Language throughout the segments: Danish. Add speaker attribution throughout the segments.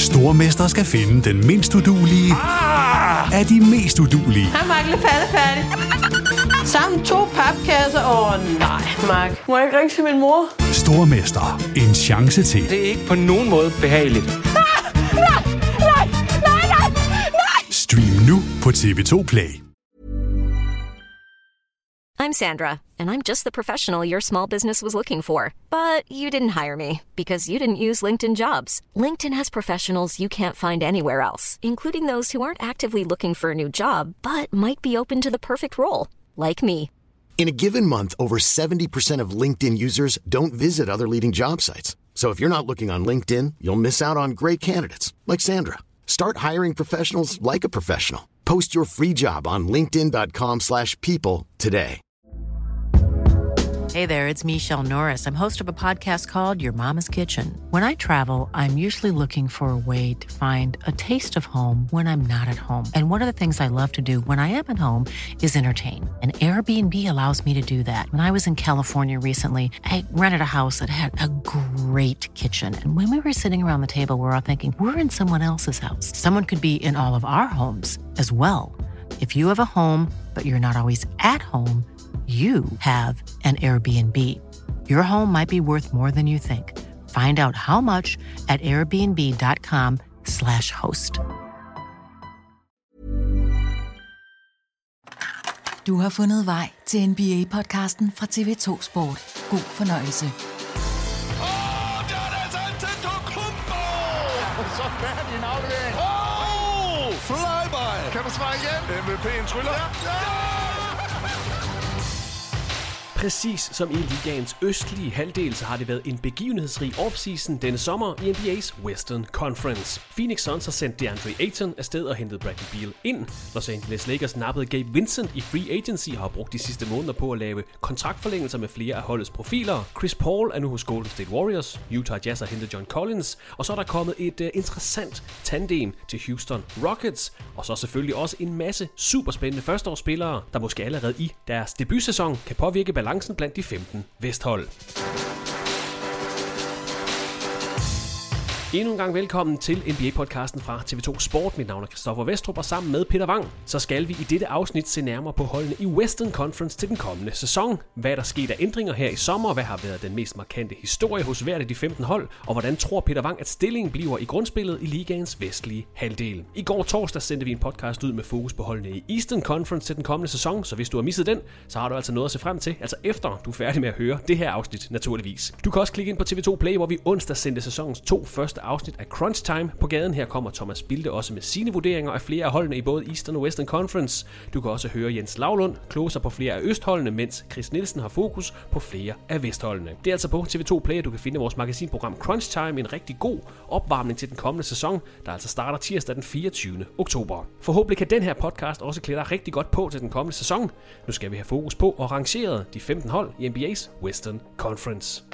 Speaker 1: Stormester skal finde den mindst uduelige af de mest uduelige.
Speaker 2: Hej, Mark. Lidt færdig. Sammen 2 papkasser. Nej, Mark. Må jeg ikke ringe til min mor?
Speaker 1: Stormester. En chance til.
Speaker 3: Det er ikke på nogen måde behageligt.
Speaker 2: Nej.
Speaker 1: Stream nu på TV2 Play.
Speaker 4: I'm Sandra, and I'm just the professional your small business was looking for. But you didn't hire me because you didn't use LinkedIn Jobs. LinkedIn has professionals you can't find anywhere else, including those who aren't actively looking for a new job, but might be open to the perfect role, like me.
Speaker 5: In a given month, over 70% of LinkedIn users don't visit other leading job sites. So if you're not looking on LinkedIn, you'll miss out on great candidates like Sandra. Start hiring professionals like a professional. Post your free job on linkedin.com/people today.
Speaker 6: Hey there, it's Michelle Norris. I'm host of a podcast called Your Mama's Kitchen. When I travel, I'm usually looking for a way to find a taste of home when I'm not at home. And one of the things I love to do when I am at home is entertain. And Airbnb allows me to do that. When I was in California recently, I rented a house that had a great kitchen. And when we were sitting around the table, we were all thinking, we're in someone else's house. Someone could be in all of our homes as well. If you have a home, but you're not always at home, you have an Airbnb. Your home might be worth more than you think. Find out how much at airbnb.com/host.
Speaker 7: Du har fundet vej til NBA-podcasten fra TV2 Sport. God fornøjelse.
Speaker 8: Der er altså Antetokounmpo! Så færdig en aflevering. Flyby! Kan du svare igen? MVP'en tryller. Ja!
Speaker 9: Præcis som i ligaens østlige halvdel, så har det været en begivenhedsrig offseason denne sommer i NBA's Western Conference. Phoenix Suns har sendt DeAndre Ayton afsted og hentet Bradley Beal ind. Los Angeles Lakers nappede Gabe Vincent i free agency og har brugt de sidste måneder på at lave kontraktforlængelser med flere af holdets profiler. Chris Paul er nu hos Golden State Warriors, Utah Jazz har hentet John Collins, og så er der kommet et interessant tandem til Houston Rockets, og så selvfølgelig også en masse superspændende førsteårsspillere, der måske allerede i deres debutsæson kan påvirke balancen blandt de 15 vesthold. Endnu en gang velkommen til NBA-podcasten fra TV2 Sport. Mit navn er Christoffer Vestrup, og sammen med Peter Wang, så skal vi i dette afsnit se nærmere på holdene i Western Conference til den kommende sæson. Hvad der skete af ændringer her i sommer, hvad har været den mest markante historie hos hvert af de 15 hold, og hvordan tror Peter Wang, at stillingen bliver i grundspillet i ligaens vestlige halvdel. I går torsdag sendte vi en podcast ud med fokus på holdene i Eastern Conference til den kommende sæson, så hvis du har misset den, så har du altså noget at se frem til, altså efter du er færdig med at høre det her afsnit naturligvis. Du kan også klikke ind på TV2 Play, hvor vi onsdag sendte sæsonens 2 første afsnit af Crunch Time på gaden. Her kommer Thomas Bilde også med sine vurderinger af flere af holdene i både Eastern og Western Conference. Du kan også høre Jens Lavlund kloge sig på flere af østholdene, mens Chris Nielsen har fokus på flere af vestholdene. Det er altså på TV2 Play, at du kan finde vores magasinprogram Crunch Time, en rigtig god opvarmning til den kommende sæson, der altså starter tirsdag den 24. oktober. Forhåbentlig kan den her podcast også klæde dig rigtig godt på til den kommende sæson. Nu skal vi have fokus på og rangere de 15 hold i NBA's Western Conference.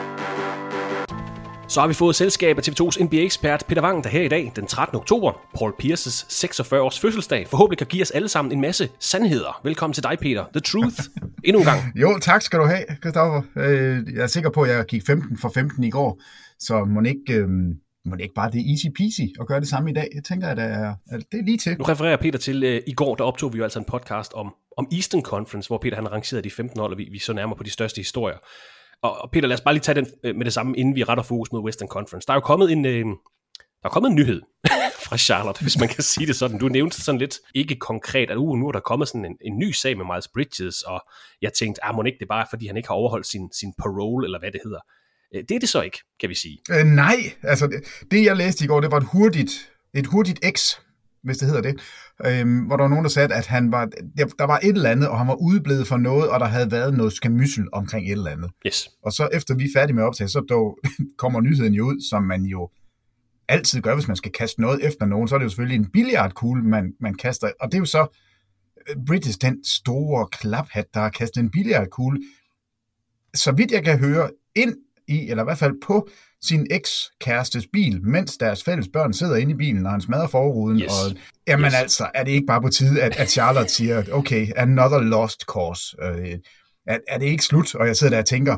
Speaker 9: Så har vi fået selskab af TV2's NBA-ekspert Peter Wang, der her i dag, den 13. oktober, Paul Pierces 46-års fødselsdag, forhåbentlig kan give os alle sammen en masse sandheder. Velkommen til dig, Peter. The Truth. Endnu en gang.
Speaker 10: Jo, tak skal du have, Christoffer. Jeg er sikker på, at jeg gik 15 for 15 i går, så må ikke bare det easy peasy at gøre det samme i dag. Jeg tænker, at det er lige til.
Speaker 9: Nu refererer Peter til, i går, der optog vi jo altså en podcast om Eastern Conference, hvor Peter han rangerede de 15 hold, og vi så nærmere på de største historier. Og Peter, lad os bare lige tage den med det samme, inden vi retter fokus mod Western Conference. Der er jo kommet en nyhed fra Charlotte, hvis man kan sige det sådan. Du nævnte sådan lidt ikke konkret, at nu er der kommet sådan en ny sag med Miles Bridges, og jeg tænkte, må ikke det bare, fordi han ikke har overholdt sin parole, eller hvad det hedder. Det er det så ikke, kan vi sige.
Speaker 10: Nej, altså det jeg læste i går, det var et hurtigt X, hvis det hedder det, hvor der var nogen, der sagde, at der var et eller andet, og han var udeblevet for noget, og der havde været noget skamyssel omkring et eller andet.
Speaker 9: Yes.
Speaker 10: Og så efter vi er færdige med at optage, så kommer nyheden jo ud, som man jo altid gør, hvis man skal kaste noget efter nogen, så er det jo selvfølgelig en billiardkugle, man kaster, og det er jo så Bridges, den store klaphat, der har kastet en billiardkugle, så vidt jeg kan høre, ind i, eller i hvert fald på sin ekskærestes bil, mens deres fælles børn sidder inde i bilen, og han smadrer forruden.
Speaker 9: Yes.
Speaker 10: Og jamen altså, er det ikke bare på tide, at Charlotte siger, okay, another lost cause. Er det ikke slut? Og jeg sidder der og tænker,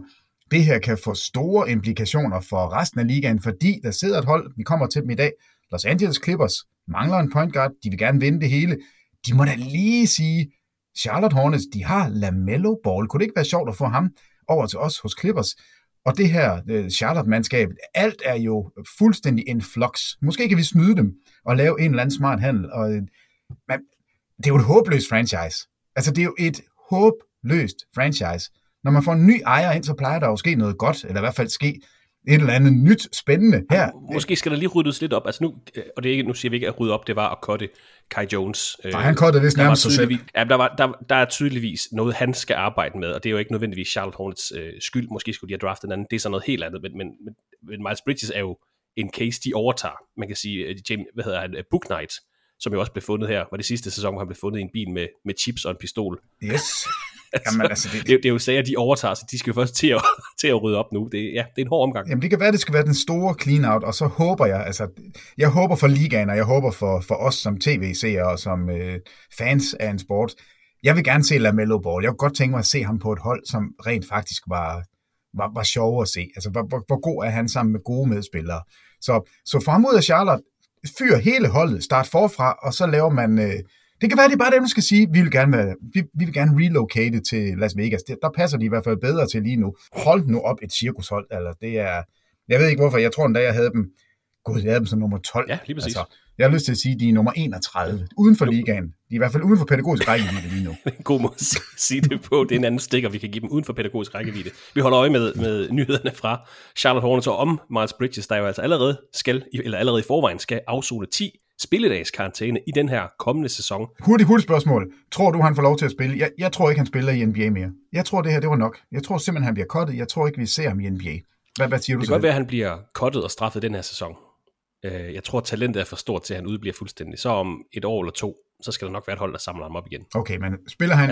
Speaker 10: det her kan få store implikationer for resten af ligaen, fordi der sidder et hold, vi kommer til dem i dag, Los Angeles Clippers, mangler en point guard, de vil gerne vinde det hele. De må da lige sige, Charlotte Hornets, de har LaMelo Ball. Kunne det ikke være sjovt at få ham over til os hos Clippers? Og det her Charlotte-mandskab, alt er jo fuldstændig in flux. Måske kan vi snyde dem og lave en eller anden smart handel. Og, men det er jo et håbløst franchise. Altså, det er jo et håbløst franchise. Når man får en ny ejer ind, så plejer der jo at ske noget godt, eller i hvert fald ske et eller andet nyt, spændende her.
Speaker 9: Måske skal der lige ryddes lidt op. Altså nu, og det er ikke, nu siger vi ikke at rydde op, det var at cutte Kai Jones.
Speaker 10: Nej, han cuttede vist nærmest sig selv.
Speaker 9: Ja, der er tydeligvis noget, han skal arbejde med, og det er jo ikke nødvendigvis Charlotte Hornets skyld. Måske skulle de have draftet en anden. Det er så noget helt andet, men Miles Bridges er jo en case, de overtager. Man kan sige, James, Book Knight, som jo også blev fundet her, var det sidste sæson, hvor han blev fundet i en bil med chips og en pistol.
Speaker 10: Yes. Jamen, altså,
Speaker 9: det er jo sager, de overtager, så de skal jo først til at rydde op nu. Det er en hård omgang.
Speaker 10: Jamen, det kan være, det skal være den store clean-out, og så håber jeg håber for ligaen, og jeg håber for os som tv-seere og som fans af en sport. Jeg vil gerne se LaMelo Ball. Jeg kunne godt tænke mig at se ham på et hold, som rent faktisk var sjov at se. Altså, hvor god er han sammen med gode medspillere. Så frem ud af Charlotte, fyr hele holdet, start forfra, og så laver man... Det kan være, det er bare det, man skal sige. Vi vil gerne relocate til Las Vegas. Der passer de i hvert fald bedre til lige nu. Hold nu op et cirkushold. Eller det er, jeg ved ikke hvorfor. Jeg tror endda, jeg havde dem som nummer 12.
Speaker 9: Ja, lige præcis. Altså,
Speaker 10: jeg har lyst til at sige, at de er nummer 31. Uden for ligaen. De er i hvert fald uden for pædagogisk rækkevidde lige nu.
Speaker 9: En god måde at sige det på. Det er en anden stikker, vi kan give dem uden for pædagogisk rækkevidde. Vi holder øje med nyhederne fra Charlotte Hornets og om Miles Bridges, der jo altså allerede i forvejen skal afsone 10 spilledags karantæne i den her kommende sæson.
Speaker 10: Hurtigt spørgsmål. Tror du, han får lov til at spille? Jeg tror ikke, han spiller i NBA mere. Jeg tror, det her det var nok. Jeg tror simpelthen, han bliver cuttet. Jeg tror ikke, vi ser ham i NBA. Hvad siger du?
Speaker 9: Det kan godt være, at han bliver cuttet og straffet den her sæson. Jeg tror, talentet er for stort til, at han udbliver fuldstændig. Så om et år eller to, så skal der nok være et hold, der samler ham op igen.
Speaker 10: Okay, men spiller han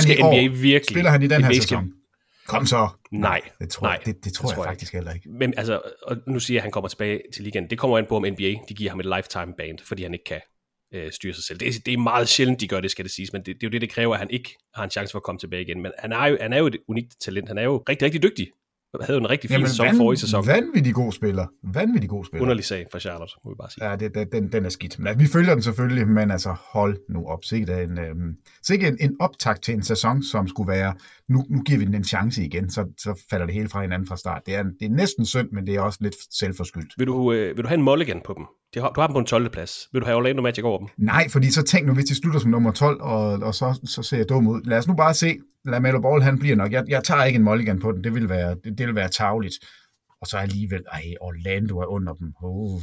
Speaker 10: i den her sæson? Kom så.
Speaker 9: Nej.
Speaker 10: Det tror jeg faktisk heller ikke.
Speaker 9: Men altså, og nu siger jeg, at han kommer tilbage til ligaen. Det kommer an på, om NBA de giver ham et lifetime ban, fordi han ikke kan styre sig selv. Det er meget sjældent, de gør det, skal det siges, men det er jo det kræver, at han ikke har en chance for at komme tilbage igen. Men han er jo et unikt talent. Han er jo rigtig, rigtig dygtig. Han havde jo en rigtig fin sæson forrige sæson.
Speaker 10: Vanvittig god spiller.
Speaker 9: Underlig sag for Charlotte, må vi bare sige.
Speaker 10: Ja, den er skidt. Men vi følger den selvfølgelig, men altså hold nu op. Sikke en optakt til en sæson, som skulle være, nu giver vi den en chance igen, så falder det hele fra hinanden fra start. Det er næsten synd, men det er også lidt selvforskyldt.
Speaker 9: Vil du have en mulligan på dem? Du har dem på en 12. plads. Vil du have Orlando Magic over dem?
Speaker 10: Nej, fordi så tænk nu, hvis de slutter som nummer 12, og så ser jeg dum ud. Lad os nu bare se. LaMelo Ball, han bliver nok. Jeg tager ikke en mulligan på den. Det vil være tarveligt. Og så alligevel, Orlando er under dem.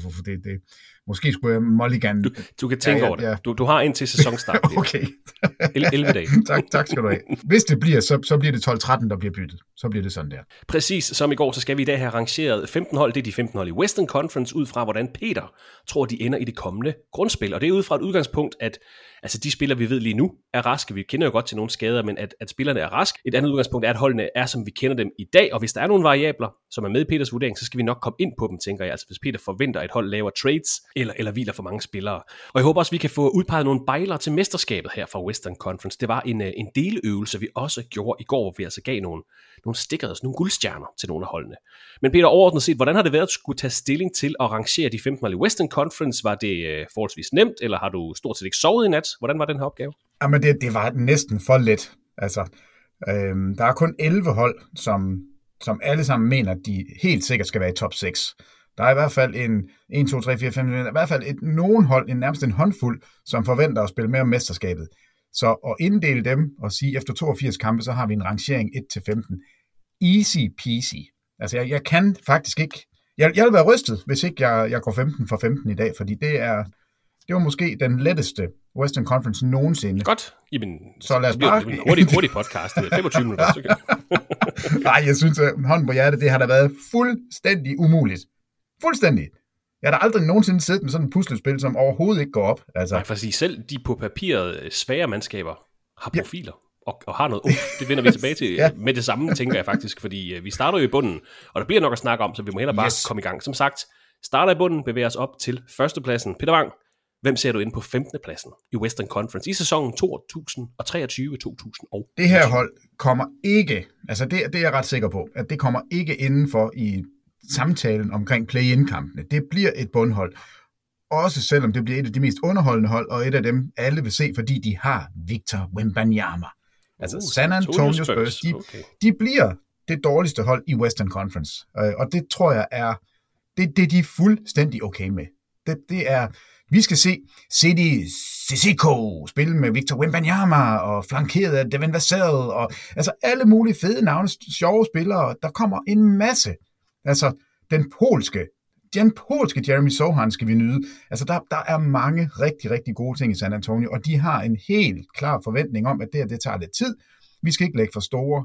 Speaker 10: Måske skulle jeg mulligan.
Speaker 9: Du kan tænke over det. Ja. Du har indtil sæsonstart.
Speaker 10: Okay.
Speaker 9: 11 dage.
Speaker 10: tak skal du have. Hvis det bliver, så bliver det 12-13, der bliver byttet. Så bliver det sådan der.
Speaker 9: Præcis som i går, så skal vi i dag have rangeret 15 hold. Det er de 15 hold i Western Conference, ud fra hvordan Peter tror, de ender i det kommende grundspil. Og det er ud fra et udgangspunkt, at altså de spillere, vi ved lige nu, er raske. Vi kender jo godt til nogle skader, men at spillerne er raske. Et andet udgangspunkt er, at holdene er, som vi kender dem i dag. Og hvis der er nogle variabler, som er med i Peters vurdering, så skal vi nok komme ind på dem, tænker jeg. Altså hvis Peter forventer, at et hold laver trades, eller hviler for mange spillere. Og jeg håber også, at vi kan få udpeget nogle bejlere til mesterskabet her fra Western Conference. Det var en deløvelse, vi også gjorde i går, hvor vi altså gav nogle stickers, nogle guldstjerner til nogle af holdene. Men Peter, overordnet set, hvordan har det været at skulle tage stilling til at rangere de 15 hold i Western Conference? Var det forholdsvis nemt, eller har du stort set ikke sovet i nat? Hvordan var den her opgave?
Speaker 10: Jamen, det var næsten for let. Altså, der er kun 11 hold, som alle sammen mener, at de helt sikkert skal være i top 6. Der er i hvert fald 1, 2, 3, 4, 5, i hvert fald nogen hold, nærmest en håndfuld, som forventer at spille med om mesterskabet. Så at inddele dem og sige, efter 82 kampe, så har vi en rangering 1-15. Easy peasy. Altså, jeg kan faktisk ikke... Jeg vil være rystet, hvis ikke jeg går 15 for 15 i dag, fordi det var måske den letteste Western Conference nogensinde.
Speaker 9: Godt. Jamen,
Speaker 10: så lad os bare...
Speaker 9: hurtig podcast. 25 minutter.
Speaker 10: Nej, jeg synes, at hånden på hjertet, det har da været fuldstændig umuligt. Fuldstændig. Jeg har da aldrig nogensinde siddet med sådan et puslespil, som overhovedet ikke går op. Altså.
Speaker 9: Nej, for selv de på papiret svære mandskaber har profiler. Og har noget. Det vender vi tilbage til med det samme, tænker jeg faktisk, fordi vi starter jo i bunden, og der bliver nok at snakke om, så vi må hellere bare komme i gang. Som sagt, starter i bunden, bevæger os op til førstepladsen. Peter Wang, Hvem ser du inde på 15. pladsen i Western Conference i sæsonen 2023-2024?
Speaker 10: Det her hold kommer ikke, altså det er jeg ret sikker på, at det kommer ikke indenfor i samtalen omkring play-in-kampene. Det bliver et bundhold. Også selvom det bliver et af de mest underholdende hold, og et af dem alle vil se, fordi de har Victor Wembanyama. Altså San Antonio Spurs, de bliver det dårligste hold i Western Conference. Og det tror jeg er, det de er fuldstændig okay med. Det er, vi skal se Sidi Sissoko spille med Victor Wembanyama, og flankeret af Devin Vassell, og altså alle mulige fede navne, sjove spillere. Der kommer en masse. Altså den polske Jeremy Sohan skal vi nyde. Altså der er mange rigtig, rigtig gode ting i San Antonio, og de har en helt klar forventning om, at det tager lidt tid. Vi skal ikke lægge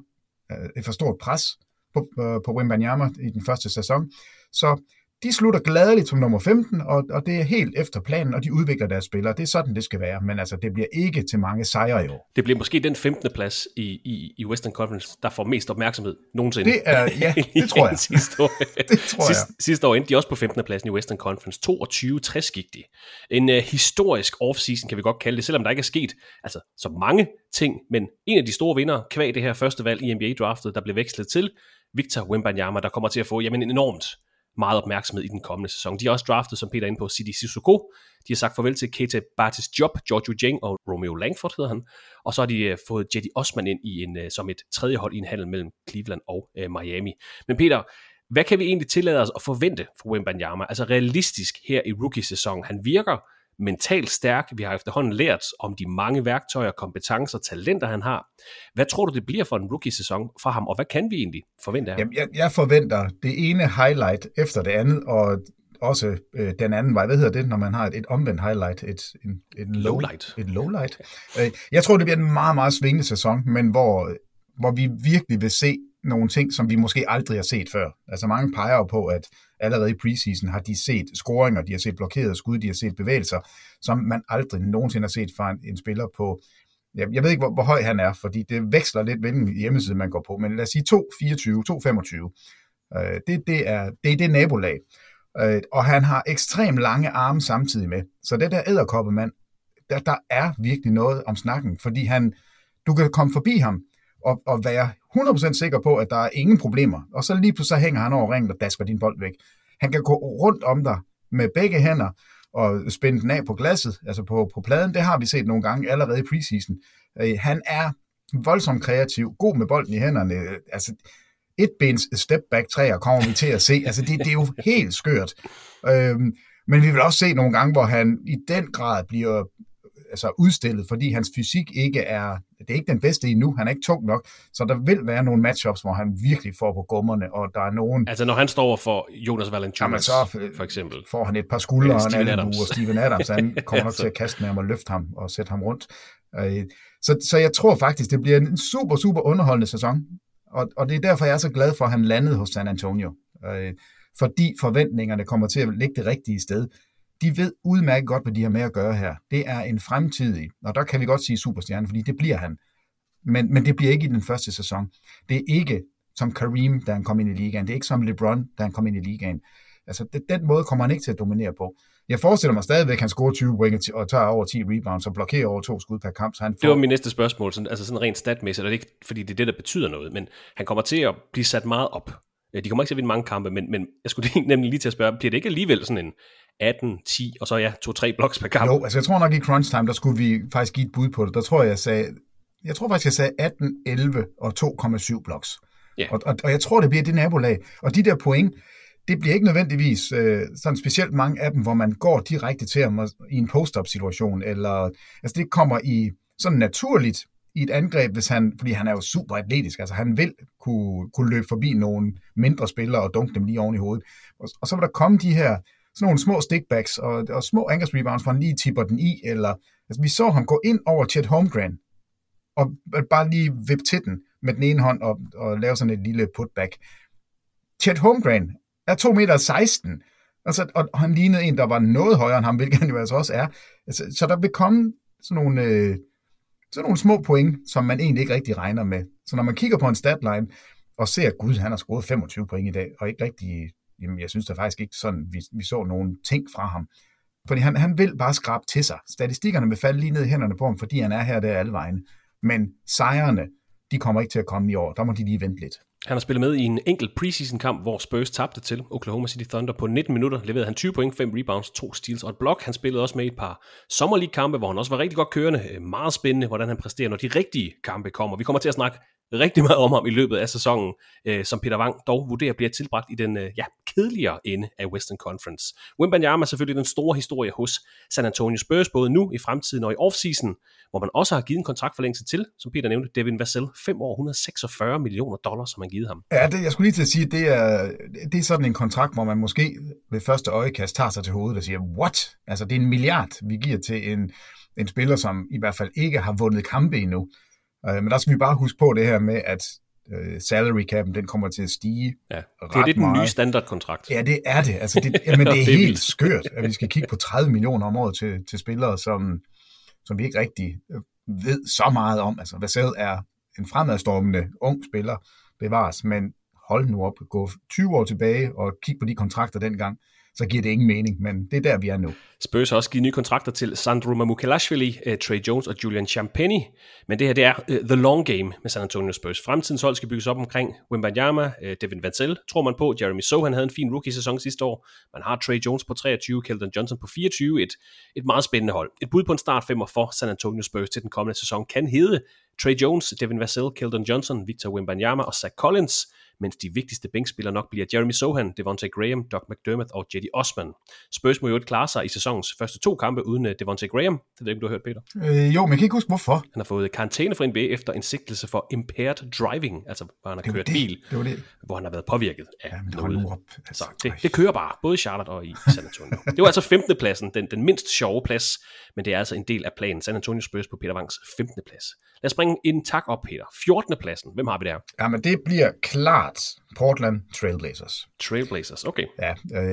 Speaker 10: for stort pres på Wembanyama i den første sæson. Så de slutter gladeligt som nummer 15, og det er helt efter planen, og de udvikler deres spillere. Det er sådan, det skal være, men altså, det bliver ikke til mange sejre i år.
Speaker 9: Det bliver måske den 15. plads i Western Conference, der får mest opmærksomhed nogensinde.
Speaker 10: Det tror jeg.
Speaker 9: Sidste år endte de også på 15. pladsen i Western Conference. 22-60 gik de. En historisk offseason, kan vi godt kalde det, selvom der ikke er sket altså, så mange ting, men en af de store vindere, kvad det her første valg i NBA-draftet, der blev vekslet til Victor Wembanyama, der kommer til at få en enormt meget opmærksomhed i den kommende sæson. De har også draftet, som Peter er inde på, Sidi Sissoko. De har sagt farvel til Keita Bates-Diop, Giorgio Dieng og Romeo Langford hedder han. Og så har de fået Cedi Osman ind som et tredje hold i en handel mellem Cleveland og Miami. Men Peter, hvad kan vi egentlig tillade os at forvente for Wembanyama? Altså realistisk her i rookie-sæsonen. Han virker mentalt stærk. Vi har efterhånden lært om de mange værktøjer, kompetencer, talenter, han har. Hvad tror du, det bliver for en rookie-sæson for ham, og hvad kan vi egentlig forvente af ham?
Speaker 10: Jeg forventer det ene highlight efter det andet, og også den anden vej. Hvad hedder det, når man har et omvendt highlight? Et
Speaker 9: lowlight.
Speaker 10: Et lowlight. Jeg tror, det bliver en meget, meget svingende sæson, men hvor vi virkelig vil se nogle ting, som vi måske aldrig har set før. Altså mange peger jo på, at allerede i preseason har de set scoringer, de har set blokerede skud, de har set bevægelser, som man aldrig nogensinde har set fra en spiller på. Jeg ved ikke, hvor høj han er, fordi det veksler lidt, hvilken hjemmeside man går på, men lad os sige 2,24, 2,25. Det er det nabolag. Og han har ekstremt lange arme samtidig med. Så det der edderkoppemand, der er virkelig noget om snakken, fordi du kan komme forbi ham, og være 100% sikker på, at der er ingen problemer. Og så lige pludselig hænger han over ringen og dasker din bold væk. Han kan gå rundt om dig med begge hænder og spænde den af på glasset, altså på pladen. Det har vi set nogle gange allerede i preseason. Han er voldsomt kreativ, god med bolden i hænderne. Altså etbens step-back træer kommer vi til at se. Altså det er jo helt skørt. Men vi vil også se nogle gange, hvor han i den grad bliver udstillet, fordi hans fysik det er ikke den bedste endnu, han er ikke tung nok, så der vil være nogle matchups, hvor han virkelig får på gummerne, og der er nogen...
Speaker 9: Altså når han står for Jonas Valanciunas, for eksempel.
Speaker 10: Får han et par skuldre og en anden og Steven Adams, han kommer nok til at kaste med ham og løfte ham og sætte ham rundt. Så jeg tror faktisk, det bliver en super, super underholdende sæson, og det er derfor, jeg er så glad for, at han landede hos San Antonio, fordi forventningerne kommer til at ligge det rigtige sted. De ved udmærket godt, hvad de har med at gøre her. Det er en fremtidig, og der kan vi godt sige superstjerne, fordi det bliver han. Men det bliver ikke i den første sæson. Det er ikke som Kareem, da han kom ind i ligaen. Det er ikke som LeBron, da han kom ind i ligaen. Altså, den måde kommer han ikke til at dominere på. Jeg forestiller mig stadigvæk, at han scorer 20 point og tager over 10 rebounds og blokerer over 2 skud per kamp. Så
Speaker 9: det var min næste spørgsmål, sådan rent statmæssigt, og det er ikke, fordi det er det, der betyder noget, men han kommer til at blive sat meget op. De kommer ikke til at vinde mange kampe, men jeg skulle nemlig lige til at spørge, bliver det ikke alligevel sådan en 18, 10, og så 2-3 blocks per kamp?
Speaker 10: Jo, altså jeg tror nok i crunch time, der skulle vi faktisk give et bud på det. Der tror jeg sagde 18, 11 og 2,7 blocks. Yeah. Og jeg tror, det bliver det nabolag. Og de der point, det bliver ikke nødvendigvis sådan specielt mange af dem, hvor man går direkte til ham i en post-up-situation, eller altså det kommer i sådan naturligt i et angreb, fordi han er jo super atletisk, altså han vil kunne løbe forbi nogle mindre spillere og dunke dem lige oven i hovedet. Og så vil der komme de her sådan nogle små stickbacks og små angrebsrebounds, hvor han lige tipper den i, eller altså vi så ham gå ind over Chet Holmgren og bare lige vippe til den med den ene hånd og lave sådan et lille putback. Chet Holmgren er 2,16 meter, altså, og han lignede en, der var noget højere end ham, hvilket han jo altså også er. Altså, så der vil komme sådan nogle små point, som man egentlig ikke rigtig regner med. Så når man kigger på en statline og ser, at Gud, han har scoret 25 point i dag, og ikke rigtig, jamen jeg synes da faktisk ikke sådan, vi så nogle ting fra ham. Fordi han vil bare skrabe til sig. Statistikkerne vil falde lige ned i hænderne på ham, fordi han er her der alle vegne. Men sejrene, de kommer ikke til at komme i år. Der må de lige vente lidt.
Speaker 9: Han har spillet med i en enkelt preseason-kamp, hvor Spurs tabte til Oklahoma City Thunder. På 19 minutter leverede han 20 point, 5 rebounds, 2 steals og et block. Han spillede også med i et par Summer League-kampe, hvor han også var rigtig godt kørende. Meget spændende, hvordan han præsterer, når de rigtige kampe kommer. Vi kommer til at snakke rigtig meget om ham i løbet af sæsonen, som Peter Wang dog vurderer bliver tilbragt i den kedeligere ende af Western Conference. Wembanyama er selvfølgelig den store historie hos San Antonio Spurs, både nu, i fremtiden og i offseason, hvor man også har givet en kontraktforlængelse til, som Peter nævnte, Devin Vassell, 5 år, $146 million, som man givet ham.
Speaker 10: Ja, jeg skulle lige til at sige, det er sådan en kontrakt, hvor man måske ved første øjekast tager sig til hovedet og siger, what? Altså, det er 1 milliard, vi giver til en spiller, som i hvert fald ikke har vundet kampe endnu. Men der skal vi bare huske på det her med, at salary cap'en, den kommer til at stige
Speaker 9: det er den nye standardkontrakt.
Speaker 10: Ja, det er det. Altså, men det er helt skørt, at vi skal kigge på 30 millioner om året til spillere, som vi ikke rigtig ved så meget om. Altså, Vassell er en fremadstormende ung spiller, bevares, men hold nu op, gå 20 år tilbage og kig på de kontrakter dengang, så giver det ingen mening, men det er der, vi er nu.
Speaker 9: Spurs har også givet nye kontrakter til Sandro Mamukelashvili, Trey Jones og Julian Champagnie, men det her, det er the long game med San Antonio Spurs. Fremtidens hold skal bygges op omkring Wembanyama, Devin Vassell, tror man på. Jeremy Sohan havde en fin rookie-sæson sidste år. Man har Trey Jones på 23, Keldon Johnson på 24, et meget spændende hold. Et bud på en startfemmer for San Antonio Spurs til den kommende sæson kan hedde Trey Jones, Devin Vassell, Keldon Johnson, Victor Wembanyama og Zach Collins, mens de vigtigste bænkspillere nok bliver Jeremy Sohan, Devontae Graham, Doug McDermott og Cedi Osman. Spurs må jo ikke klare sig i sæsonens første 2 kampe uden Devontae Graham. Det ved ikke, du har hørt, Peter?
Speaker 10: Jo, men jeg kan ikke huske, hvorfor. Han
Speaker 9: har fået karantæne fra NBA efter en sigtelse for impaired driving, altså hvor han har kørt bil, hvor han har været påvirket af noget. Så det kører bare, både i Charlotte og i San Antonio. Det var altså 15. pladsen, den mindst sjove plads, men det er altså en del af planen. San Antonio Spurs på Peter Wangs 15. plads. Lad os bringe en tak op, Peter. 14. pladsen. Hvem har vi der?
Speaker 10: Jamen, det bliver klart Portland Trailblazers.
Speaker 9: Trailblazers, okay.
Speaker 10: Ja,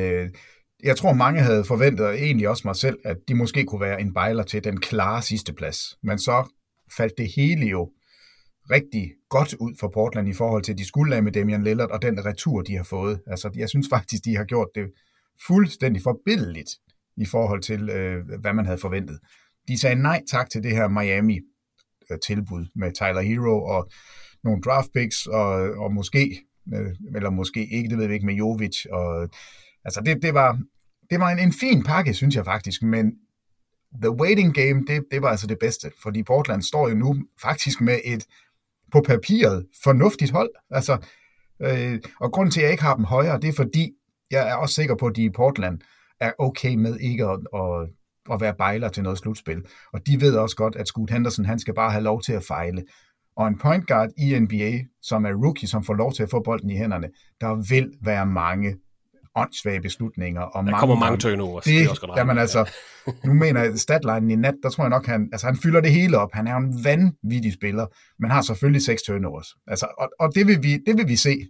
Speaker 10: jeg tror, mange havde forventet, og egentlig også mig selv, at de måske kunne være en bejler til den klare sidste plads. Men så faldt det hele jo rigtig godt ud for Portland i forhold til, at de skulle lade med Damian Lillard og den retur, de har fået. Altså, jeg synes faktisk, de har gjort det fuldstændig forbilledligt i forhold til, hvad man havde forventet. De sagde nej tak til det her Miami-tilbud med Tyler Hero og nogle draft picks, og måske, eller måske ikke, det ved vi ikke, med Jovic. Og, altså, det var en fin pakke, synes jeg faktisk, men the waiting game, det var altså det bedste, fordi Portland står jo nu faktisk med et på papiret fornuftigt hold. Altså, og grunden til, at jeg ikke har dem højere, det er fordi, jeg er også sikker på, at de i Portland er okay med ikke at være bejler til noget slutspil. Og de ved også godt, at Scoot Henderson, han skal bare have lov til at fejle. Og en point guard i NBA, som er rookie, som får lov til at få bolden i hænderne, der vil være mange åndssvage beslutninger. Og
Speaker 9: der kommer mange turnovers.
Speaker 10: Det er også godt. Jamen altså, nu mener jeg, statlinen i nat, der tror jeg nok, han fylder det hele op. Han er jo en vanvittig spiller, men har selvfølgelig 6 turnovers. Altså, og det vil vi se.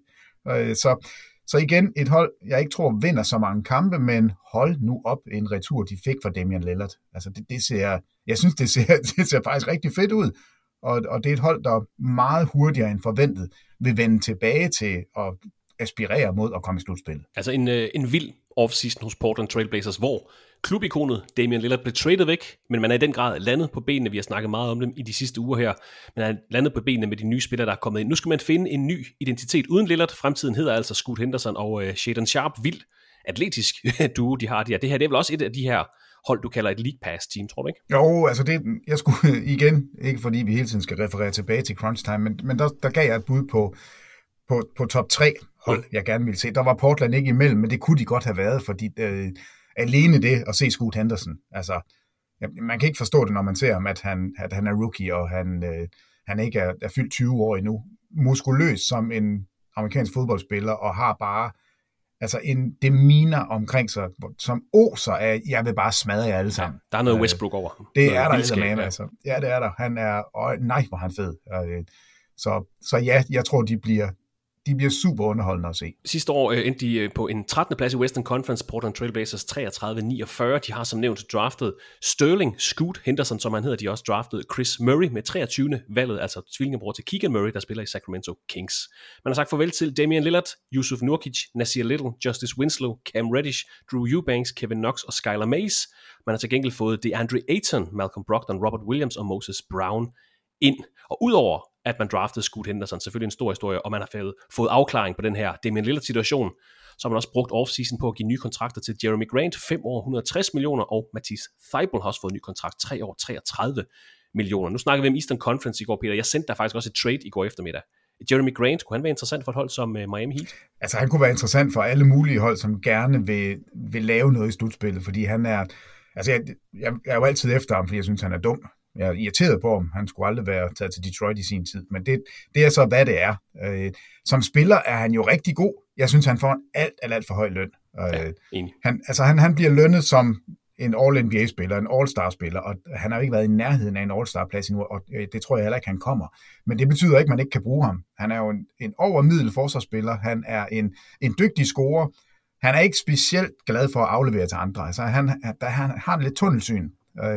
Speaker 10: Så igen, et hold, jeg ikke tror vinder så mange kampe, men hold nu op en retur, de fik fra Damian Lillard. Altså, jeg synes, det ser faktisk rigtig fedt ud. Og det er et hold, der meget hurtigere end forventet vil vende tilbage til at aspirere mod at komme i slutspillet. Altså
Speaker 9: en vild offseason hos Portland Trailblazers, hvor klubikonet Damian Lillard blev traded væk, men man er i den grad landet på benene. Vi har snakket meget om dem i de sidste uger her. Man er landet på benene med de nye spillere, der er kommet ind. Nu skal man finde en ny identitet uden Lillard. Fremtiden hedder altså Scoot Henderson og Shaedon Sharpe. Vild atletisk duo, de har de her. Det her det er vel også et af de her hold, du kalder et League Pass team, tror du ikke?
Speaker 10: Jo, altså jeg skulle igen, ikke fordi vi hele tiden skal referere tilbage til crunch time, men der gav jeg et bud på top 3 hold, jeg gerne ville se. Der var Portland ikke imellem, men det kunne de godt have været, fordi alene det at se Scoot Henderson, altså man kan ikke forstå det, når man ser ham, at han er rookie, og han ikke er fyldt 20 år endnu. Muskuløs som en amerikansk fodboldspiller, og har bare altså en demeanor omkring sig, som oser af, jeg vil bare smadre jer alle sammen.
Speaker 9: Ja, der er noget Westbrook over ham.
Speaker 10: Det er der eddermame, altså. Ja, det er der. Han er, nej, hvor han fed. Så ja, jeg tror, de bliver de bliver super underholdende at se.
Speaker 9: Sidste år endte de på en 13. plads i Western Conference, Portland Trail Blazers 33-49. De har som nævnt draftet Sterling Scoot Henderson, som han hedder. De har også draftet Chris Murray med 23. valget, altså tvillingebror til Keegan Murray, der spiller i Sacramento Kings. Man har sagt farvel til Damian Lillard, Yusuf Nurkic, Nasir Little, Justice Winslow, Cam Reddish, Drew Eubanks, Kevin Knox og Skylar Mays. Man har til gengæld fået DeAndre Ayton, Malcolm Brogdon, Robert Williams og Moses Brown ind. Og udover at man draftede Scoot Henderson, selvfølgelig en stor historie, og man har fået afklaring på den her Damian Lillard-situation, så har man også brugt offseason på at give nye kontrakter til Jeremy Grant, 5 år, 160 millioner, og Matisse Thybulle har også fået en ny kontrakt, 3 år, 33 millioner. Nu snakker vi om Eastern Conference i går, Peter. Jeg sendte der faktisk også et trade i går eftermiddag. Jeremy Grant, kunne han være interessant for et hold som Miami Heat?
Speaker 10: Altså, han kunne være interessant for alle mulige hold, som gerne vil lave noget i slutspillet, fordi han er... Altså, jeg er jo altid efter ham, fordi jeg synes, han er dum. Jeg er irriteret på ham. Han skulle aldrig være taget til Detroit i sin tid. Men det er så, hvad det er. Som spiller er han jo rigtig god. Jeg synes, han får en alt for høj løn. Han bliver lønnet som en All-NBA-spiller, en All-Star-spiller, og han har jo ikke været i nærheden af en All-Star-plads endnu, og det tror jeg heller ikke, han kommer. Men det betyder ikke, at man ikke kan bruge ham. Han er jo en overmiddel forsvarsspiller. Han er en dygtig scorer. Han er ikke specielt glad for at aflevere til andre. Altså, han har lidt tunnelsyn.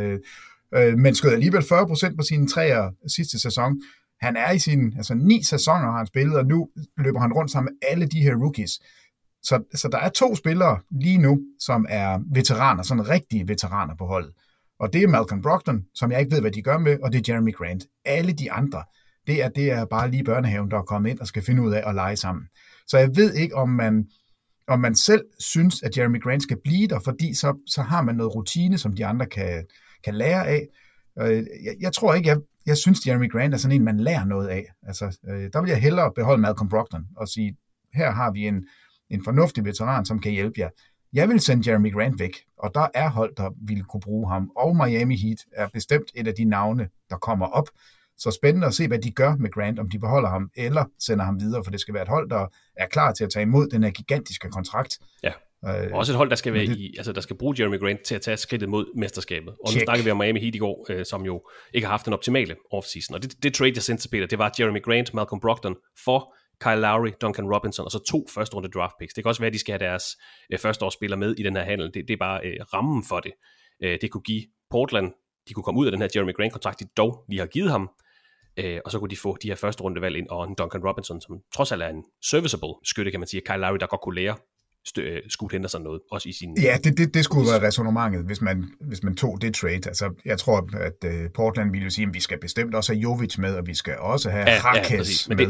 Speaker 10: Men skød alligevel 40% på sine 3 sidste sæson. Han er i sine 9 sæsoner har han spillet, og nu løber han rundt sammen med alle de her rookies. Så der er 2 spillere lige nu, som er veteraner, sådan rigtige veteraner på holdet. Og det er Malcolm Brogdon, som jeg ikke ved, hvad de gør med, og det er Jeremy Grant. Alle de andre, det er bare lige børnehaven, der er kommet ind og skal finde ud af at lege sammen. Så jeg ved ikke, om man selv synes, at Jeremy Grant skal blive der, fordi så har man noget rutine, som de andre kan lære af. Jeg tror ikke, jeg synes, Jeremy Grant er sådan en, man lærer noget af. Altså, der vil jeg hellere beholde Malcolm Brogdon og sige, her har vi en fornuftig veteran, som kan hjælpe jer. Jeg vil sende Jeremy Grant væk, og der er hold, der vil kunne bruge ham. Og Miami Heat er bestemt et af de navne, der kommer op. Så spændende at se, hvad de gør med Grant, om de beholder ham eller sender ham videre, for det skal være et hold, der er klar til at tage imod den her gigantiske kontrakt.
Speaker 9: Ja. Også et hold, der skal være der skal bruge Jeremy Grant til at tage skridtet mod mesterskabet. Og nu snakker vi om Miami Heat i går, som jo ikke har haft den optimale offseason. Og det trade, jeg sendte til Peter, det var Jeremy Grant, Malcolm Brogdon for Kyle Lowry, Duncan Robinson, og så 2 første runde draft picks. Det kan også være, at de skal have deres førsteårsspillere med i den her handel. Det er bare rammen for det. Det kunne give Portland, de kunne komme ud af den her Jeremy Grant-kontrakt, de dog lige har givet ham, og så kunne de få de her første rundevalg ind, og en Duncan Robinson, som trods alt er en serviceable skytte, kan man sige, Kyle Lowry, der godt kunne lære Scoot Henderson noget, også i sin...
Speaker 10: Ja, det skulle være ræsonnementet, hvis man tog det trade. Altså, jeg tror, at Portland ville jo sige, at vi skal bestemt også have Jovic med, og vi skal også have Rakes med.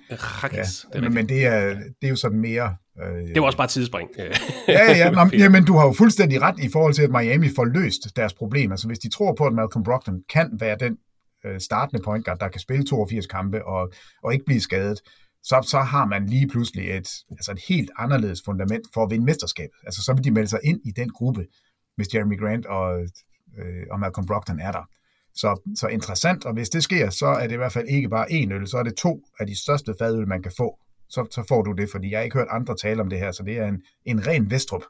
Speaker 10: Men det er jo sådan mere...
Speaker 9: Det var også bare et tidsspring.
Speaker 10: Men du har jo fuldstændig ret i forhold til, at Miami får løst deres problem. Altså, hvis de tror på, at Malcolm Brogdon kan være den startende point guard, der kan spille 82 kampe og ikke blive skadet, så har man lige pludselig et helt anderledes fundament for at vinde mesterskabet. Altså, så vil de melde sig ind i den gruppe, hvis Jeremy Grant og Malcolm Brogdon er der. Så interessant, og hvis det sker, så er det i hvert fald ikke bare 1 øl, så er det 2 af de største fadøl, man kan få. Så får du det, fordi jeg har ikke hørt andre tale om det her, så det er en ren Vestrup.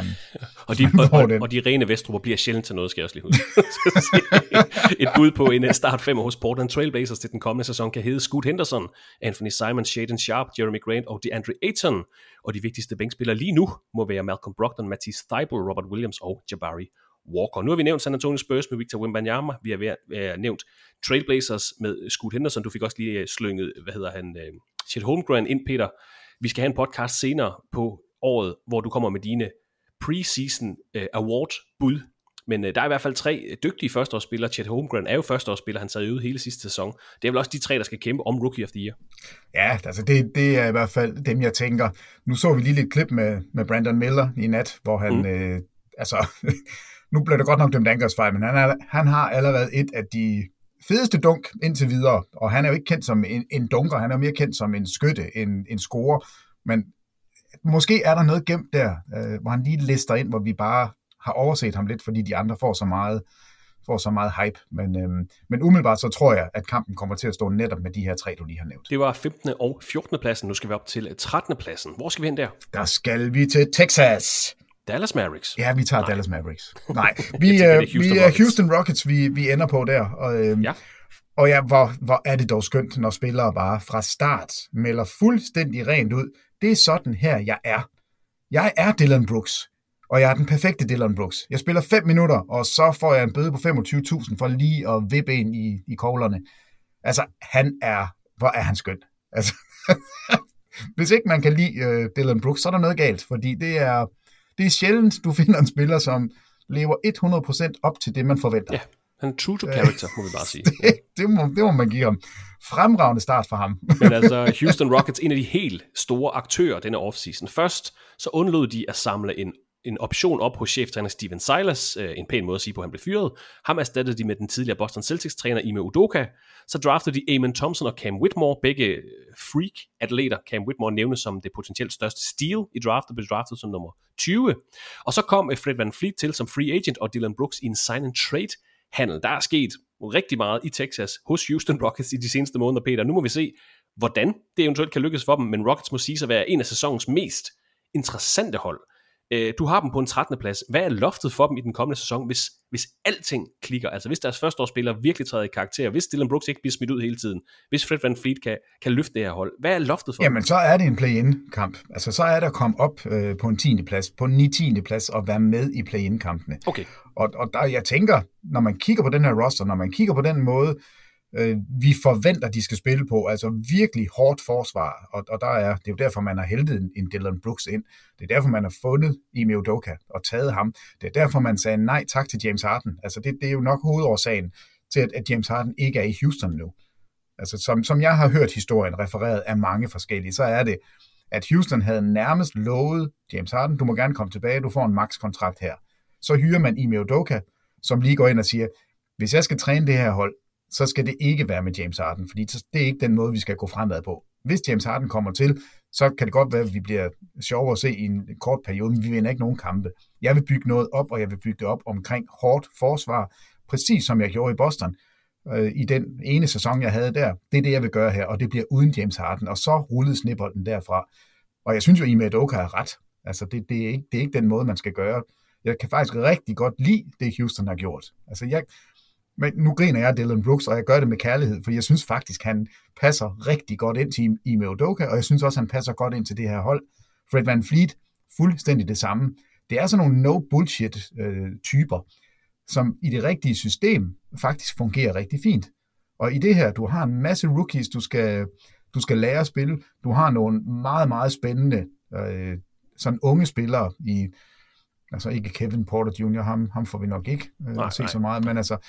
Speaker 9: Og de rene Vestrupper bliver sjældent til noget, skal jeg også lige huske. Et bud på en start 5 hos Portland Trail Blazers til den kommende sæson kan hedde Scoot Henderson, Anthony Simons, Shaedon Sharpe, Jeremy Grant og DeAndre Ayton. Og de vigtigste bænkspillere lige nu må være Malcolm Brogdon, Matisse Thybulle, Robert Williams og Jabari Walker. Nu har vi nævnt San Antonio Spurs med Victor Wembanyama. Vi har nævnt Trailblazers med Scoot Henderson. Du fik også lige slynget, Chet Holmgren ind, Peter. Vi skal have en podcast senere på året, hvor du kommer med dine preseason award-bud. Men der er i hvert fald 3 dygtige førsteårsspillere. Chet Holmgren er jo førsteårsspiller. Han sad ude hele sidste sæson. Det er vel også de 3, der skal kæmpe om Rookie of the Year.
Speaker 10: Ja, altså det er i hvert fald dem, jeg tænker. Nu så vi lige et klip med Brandon Miller i nat, hvor han... nu blev det godt nok dem dankers fejl, men han har allerede et af de fedeste dunk indtil videre, og han er jo ikke kendt som en dunker, han er mere kendt som en skytte, en scorer, men måske er der noget gemt der, hvor han lige lister ind, hvor vi bare har overset ham lidt, fordi de andre får så meget hype, men umiddelbart så tror jeg, at kampen kommer til at stå netop med de her 3, du lige har nævnt.
Speaker 9: Det var 15. og 14. pladsen, nu skal vi op til 13. pladsen. Hvor skal vi hen der?
Speaker 10: Der skal vi til Texas.
Speaker 9: Dallas Mavericks?
Speaker 10: Ja, vi tager Dallas Mavericks. Nej, vi er Houston Rockets, vi ender på der. Og ja, hvor er det dog skønt, når spillere bare fra start melder fuldstændig rent ud. Det er sådan her, jeg er. Jeg er Dillon Brooks, og jeg er den perfekte Dillon Brooks. Jeg spiller 5 minutter, og så får jeg en bøde på 25.000 for lige at vippe ind i koglerne. Altså, hvor er han skøn. Altså, hvis ikke man kan lide Dillon Brooks, så er der noget galt, fordi det er sjældent, du finder en spiller, som lever 100% op til det, man forventer.
Speaker 9: Ja, han er true to character, må vi bare sige.
Speaker 10: Det må man give ham. Fremragende start for ham.
Speaker 9: Men altså, Houston Rockets, en af de helt store aktører denne offseason. Først så undlod de at samle en option op hos cheftræner Steven Silas, en pæn måde at sige på, at han blev fyret. Ham erstattede de med den tidligere Boston Celtics-træner Ime Udoka. Så draftede de Amen Thompson og Cam Whitmore, begge freak-atleter. Cam Whitmore nævnes som det potentielt største steal i draftet, blev draftet som nummer 20. Og så kom Fred VanVleet til som free agent, og Dillon Brooks i en sign-and-trade-handel. Der er sket rigtig meget i Texas hos Houston Rockets i de seneste måneder, Peter. Nu må vi se, hvordan det eventuelt kan lykkes for dem, men Rockets må sige at være en af sæsonens mest interessante hold. Du har dem på en 13. plads. Hvad er loftet for dem i den kommende sæson, hvis alting klikker? Altså hvis deres førsteårsspillere virkelig træder i karakter, hvis Dillon Brooks ikke bliver smidt ud hele tiden, hvis Fred VanVleet kan løfte det her hold. Hvad er loftet for dem?
Speaker 10: Jamen så er det en play-in-kamp. Altså så er der at komme op på en 10. plads, på en 9-10. plads og være med i play-in-kampene.
Speaker 9: Okay.
Speaker 10: Og der, jeg tænker, når man kigger på den her roster, når man kigger på den måde, vi forventer, de skal spille på, altså virkelig hårdt forsvar, og det er jo derfor, man har hentet en Dillon Brooks ind. Det er derfor, man har fundet Ime Udoka og taget ham. Det er derfor, man sagde nej tak til James Harden. Altså det er jo nok hovedårsagen til, at James Harden ikke er i Houston nu. Altså som jeg har hørt historien refereret af mange forskellige, så er det, at Houston havde nærmest lovet James Harden, du må gerne komme tilbage, du får en max-kontrakt her. Så hyrer man Ime Udoka, som lige går ind og siger, hvis jeg skal træne det her hold, så skal det ikke være med James Harden, fordi det er ikke den måde, vi skal gå fremad på. Hvis James Harden kommer til, så kan det godt være, at vi bliver sjovere at se i en kort periode, men vi vinder ikke nogen kampe. Jeg vil bygge noget op, og jeg vil bygge det op omkring hårdt forsvar, præcis som jeg gjorde i Boston i den ene sæson, jeg havde der. Det er det, jeg vil gøre her, og det bliver uden James Harden, og så rullede snibbolden derfra. Og jeg synes jo, Ime Udoka har ret. Altså, det er ikke den måde, man skal gøre. Jeg kan faktisk rigtig godt lide det, Houston har gjort. Altså, men nu griner jeg af Dillon Brooks, og jeg gør det med kærlighed, for jeg synes faktisk, han passer rigtig godt ind til Ime Udoka, og jeg synes også, han passer godt ind til det her hold. Fred VanVleet, fuldstændig det samme. Det er sådan nogle no-bullshit-typer, som i det rigtige system faktisk fungerer rigtig fint. Og i det her, du har en masse rookies, du skal lære at spille. Du har nogle meget, meget spændende sådan unge spillere i, altså ikke Kevin Porter Jr., ham får vi nok ikke se så meget, men altså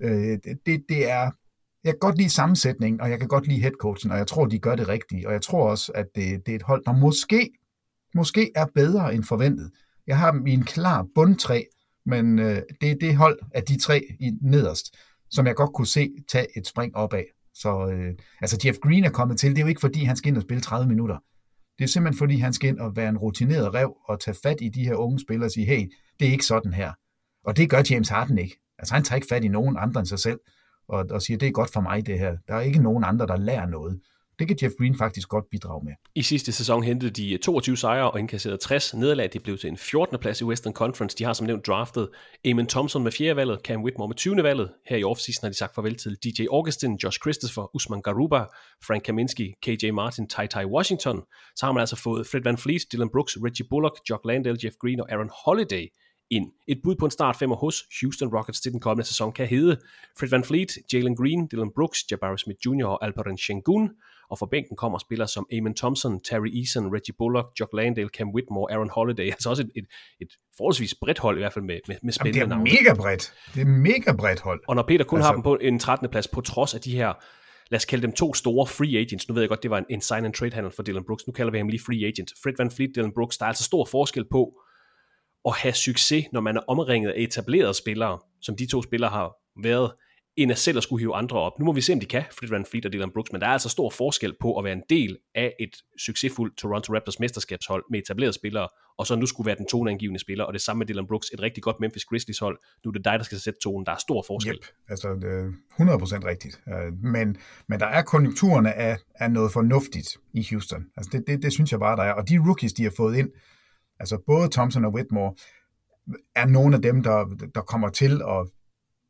Speaker 10: det er, jeg kan godt lide sammensætningen, og jeg kan godt lide headcoachen, og jeg tror, de gør det rigtigt, og jeg tror også, at det er et hold, der måske er bedre end forventet. Jeg har dem i en klar bundtræ, men det er det hold af de 3 i nederst, som jeg godt kunne se tage et spring opad. Så altså Jeff Green er kommet til, det er jo ikke fordi, han skal ind og spille 30 minutter. Det er simpelthen fordi, han skal ind og være en rutineret ræv og tage fat i de her unge spillere og sige, hey, det er ikke sådan her. Og det gør James Harden ikke. Altså han tager ikke fat i nogen andre end sig selv og siger, det er godt for mig det her. Der er ikke nogen andre, der lærer noget. Det kan Jeff Green faktisk godt bidrage med.
Speaker 9: I sidste sæson hentede de 22 sejre og indkasserede 60 nederlag. Det blev til en 14. plads i Western Conference. De har som nævnt draftet Amen Thompson med 4. valget, Cam Whitmore med 20. valget. Her i offseason har de sagt farvel til DJ Augustin, Josh Christopher, Usman Garuba, Frank Kaminsky, KJ Martin, Ty Washington. Så har man altså fået Fred VanVleet, Dillon Brooks, Reggie Bullock, Jock Landale, Jeff Green og Aaron Holiday ind. Et bud på en start 5'er hos Houston Rockets til den kommende sæson kan hedde Fred VanVleet, Jalen Green, Dillon Brooks, Jabari Smith-Jr. og Alperen Sengun. Og fra bænken kommer spillere som Amen Thompson, Terry Eason, Reggie Bullock, Jock Landale, Cam Whitmore, Aaron Holiday. Altså også et forholdsvis bredt hold i hvert fald med spændende navne.
Speaker 10: Det er mega bredt. Det er mega bredt hold.
Speaker 9: Og når Peter kun har dem på en 13. plads på trods af de her, lad os kalde dem 2 store free agents. Nu ved jeg godt, det var en sign and trade handel for Dillon Brooks. Nu kalder vi ham lige free agent. Fred VanVleet, Dillon Brooks. Der er altså stor forskel på at have succes, når man er omringet af etablerede spillere, som de 2 spillere har været, end at selv at skulle hive andre op. Nu må vi se, om de kan, Fred VanVleet og Dillon Brooks, men der er altså stor forskel på at være en del af et succesfuldt Toronto Raptors mesterskabshold med etablerede spillere, og så nu skulle være den toneangivende spiller, og det samme med Dillon Brooks, et rigtig godt Memphis Grizzlies hold. Nu er det dig, der skal sætte tonen. Der er stor forskel.
Speaker 10: Yep, altså 100% rigtigt. Men der er konjunkturerne af noget fornuftigt i Houston. Altså det synes jeg bare, der er. Og de rookies, de har fået ind, altså både Thompson og Whitmore, er nogle af dem, der kommer til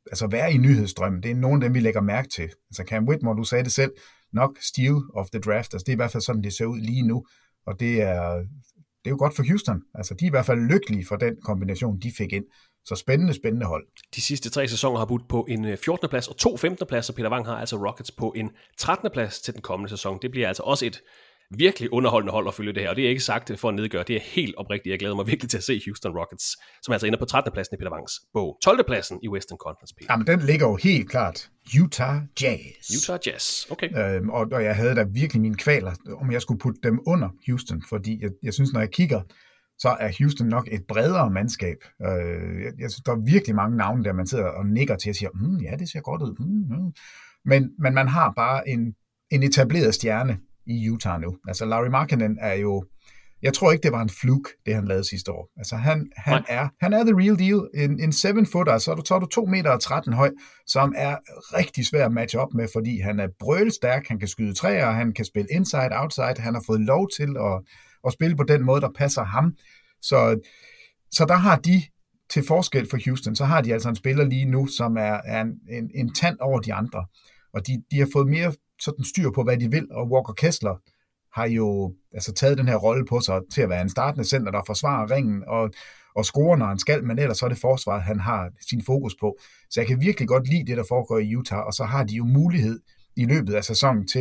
Speaker 10: altså være i nyhedsstrømmen. Det er nogle af dem, vi lægger mærke til. Altså Cam Whitmore, du sagde det selv, nok steal of the draft. Altså det er i hvert fald sådan, det ser ud lige nu. Og det er jo godt for Houston. Altså de er i hvert fald lykkelige for den kombination, de fik ind. Så spændende hold.
Speaker 9: De sidste 3 sæsoner har budt på en 14. plads og 2 15. pladser. Peter Wang har altså Rockets på en 13. plads til den kommende sæson. Det bliver altså også et virkelig underholdende hold at følge det her, og det er ikke sagt for at nedgøre, det er helt oprigtigt. Jeg glæder mig virkelig til at se Houston Rockets, som altså ender på 13. pladsen i Peter Wangs bog. 12. pladsen i Western Conference.
Speaker 10: Jamen, den ligger jo helt klart Utah Jazz.
Speaker 9: Okay.
Speaker 10: Og jeg havde da virkelig mine kvaler, om jeg skulle putte dem under Houston, fordi jeg synes, når jeg kigger, så er Houston nok et bredere mandskab. Jeg synes, der er virkelig mange navne, der man sidder og nikker til og siger, ja, det ser godt ud. Men man har bare en etableret stjerne i Utah nu. Altså Lauri Markkanen er jo, jeg tror ikke, det var en fluke, det han lavede sidste år. Altså han er the real deal. En 7-footer, så er du 2 meter og 13 høj, som er rigtig svær at matche op med, fordi han er brølstærk, han kan skyde træer, han kan spille inside, outside, han har fået lov til at spille på den måde, der passer ham. Så der har de, til forskel for Houston, så har de altså en spiller lige nu, som er en tand over de andre. Og de har fået mere sådan styr på, hvad de vil, og Walker Kessler har jo altså taget den her rolle på sig til at være en startende center, der forsvarer ringen og scorer, når han skal, men ellers så er det forsvaret, han har sin fokus på. Så jeg kan virkelig godt lide det, der foregår i Utah, og så har de jo mulighed i løbet af sæsonen til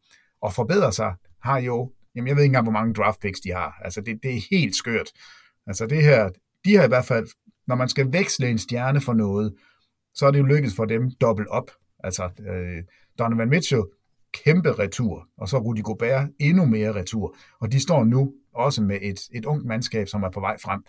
Speaker 10: at forbedre sig. Har jo, jeg ved ikke engang, hvor mange draft picks de har. Altså det er helt skørt. Altså det her, de har i hvert fald, når man skal veksle en stjerne for noget, så er det jo lykkedes for dem dobbelt op. Altså Donovan Mitchell, kæmpe retur, og så Rudy Gobert endnu mere retur. Og de står nu også med et ungt mandskab, som er på vej frem.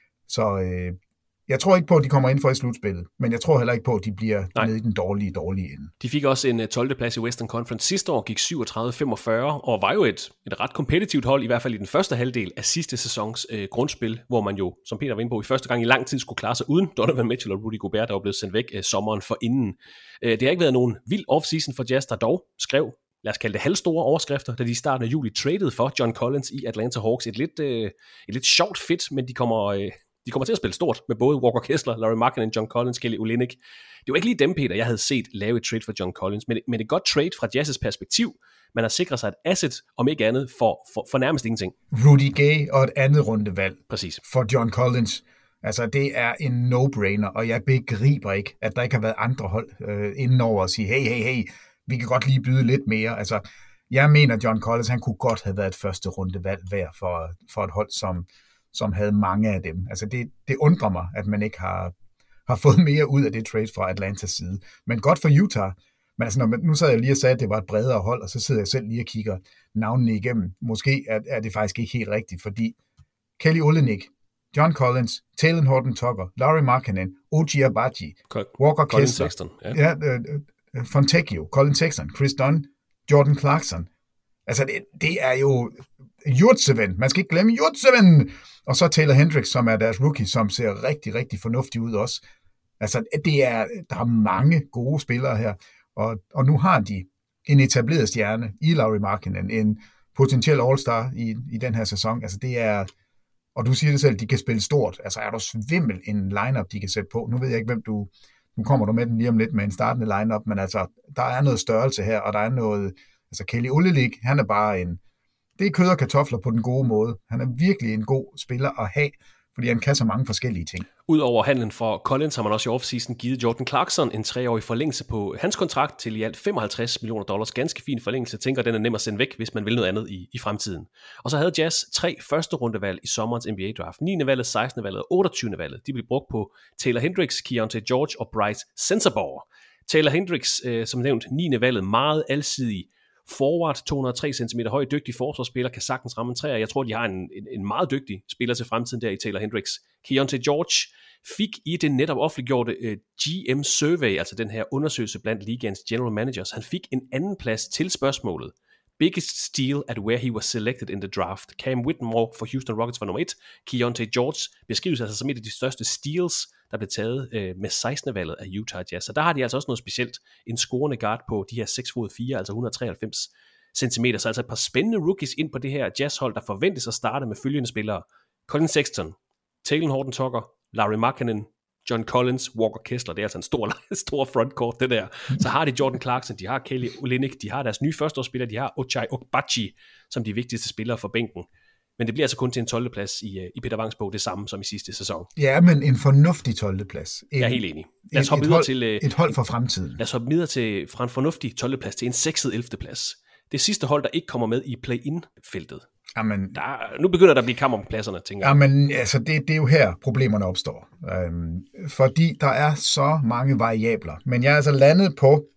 Speaker 10: Så jeg tror ikke på, at de kommer ind for i slutspillet, men jeg tror heller ikke på, at de bliver nede i den dårlige ende.
Speaker 9: De fik også en 12. plads i Western Conference sidste år, gik 37-45, og var jo et ret kompetitivt hold, i hvert fald i den første halvdel af sidste sæsons grundspil, hvor man jo, som Peter var inde på, i første gang i lang tid skulle klare sig uden Donovan Mitchell og Rudy Gobert, der var blevet sendt væk sommeren forinden. Det har ikke været nogen vild offseason for Jazz, der dog skrev, lad os kalde det halvstore overskrifter, da de i starten af juli traded for John Collins i Atlanta Hawks. Et lidt sjovt fit, men de kommer til at spille stort med både Walker Kessler, Lauri Markkanen, John Collins, Kelly Olynyk. Det var ikke lige dem, Peter, jeg havde set lave et trade for John Collins, men et godt trade fra Jazz's perspektiv. Man har sikret sig et asset, om ikke andet, for nærmest ingenting.
Speaker 10: Rudy Gay og et andet rundevalg.
Speaker 9: Præcis.
Speaker 10: For John Collins. Altså, det er en no-brainer, og jeg begriber ikke, at der ikke har været andre hold indenover og sige, hey, vi kan godt lige byde lidt mere. Altså, jeg mener, John Collins, han kunne godt have været et første rundevalg værd for et hold, som havde mange af dem. Altså det undrer mig, at man ikke har fået mere ud af det trade fra Atlantas side. Men godt for Utah. Men altså, nu sad jeg lige og sagde, at det var et bredere hold, og så sidder jeg selv lige og kigger navnene igennem. Måske er det faktisk ikke helt rigtigt, fordi Kelly Olynyk, John Collins, Talen Horton-Tucker, Lauri Markkanen, OG Abaji, Walker Kessler, Fontecchio, Colin Sexton, Chris Dunn, Jordan Clarkson. Altså det er jo Jurtseven. Man skal ikke glemme Jurtseven. Og så Taylor Hendricks, som er deres rookie, som ser rigtig, rigtig fornuftig ud også. Altså, der er mange gode spillere her. Og nu har de en etableret stjerne i Lauri Markkanen, en potentiel all-star i den her sæson. Altså, det er, og du siger det selv, de kan spille stort. Altså, er der svimmel en lineup, de kan sætte på? Nu ved jeg ikke, nu kommer du med den lige om lidt med en startende lineup, men altså, der er noget størrelse her, og der er noget, altså Kelly Olynyk, han er bare det er kød og kartofler på den gode måde. Han er virkelig en god spiller at have, fordi han kan så mange forskellige ting.
Speaker 9: Udover handlen for Collins har man også i offseason givet Jordan Clarkson en 3-årig forlængelse på hans kontrakt til i alt $55 million. Ganske fin forlængelse. Jeg tænker, den er nem at sende væk, hvis man vil noget andet i fremtiden. Og så havde Jazz 3 første rundevalg i sommerens NBA draft. 9. valget, 16. valget og 28. valget. De blev brugt på Taylor Hendricks, Keontae George og Bryce Sensabaugh. Taylor Hendricks, som nævnt, 9. valget, meget alsidig forward, 203 cm høj, dygtig forsvarsspiller, kan sagtens ramme en træer. Jeg tror, de har en meget dygtig spiller til fremtiden der i Taylor Hendricks. Keontae George fik i det netop offentliggjorte GM Survey, altså den her undersøgelse blandt ligaens general managers, han fik en anden plads til spørgsmålet. Biggest steal at where he was selected in the draft. Cam Whitmore for Houston Rockets var nummer 1. Keontae George beskrives altså som et af de største steals, der blev taget med 16. valget af Utah Jazz. Så der har de altså også noget specielt. En scorende guard på de her 6'4", altså 193 cm. Så altså et par spændende rookies ind på det her Jazz-hold, der forventes at starte med følgende spillere. Colin Sexton, Talen Horton-Tucker, Lauri Markkanen, John Collins, Walker Kessler, det er altså en stor frontcourt, det der. Så har de Jordan Clarkson, de har Kelly Olynyk, de har deres nye førsteårsspillere, de har Ochai Ogbachi som de vigtigste spillere for bænken. Men det bliver altså kun til en 12. plads i Peter Vangs bog, det samme som i sidste sæson.
Speaker 10: Ja, men en fornuftig 12. plads.
Speaker 9: Jeg er helt enig. Lad os hoppe videre til
Speaker 10: et hold for fremtiden.
Speaker 9: Lad os hoppe videre til fra en fornuftig 12. plads til en 6. 11. plads. Det sidste hold, der ikke kommer med i play-in-feltet.
Speaker 10: Jamen,
Speaker 9: nu begynder der at blive kamp om pladserne, tænker jeg.
Speaker 10: Jamen, altså, det er jo her, problemerne opstår. Fordi der er så mange variabler. Men jeg er altså landet på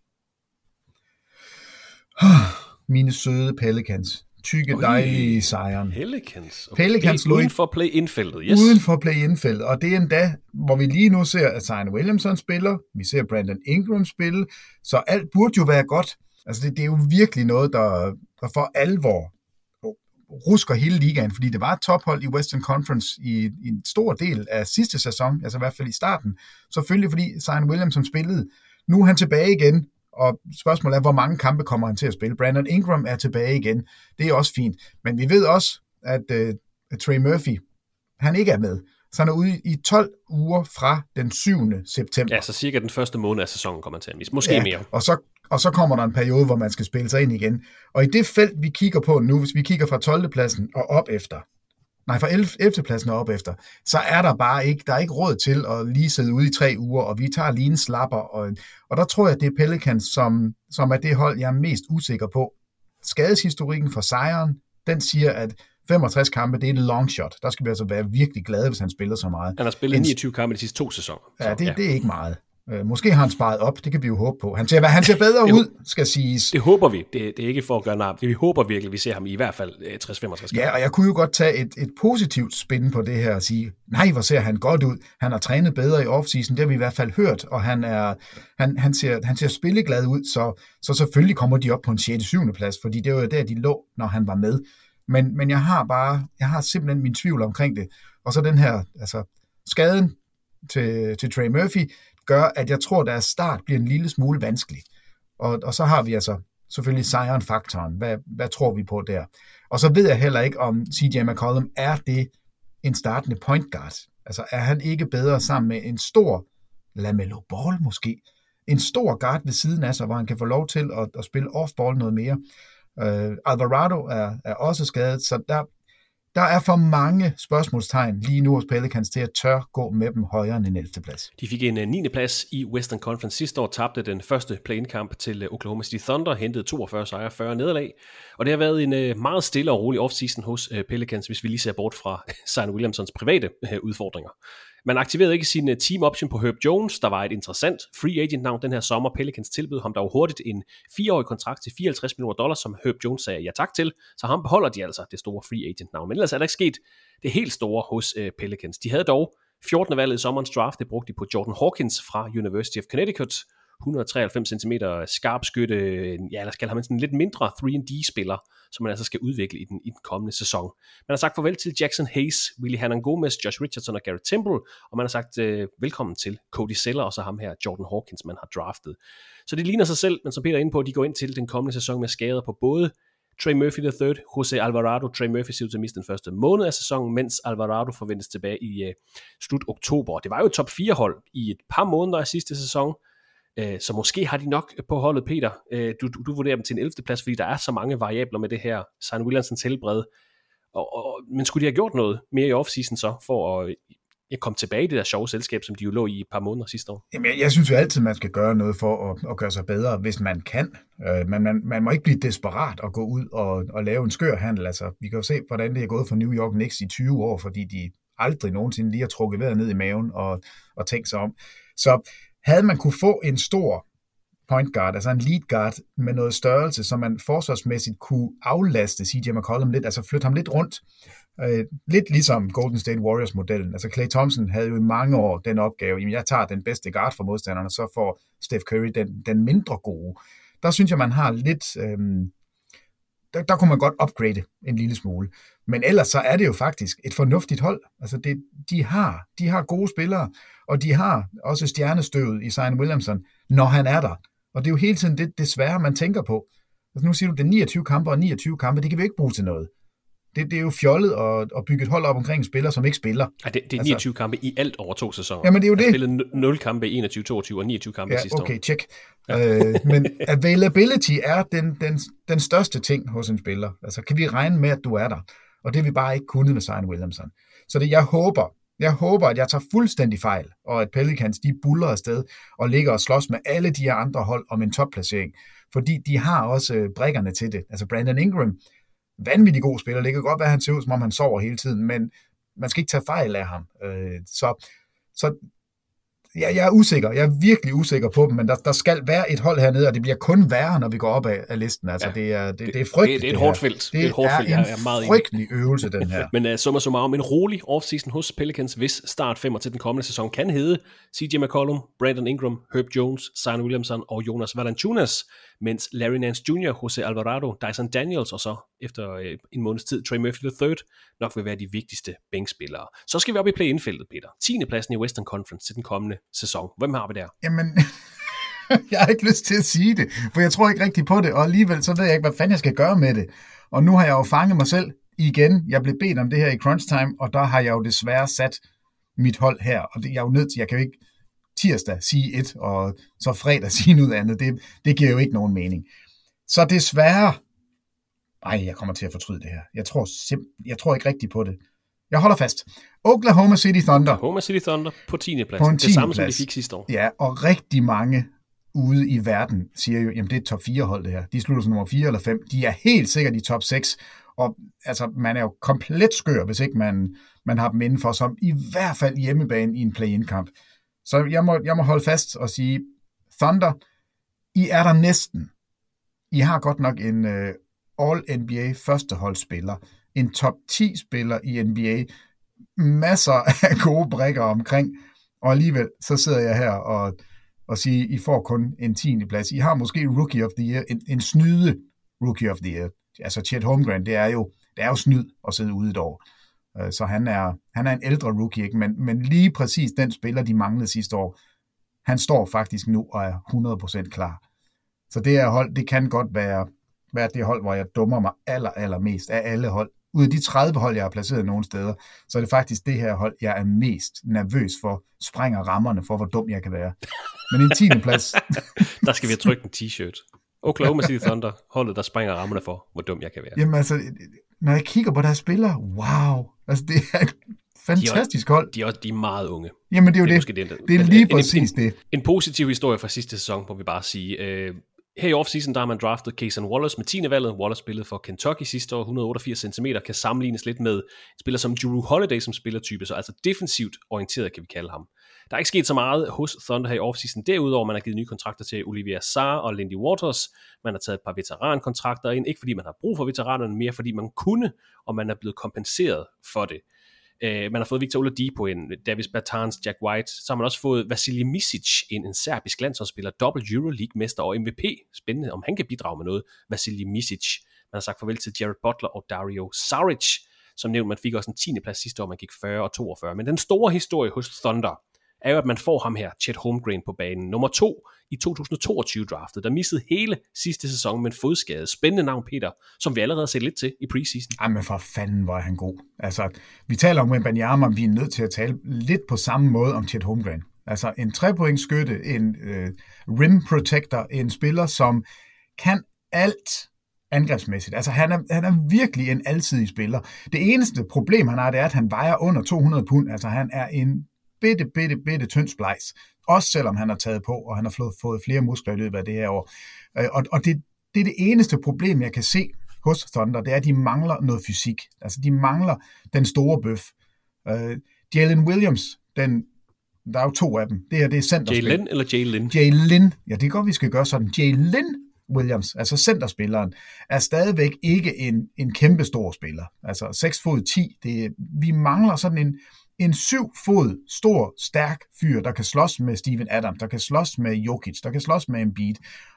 Speaker 10: mine søde Pelicans. Tykke, dejlige sejren.
Speaker 9: Pelicans uden for play-in-feltet. Yes.
Speaker 10: Uden for play-in-feltet. Og det er endda, hvor vi lige nu ser, at Zion Williamson spiller. Vi ser Brandon Ingram spille. Så alt burde jo være godt. Altså, det er jo virkelig noget, der for alvor rusker hele ligaen, fordi det var et tophold i Western Conference i en stor del af sidste sæson, altså i hvert fald i starten. Selvfølgelig fordi Zion Williamson spillede. Nu er han tilbage igen, og spørgsmålet er, hvor mange kampe kommer han til at spille. Brandon Ingram er tilbage igen. Det er også fint. Men vi ved også, at Trey Murphy, han ikke er med. Så han er ude i 12 uger fra den 7. september.
Speaker 9: Ja, så cirka den første måned af sæsonen kommer han til at miste. Måske mere.
Speaker 10: Og så kommer der en periode, hvor man skal spille sig ind igen. Og i det felt, vi kigger på nu, hvis vi kigger fra 12. pladsen og op efter, fra 11. pladsen og op efter, så er der ikke råd til at lige sidde ude i 3 uger, og vi tager lige en slapper. Og der tror jeg, at det er Pelicans, som er det hold, jeg er mest usikker på. Skadeshistorikken for sejren, den siger, at 65 kampe, det er et long shot. Der skal vi altså være virkelig glade, hvis han spiller så meget.
Speaker 9: Han har spillet 29 kampe de sidste 2 sæsoner.
Speaker 10: Ja, det er ikke meget. Måske har han sparet op, det kan vi jo håbe på. Han ser bedre ud, skal siges.
Speaker 9: Det håber vi. Det er ikke for at gøre nar. Vi håber virkelig, vi ser ham i hvert fald 60-65.
Speaker 10: Ja, og jeg kunne jo godt tage et positivt spin på det her og sige, nej, hvor ser han godt ud. Han har trænet bedre i offseason, det har vi i hvert fald hørt, og han ser spilleglad ud, så selvfølgelig kommer de op på en 6. 7. plads, fordi det var jo der, de lå, når han var med. Men jeg har simpelthen min tvivl omkring det. Og så den her, altså skaden til Trey Murphy, gør, at jeg tror, at deres start bliver en lille smule vanskelig. Og så har vi altså selvfølgelig Zion-faktoren. Hvad tror vi på der? Og så ved jeg heller ikke, om CJ McCollum er det en startende point guard. Altså er han ikke bedre sammen med en stor LaMelo Ball måske? En stor guard ved siden af sig, hvor han kan få lov til at spille off-ball noget mere. Alvarado er også skadet, så der er for mange spørgsmålstegn lige nu hos Pelicans til at tør gå med dem højere end en 11. plads.
Speaker 9: De fik en 9. plads i Western Conference sidste år, tabte den første play-in-kamp til Oklahoma City Thunder, hentede 42 sejre, 40 nederlag. Og det har været en meget stille og rolig offseason hos Pelicans, hvis vi lige ser bort fra Zion Williamsons private udfordringer. Man aktiverede ikke sin team option på Herb Jones, der var et interessant free agent navn den her sommer. Pelicans tilbød ham dog hurtigt en 4-årig kontrakt til $54 millioner, som Herb Jones sagde ja tak til, så ham beholder de altså det store free agent navn. Men ellers er der ikke sket det helt store hos Pelicans. De havde dog 14. valget i sommerens draft, det brugte de på Jordan Hawkins fra University of Connecticut, 193 cm skarp skytte, ja, lad os kalde ham en lidt mindre 3&D-spiller, som man altså skal udvikle i den kommende sæson. Man har sagt farvel til Jackson Hayes, Willie Hernangomez, Josh Richardson og Garrett Temple, og man har sagt velkommen til Cody Zeller og så ham her, Jordan Hawkins, man har draftet. Så det ligner sig selv, men som Peter er inde på, de går ind til den kommende sæson med skader på både Trey Murphy III, Jose Alvarado. Trey Murphy ser ud til at miste den første måned af sæsonen, mens Alvarado forventes tilbage i slut oktober. Det var jo et top 4 hold i et par måneder af sidste sæson, så måske har de nok på holdet, Peter. Du vurderer dem til en 11. plads, fordi der er så mange variabler med det her. Zion Williamsons helbred. Men skulle de have gjort noget mere i offseason så, for at komme tilbage i det der sjove selskab, som de jo lå i et par måneder sidste år?
Speaker 10: Jamen, jeg synes jo altid, man skal gøre noget for at gøre sig bedre, hvis man kan. Man må ikke blive desperat og gå ud og lave en skør handel. Altså, vi kan jo se, hvordan det er gået for New York Knicks i 20 år, fordi de aldrig nogensinde lige har trukket vejret ned i maven og tænkt sig om. Så havde man kunne få en stor point guard, altså en lead guard med noget størrelse, så man forsvarsmæssigt kunne aflaste CJ McCollum lidt, altså flytte ham lidt rundt, lidt ligesom Golden State Warriors-modellen. Altså Klay Thompson havde jo i mange år den opgave, jamen jeg tager den bedste guard for modstanderne, så får Steph Curry den mindre gode. Der synes jeg, man har lidt... Der kunne man godt upgrade en lille smule. Men ellers så er det jo faktisk et fornuftigt hold. Altså de har gode spillere, og de har også stjernestøvet i Zion Williamson, når han er der. Og det er jo hele tiden det svære, man tænker på. Altså nu siger du, det er 29 kampe og 29 kampe, det kan vi ikke bruge til noget. Det er jo fjollet at bygge et hold op omkring en spiller, som ikke spiller.
Speaker 9: Ja, det er 29 kampe i alt over 2 sæsoner.
Speaker 10: Jamen, det er jo det.
Speaker 9: Han spillede 0 kampe i 21-22 og 29 kampe sidste år.
Speaker 10: Okay, check. Men availability er den største ting hos en spiller. Altså, kan vi regne med, at du er der? Og det vi bare ikke kunnet med Zion Williamson. Så jeg håber, at jeg tager fuldstændig fejl, og at Pelicans, de buller afsted og ligger og slås med alle de her andre hold om en topplacering. Fordi de har også brikkerne til det. Altså Brandon Ingram, vanvittig god spiller. Det kan godt være, at han ser ud, som om han sover hele tiden, men man skal ikke tage fejl af ham. Så jeg er usikker. Jeg er virkelig usikker på dem, men der skal være et hold hernede, og det bliver kun værre, når vi går op af listen. Altså, det er frygteligt.
Speaker 9: Det er et hårdt felt.
Speaker 10: Det er en frygtelig øvelse, den her.
Speaker 9: Men summa summarum, en rolig offseason hos Pelicans, hvis start 5 til den kommende sæson kan hedde CJ McCollum, Brandon Ingram, Herb Jones, Zion Williamson og Jonas Valanciunas, mens Larry Nance Jr., Jose Alvarado, Dyson Daniels og så efter en måneds tid Trey Murphy III nok vil være de vigtigste bænkspillere. Så skal vi op i play-in-feltet, Peter. 10. pladsen i Western Conference til den kommende sæson. Hvem har vi der?
Speaker 10: Jamen, jeg har ikke lyst til at sige det, for jeg tror ikke rigtig på det, og alligevel så ved jeg ikke, hvad fanden jeg skal gøre med det. Og nu har jeg jo fanget mig selv igen. Jeg blev bedt om det her i crunch time, og der har jeg jo desværre sat mit hold her, og jeg er jo nødt til, jeg kan jo ikke tirsdag sige et, og så fredag sige noget andet. Det giver jo ikke nogen mening. Så desværre, jeg kommer til at fortryde det her. Jeg tror ikke rigtig på det. Jeg holder fast. Oklahoma City Thunder
Speaker 9: på 10. plads. Det samme, som de fik sidste år.
Speaker 10: Ja, og rigtig mange ude i verden siger jo, jamen det er et top 4 hold det her. De slutter som nummer 4 eller 5. De er helt sikkert i top 6. Og altså, man er jo komplet skør, hvis ikke man har dem indenfor, som i hvert fald hjemmebane i en play-in-kamp. Så jeg må holde fast og sige, Thunder, I er der næsten. I har godt nok en All-NBA førsteholdsspiller, en top 10-spiller i NBA, masser af gode brikker omkring, og alligevel så sidder jeg her og siger, I får kun en 10. plads. I har måske Rookie of the Year, en snyde Rookie of the Year. Altså Chet Holmgren, det er jo snyd at sidde ude et år. Så han er en ældre rookie, ikke? Men lige præcis den spiller, de manglede sidste år, han står faktisk nu og er 100% klar. Så det her hold, det kan godt være det hold, hvor jeg dummer mig allermest af alle hold. Ud af de 30 hold, jeg har placeret nogle steder, så er det faktisk det her hold, jeg er mest nervøs for, sprænger rammerne for, hvor dum jeg kan være. Men en 10. plads.
Speaker 9: Der skal vi have trykt en t-shirt. Oklahoma City Thunder, holdet, der sprænger rammerne for, hvor dum jeg kan være.
Speaker 10: Jamen altså, når jeg kigger på deres spillere, wow, altså det er et fantastisk hold.
Speaker 9: De er meget unge.
Speaker 10: Jamen det er jo det er lige præcis det.
Speaker 9: En positiv historie fra sidste sæson, må vi bare sige. Her i offseason, der har man draftet Cason Wallace med 10. valget. Wallace spillede for Kentucky sidste år, 188 cm, kan sammenlignes lidt med en spiller som Jrue Holiday som spillertype, så altså defensivt orienteret kan vi kalde ham. Der er ikke sket så meget hos Thunder her i offseason. Derudover man har givet nye kontrakter til Olivia Sarr og Lindy Waters. Man har taget et par veterankontrakter ind, ikke fordi man har brug for veteranerne, mere fordi man kunne, og man er blevet kompenseret for det. Man har fået Victor Oladipo ind, Davis Bertans, Jack White, så har man også fået Vasilij Micic ind, en serbisk landsholdsspiller, dobbelt Euroleague-mester og MVP. Spændende, om han kan bidrage med noget, Vasilij Micic. Man har sagt farvel til Jared Butler og Dario Saric. Som nævnt, man fik også en 10. plads sidste år, man gik 40 og 42. Men den store historie hos Thunder er jo, at man får ham her, Chet Holmgren, på banen. Nummer 2 i 2022-draftet, der missede hele sidste sæson med en fodskade. Spændende navn, Peter, som vi allerede har set lidt til i preseason.
Speaker 10: Jamen for fanden, hvor er han god. Altså, vi taler om Wembanyama, men vi er nødt til at tale lidt på samme måde om Chet Holmgren. Altså en 3-pointsskytte, en rim protector, en spiller, som kan alt angrebsmæssigt. Altså han er virkelig en alsidig spiller. Det eneste problem, han har, det er, at han vejer under 200 pund. Altså han er en bitte tynd splejs. Også selvom han har taget på, og han har fået flere muskler i løbet af det her år. Og det er det eneste problem, jeg kan se hos Thunder, det er, at de mangler noget fysik. Altså de mangler den store bøf. Jalen Williams, der er jo 2 af dem. Det er centerspil.
Speaker 9: Jalen eller Jalen?
Speaker 10: Jalen. Ja, det er godt, vi skal gøre sådan. Jalen Williams, altså centerspilleren, er stadigvæk ikke en kæmpe stor spiller. Altså 6 fod 10. Vi mangler sådan en 7 fod stor, stærk fyr, der kan slås med Steven Adams, der kan slås med Jokic, der kan slås med Embiid.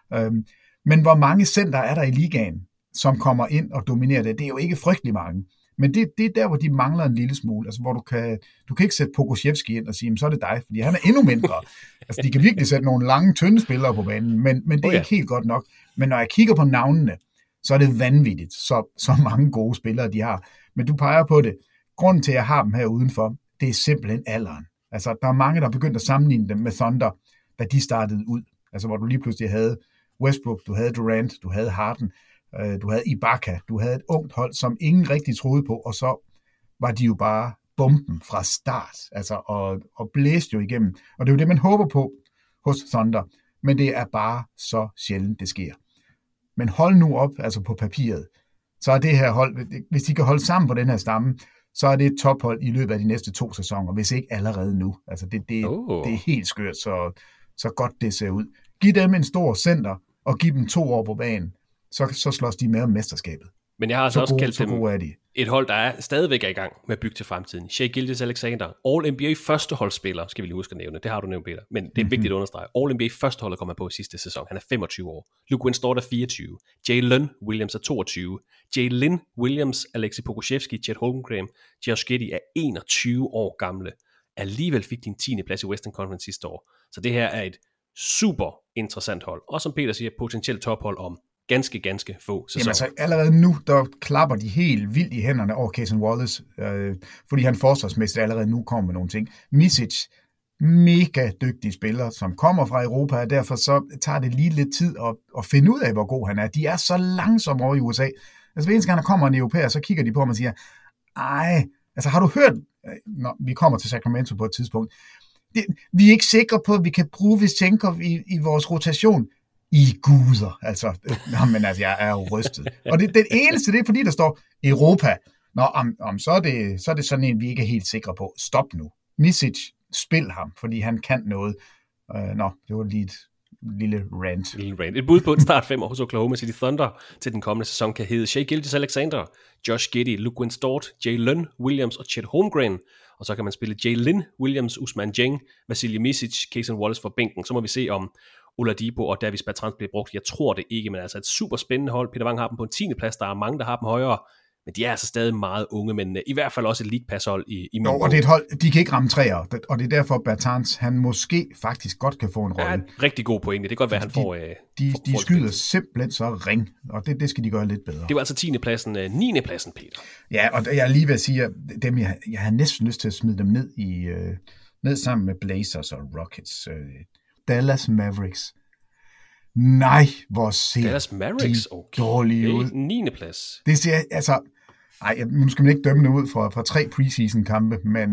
Speaker 10: Men hvor mange center er der i ligaen, som kommer ind og dominerer det? Det er jo ikke frygtelig mange. Men det er der, hvor de mangler en lille smule. Altså, hvor du kan ikke sætte Pokusevski ind og sige, så er det dig, fordi han er endnu mindre. Altså, de kan virkelig sætte nogle lange, tynde spillere på banen, men det er ikke helt godt nok. Men når jeg kigger på navnene, så er det vanvittigt, så mange gode spillere de har. Men du peger på det. Grunden til, at jeg har dem her udenfor, det er simpelthen alderen. Altså, der er mange, der har begyndt at sammenligne dem med Thunder, da de startede ud. Altså, hvor du lige pludselig havde Westbrook, du havde Durant, du havde Harden, du havde Ibaka, du havde et ungt hold, som ingen rigtig troede på, og så var de jo bare bomben fra start, altså, og blæste jo igennem. Og det er jo det, man håber på hos Thunder, men det er bare så sjældent, det sker. Men hold nu op, altså på papiret, så er det her hold, hvis de kan holde sammen på den her stamme, så er det et tophold i løbet af de næste 2 sæsoner, hvis ikke allerede nu. Altså det er helt skørt, så godt det ser ud. Giv dem en stor center, og giv dem 2 år på banen, så slås de med om mesterskabet.
Speaker 9: Men jeg har altså også kaldt
Speaker 10: dem
Speaker 9: et hold, der er stadigvæk i gang med at bygge til fremtiden. Shai Gilgeous-Alexander, All-NBA førsteholdsspiller, skal vi lige huske at nævne. Det har du nævnt, Peter. Men det er vigtigt at understrege. All-NBA førsteholdet kommer på sidste sæson. Han er 25 år. Luke Winston er 24. Jalen Williams er 22. Jalen Williams, Alexei Pokusevski, Chet Holmgren, Josh Giddey er 21 år gamle. Alligevel fik de en 10. plads i Western Conference sidste år. Så det her er et super interessant hold. Og som Peter siger, potentielt tophold om ganske få sæsoner. Jamen
Speaker 10: altså, allerede nu, der klapper de helt vildt i hænderne over Cason Wallace, fordi han forsvarsmæssigt allerede nu kommer med nogle ting. Micic, mega dygtig spiller, som kommer fra Europa, og derfor så tager det lige lidt tid at finde ud af, hvor god han er. De er så langsomme over i USA. Altså, hver eneste gang der kommer en europæer, så kigger de på ham og siger, altså har du hørt, når vi kommer til Sacramento på et tidspunkt, vi er ikke sikre på, at vi kan bruge Vichenko i vores rotation. I guder, altså. Men altså, jeg er jo rystet. Og det eneste, det er fordi, der står Europa. Så er det sådan en, vi ikke er helt sikre på. Stop nu. Micic, spil ham, fordi han kan noget. Det var lige et lille rant.
Speaker 9: Et bud på en start 5 hos Oklahoma City Thunder til den kommende sæson kan hedde Shai Gilgeous-Alexander, Josh Giddey, Luke Winston, Jalen Williams og Chet Holmgren. Og så kan man spille Jalen Williams, Ousmane Dieng, Vasilij Micic, Cason Wallace for bænken. Så må vi se om Oladipo og Davis Bertans bliver brugt. Jeg tror det ikke, men altså et super spændende hold. Peter Wang har dem på en 10. plads. Der er mange, der har dem højere. Men de er altså stadig meget unge, men i hvert fald også et League Pass-hold i min
Speaker 10: og det er et hold, de kan ikke ramme træer, og det er derfor, Bertans, han måske faktisk godt kan få en rolle.
Speaker 9: Ja, rigtig god pointe. Det kan godt være, han får...
Speaker 10: De skyder simpelthen så ring, og det skal de gøre lidt bedre.
Speaker 9: Det var altså 10. pladsen, 9. pladsen, Peter.
Speaker 10: Ja, og jeg er lige ved at sige, at dem, jeg har næsten lyst til at smide dem ned sammen med Blazers og Rockets. Dallas Mavericks. Nej, hvor ser
Speaker 9: Dallas Mavericks,
Speaker 10: dårlige ud.
Speaker 9: 9. plads.
Speaker 10: Det ser, altså, nu skal man ikke dømme det ud fra 3 preseason-kampe, men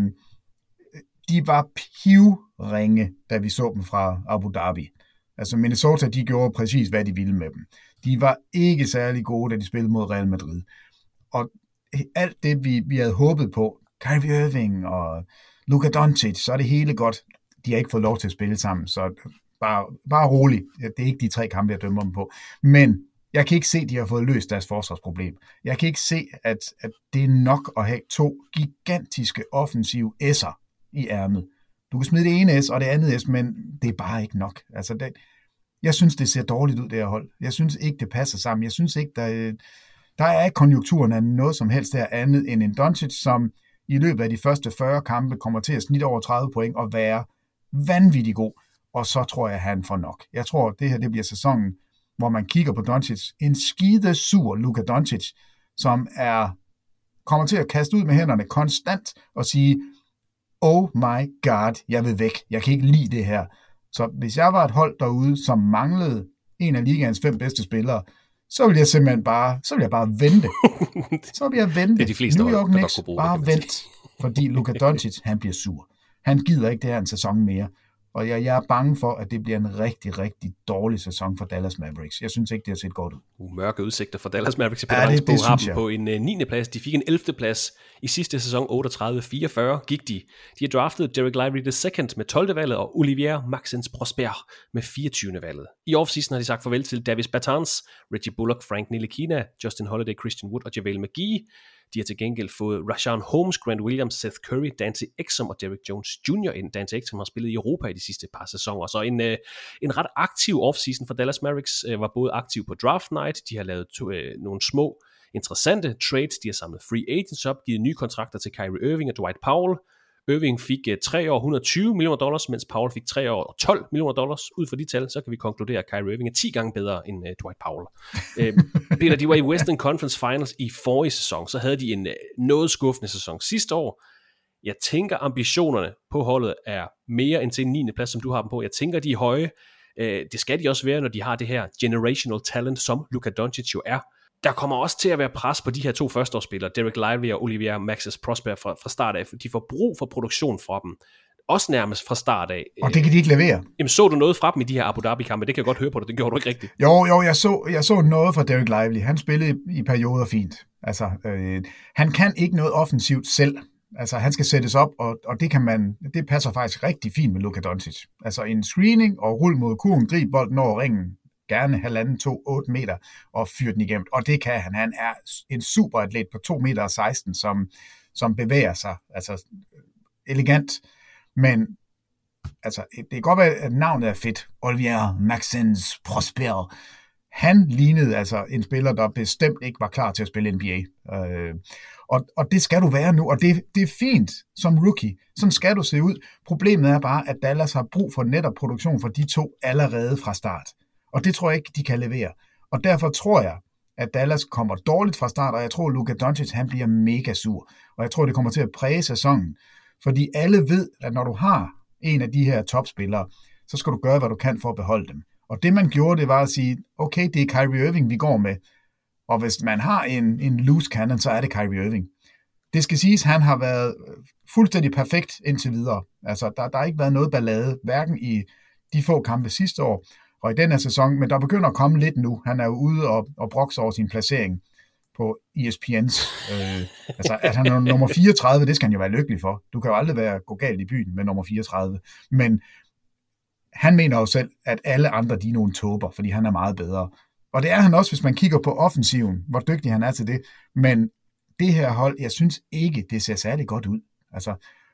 Speaker 10: de var pivringe, da vi så dem fra Abu Dhabi. Altså Minnesota, de gjorde præcis, hvad de ville med dem. De var ikke særlig gode, da de spillede mod Real Madrid. Og alt det, vi havde håbet på, Kyrie Irving og Luka Doncic, så er det hele godt. De har ikke fået lov til at spille sammen, så bare rolig. Det er ikke de 3 kampe, jeg dømmer dem på. Men jeg kan ikke se, at de har fået løst deres forsvarsproblem. Jeg kan ikke se, at det er nok at have 2 gigantiske offensive S'er i ærmet. Du kan smide det ene S og det andet S, men det er bare ikke nok. Altså, jeg synes, det ser dårligt ud, det her hold. Jeg synes ikke, det passer sammen. Jeg synes ikke, der er i konjunkturen af noget som helst der andet end en Doncic, som i løbet af de første 40 kampe kommer til at snitte over 30 point og være vanvittig god. Og så tror jeg, at han får nok. Jeg tror, det her det bliver sæsonen, hvor man kigger på Doncic. En skidesur Luka Doncic, som kommer til at kaste ud med hænderne konstant og sige, oh my god, jeg vil væk. Jeg kan ikke lide det her. Så hvis jeg var et hold derude, som manglede en af ligaens 5 bedste spillere, så vil jeg simpelthen bare vente. Så vil jeg vente.
Speaker 9: Det er de fleste
Speaker 10: New York Knicks, bare vent. Fordi Luka Doncic, han bliver sur. Han gider ikke det her en sæson mere. Og jeg er bange for, at det bliver en rigtig, rigtig dårlig sæson for Dallas Mavericks. Jeg synes ikke, det har set godt ud.
Speaker 9: Mørke udsigter for Dallas Mavericks. Det har dem på en 9. plads. De fik en 11. plads i sidste sæson, 38-44 gik de. De har draftet Derek Lively II med 12. valget, og Olivier Maxence Prosper med 24. valget. I offseason har de sagt farvel til Davis Bertans, Reggie Bullock, Frank Ntilikina, Justin Holiday, Christian Wood og JaVale McGee. De har til gengæld fået Rashawn Holmes, Grant Williams, Seth Curry, Dante Exum og Derrick Jones Jr. ind. Dante Exum har spillet i Europa i de sidste par sæsoner. Så en ret aktiv offseason for Dallas Mavericks, var både aktiv på draft night. De har lavet nogle små interessante trades. De har samlet free agents op, givet nye kontrakter til Kyrie Irving og Dwight Powell. Irving fik 3 år $120 million, mens Powell fik 3 år $12 million. Ud fra de tal, så kan vi konkludere, at Kyrie Irving er 10 gange bedre end Dwight Powell. Peter, de var i Western Conference Finals i forrige sæson, så havde de en noget skuffende sæson sidste år. Jeg tænker, ambitionerne på holdet er mere end til en 9. plads, som du har dem på. Jeg tænker, de er høje. Det skal de også være, når de har det her generational talent, som Luka Doncic jo er. Der kommer også til at være pres på de her 2 førsteårsspillere, Derek Lively og Olivier Maxis Prosper fra start af. De får brug for produktion fra dem. Også nærmest fra start af.
Speaker 10: Og det kan de ikke levere.
Speaker 9: Jamen, så du noget fra dem i de her Abu Dhabi-kampe? Det kan jeg godt høre på dig. Det gjorde du ikke rigtigt.
Speaker 10: Jo, jeg så noget fra Derek Lively. Han spillede i perioder fint. Altså, han kan ikke noget offensivt selv. Altså, han skal sættes op, og det passer faktisk rigtig fint med Luka Doncic. Altså, en screening og rul mod kurven, grib bolden over ringen, gerne 1,5, 8 meter, og fyre den igennem. Og det kan han. Han er en superatlet på 2,16 meter, som bevæger sig altså elegant. Men altså, det kan godt være, at navnet er fedt. Olivier Maxence Prosper. Han lignede altså en spiller, der bestemt ikke var klar til at spille NBA. Og det skal du være nu, og det er fint som rookie. Sådan skal du se ud. Problemet er bare, at Dallas har brug for netop produktion for de 2 allerede fra start. Og det tror jeg ikke, de kan levere. Og derfor tror jeg, at Dallas kommer dårligt fra start, og jeg tror, at Luka Doncic han bliver mega sur. Og jeg tror, det kommer til at præge sæsonen. Fordi alle ved, at når du har en af de her topspillere, så skal du gøre, hvad du kan for at beholde dem. Og det man gjorde, det var at sige, okay, det er Kyrie Irving, vi går med. Og hvis man har en loose cannon, så er det Kyrie Irving. Det skal siges, han har været fuldstændig perfekt indtil videre. Altså, der har ikke været noget ballade, hverken i de få kampe sidste år, og i den her sæson, men der begynder at komme lidt nu. Han er jo ude og brokser over sin placering på ESPN's. Altså, at han er nummer 34, det skal han jo være lykkelig for. Du kan jo aldrig gå galt i byen med nummer 34. Men han mener jo selv, at alle andre, de er nogle tåber, fordi han er meget bedre. Og det er han også, hvis man kigger på offensiven, hvor dygtig han er til det. Men det her hold, jeg synes ikke, det ser særlig godt ud. Altså,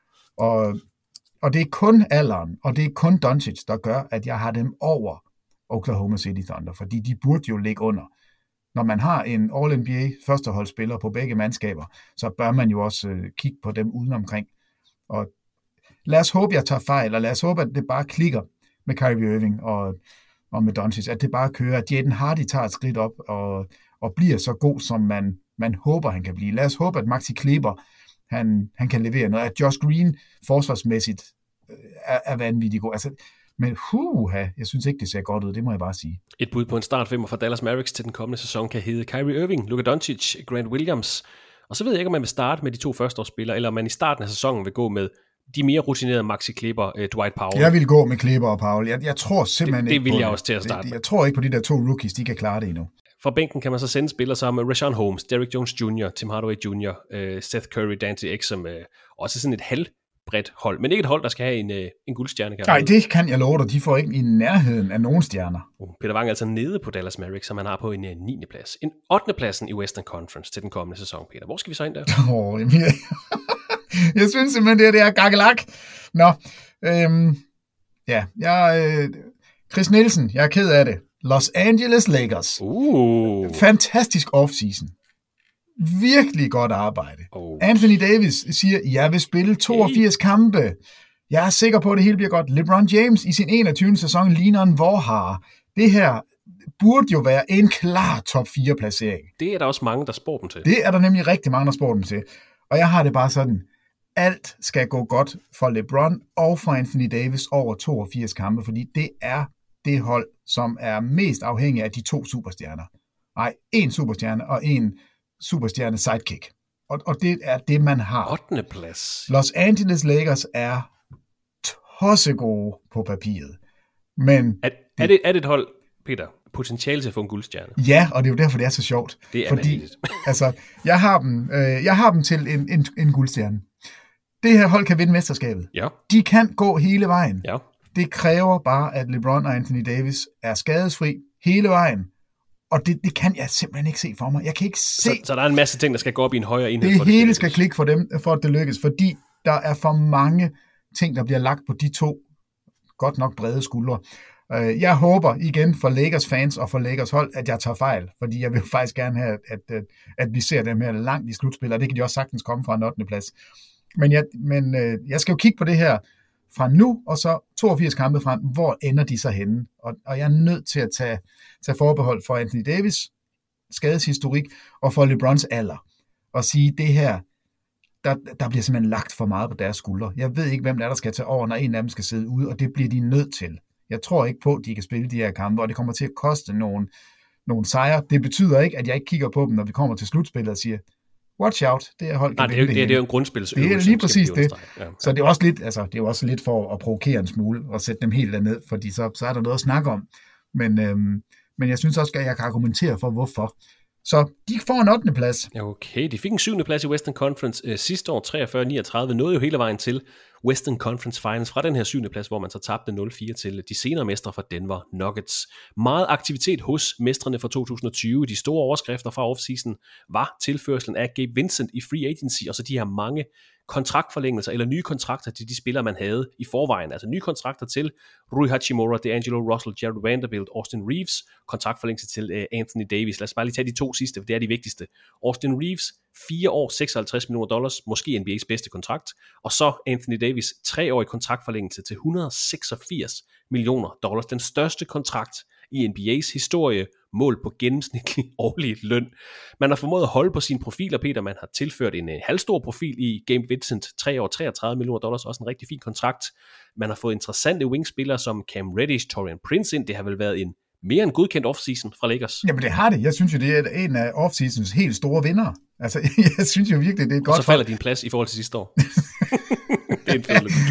Speaker 10: og det er kun alderen, og det er kun Doncic, der gør, at jeg har dem over Oklahoma City Thunder, fordi de burde jo ligge under. Når man har en All-NBA førsteholdsspiller på begge mandskaber, så bør man jo også kigge på dem udenomkring. Og lad os håbe, jeg tager fejl, og lad os håbe, at det bare klikker med Kyrie Irving og med Doncic, at det bare kører, at Jaden Hardy tager et skridt op og bliver så god, som man håber, han kan blive. Lad os håbe, at Maxi Kleber, han kan levere noget, at Josh Green forsvarsmæssigt er vanvittigt god. Altså, men jeg synes ikke, det ser godt ud, det må jeg bare sige.
Speaker 9: Et bud på en startfemmer fra Dallas Mavericks til den kommende sæson kan hedde Kyrie Irving, Luka Doncic, Grant Williams. Og så ved jeg ikke, om man vil starte med de 2 førsteårsspillere, eller om man i starten af sæsonen vil gå med de mere rutinerede Maxi Kleber, Dwight Powell. Jeg
Speaker 10: vil gå med Kleber og Powell. Jeg tror simpelthen
Speaker 9: ikke på det. Det vil jeg også til at starte med.
Speaker 10: Jeg tror ikke på de der 2 rookies, de kan klare det endnu.
Speaker 9: Fra bænken kan man så sende spillere som Rashawn Holmes, Derrick Jones Jr., Tim Hardaway Jr., Seth Curry, Dante Exum, også sådan et halvbredt hold, men ikke et hold, der skal have en guldstjerne.
Speaker 10: Nej, det kan jeg love dig. De får ikke i nærheden af nogen stjerner.
Speaker 9: Peter Wang er altså nede på Dallas Mavericks, som han har på en 9. plads. En 8. pladsen i Western Conference til den kommende sæson, Peter. Hvor skal vi så ind der?
Speaker 10: Jeg synes simpelthen, det er gakkelak. Nå, Chris Nielsen, jeg er ked af det. Los Angeles Lakers. Fantastisk offseason. Virkelig godt arbejde. Anthony Davis siger, jeg vil spille 82 kampe. Jeg er sikker på, at det hele bliver godt. LeBron James i sin 21. sæson ligner en vorhar. Det her burde jo være en klar top 4 placering.
Speaker 9: Det er der også mange, der spår dem til.
Speaker 10: Det er der nemlig rigtig mange, der spår dem til. Og jeg har det bare sådan, alt skal gå godt for LeBron og for Anthony Davis over 82 kampe, fordi det er det hold, som er mest afhængig af de 2 superstjerner. Nej, 1 superstjerne og 1 superstjerne sidekick. Og det er det, man har.
Speaker 9: 8. plads.
Speaker 10: Los Angeles Lakers er tossegode på papiret. Men
Speaker 9: er det et hold, Peter, potentiale til at få en guldstjerne?
Speaker 10: Ja, og det er jo derfor, det er så sjovt.
Speaker 9: Det er
Speaker 10: fordi, altså, jeg har dem til en guldstjerne. Det her hold kan vinde mesterskabet.
Speaker 9: Ja.
Speaker 10: De kan gå hele vejen.
Speaker 9: Ja.
Speaker 10: Det kræver bare, at LeBron og Anthony Davis er skadesfri hele vejen. Og det kan jeg simpelthen ikke se for mig. Jeg kan ikke se...
Speaker 9: Så der er en masse ting, der skal gå op i en højere enhed.
Speaker 10: Det hele skal klikke for dem, for at det lykkes. Fordi der er for mange ting, der bliver lagt på de 2 godt nok brede skuldre. Jeg håber igen for Lakers fans og for Lakers hold, at jeg tager fejl. Fordi jeg vil faktisk gerne have, at vi ser dem her langt i slutspil. Og det kan de også sagtens komme fra en 8. plads. Men jeg skal jo kigge på det her fra nu, og så 82 kampe frem, hvor ender de så henne? Og jeg er nødt til at tage forbehold for Anthony Davis, skadeshistorik, og for LeBrons alder, og sige, det her, der bliver simpelthen lagt for meget på deres skuldre. Jeg ved ikke, hvem der skal tage over, når en af dem skal sidde ude, og det bliver de nødt til. Jeg tror ikke på, at de kan spille de her kampe, og det kommer til at koste nogle sejre. Det betyder ikke, at jeg ikke kigger på dem, når vi kommer til slutspillet og siger, watch out, det er hold.
Speaker 9: Det er jo en grundspilsøvelse.
Speaker 10: Det er lige præcis det. Ja. Så det er også lidt, det er også lidt for at provokere en smule og sætte dem helt derned, fordi så er der noget at snakke om. Men jeg synes også, at jeg kan argumentere for, hvorfor. Så de får en 8. plads.
Speaker 9: Okay, de fik en 7. plads i Western Conference sidste år, 43-39, nåede jo hele vejen til Western Conference Finals fra den her 7. plads, hvor man så tabte 0-4 til de senere mestre fra Denver Nuggets. Meget aktivitet hos mestrene fra 2020. De store overskrifter fra offseason var tilførselen af Gabe Vincent i free agency, og så de her mange kontraktforlængelser eller nye kontrakter til de spillere, man havde i forvejen. Altså nye kontrakter til Rui Hachimura, D'Angelo Russell, Jared Vanderbilt, Austin Reeves, kontraktforlængelse til Anthony Davis. Lad os bare lige tage de 2 sidste, for det er de vigtigste. Austin Reeves, 4 år, $56 million, måske NBA's bedste kontrakt, og så Anthony Davis, 3-årig kontraktforlængelse til $186 million. Den største kontrakt i NBA's historie, mål på gennemsnitlig årlig løn. Man har formået at holde på sine profiler, Peter. Man har tilført en halvstor profil i Gabe Vincent, 3 år, $33 million, også en rigtig fin kontrakt. Man har fået interessante wingspillere som Cam Reddish, Taurean Prince ind. Det har vel været en mere end godkendt offseason fra Lakers.
Speaker 10: Jamen det har det. Jeg synes jo, det er en af offseasons helt store vinder. Altså, jeg synes jo virkelig, det er et godt.
Speaker 9: Og så falder din plads i forhold til sidste år. Det er en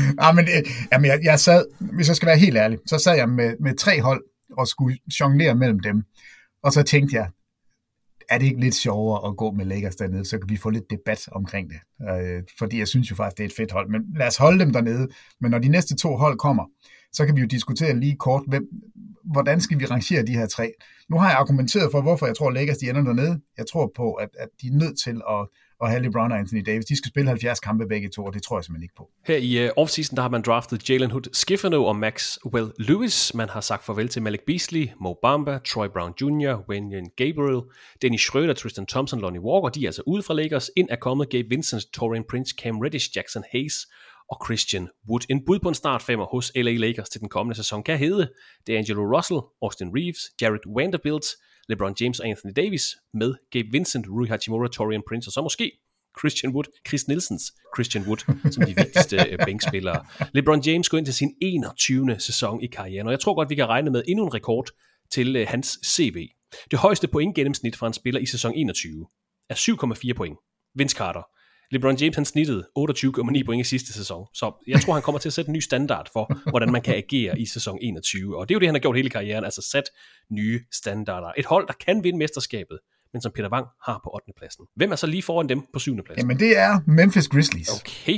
Speaker 9: fælde.
Speaker 10: Jeg sad, hvis jeg skal være helt ærlig, så sad jeg med 3 hold og skulle jonglere mellem dem. Og så tænkte jeg, er det ikke lidt sjovere at gå med Lakers dernede, så kan vi få lidt debat omkring det. Fordi jeg synes jo faktisk, det er et fedt hold. Men lad os holde dem dernede. Men når de næste 2 hold kommer, så kan vi jo diskutere lige kort, hvordan skal vi rangere de her 3. Nu har jeg argumenteret for, hvorfor jeg tror, Lakers de ender dernede. Jeg tror på, at de er nødt til at have LeBron og Anthony Davis. De skal spille 70 kampe begge 2, og det tror jeg simpelthen ikke på.
Speaker 9: Her i offseason, der har man draftet Jalen Hood Schifino og Maxwell Lewis. Man har sagt farvel til Malik Beasley, Mo Bamba, Troy Brown Jr., Wenyen Gabriel, Dennis Schröder, Tristan Thompson, Lonnie Walker. De er altså ude fra Lakers. Ind er kommet Gabe Vincent, Taurean Prince, Cam Reddish, Jackson Hayes og Christian Wood. En bud på en startfemmer hos LA Lakers til den kommende sæson kan hedde D'Angelo Russell, Austin Reeves, Jared Vanderbilt, LeBron James og Anthony Davis med Gabe Vincent, Rui Hachimura, Taurean Prince og så måske Christian Wood, Chris Nielsens Christian Wood, som de vigtigste bænkspillere. LeBron James går ind til sin 21. sæson i karrieren, og jeg tror godt, vi kan regne med endnu en rekord til hans CV. Det højeste pointgennemsnit fra en spiller i sæson 21 er 7,4 point. Vince Carter. LeBron James han snittede 28,9 point i sidste sæson, så jeg tror, han kommer til at sætte en ny standard for, hvordan man kan agere i sæson 21, og det er jo det, han har gjort hele karrieren, altså sat nye standarder. Et hold, der kan vinde mesterskabet, men som Peter Wang har på 8. pladsen. Hvem er så lige foran dem på 7. pladsen?
Speaker 10: Jamen det er Memphis Grizzlies.
Speaker 9: Okay.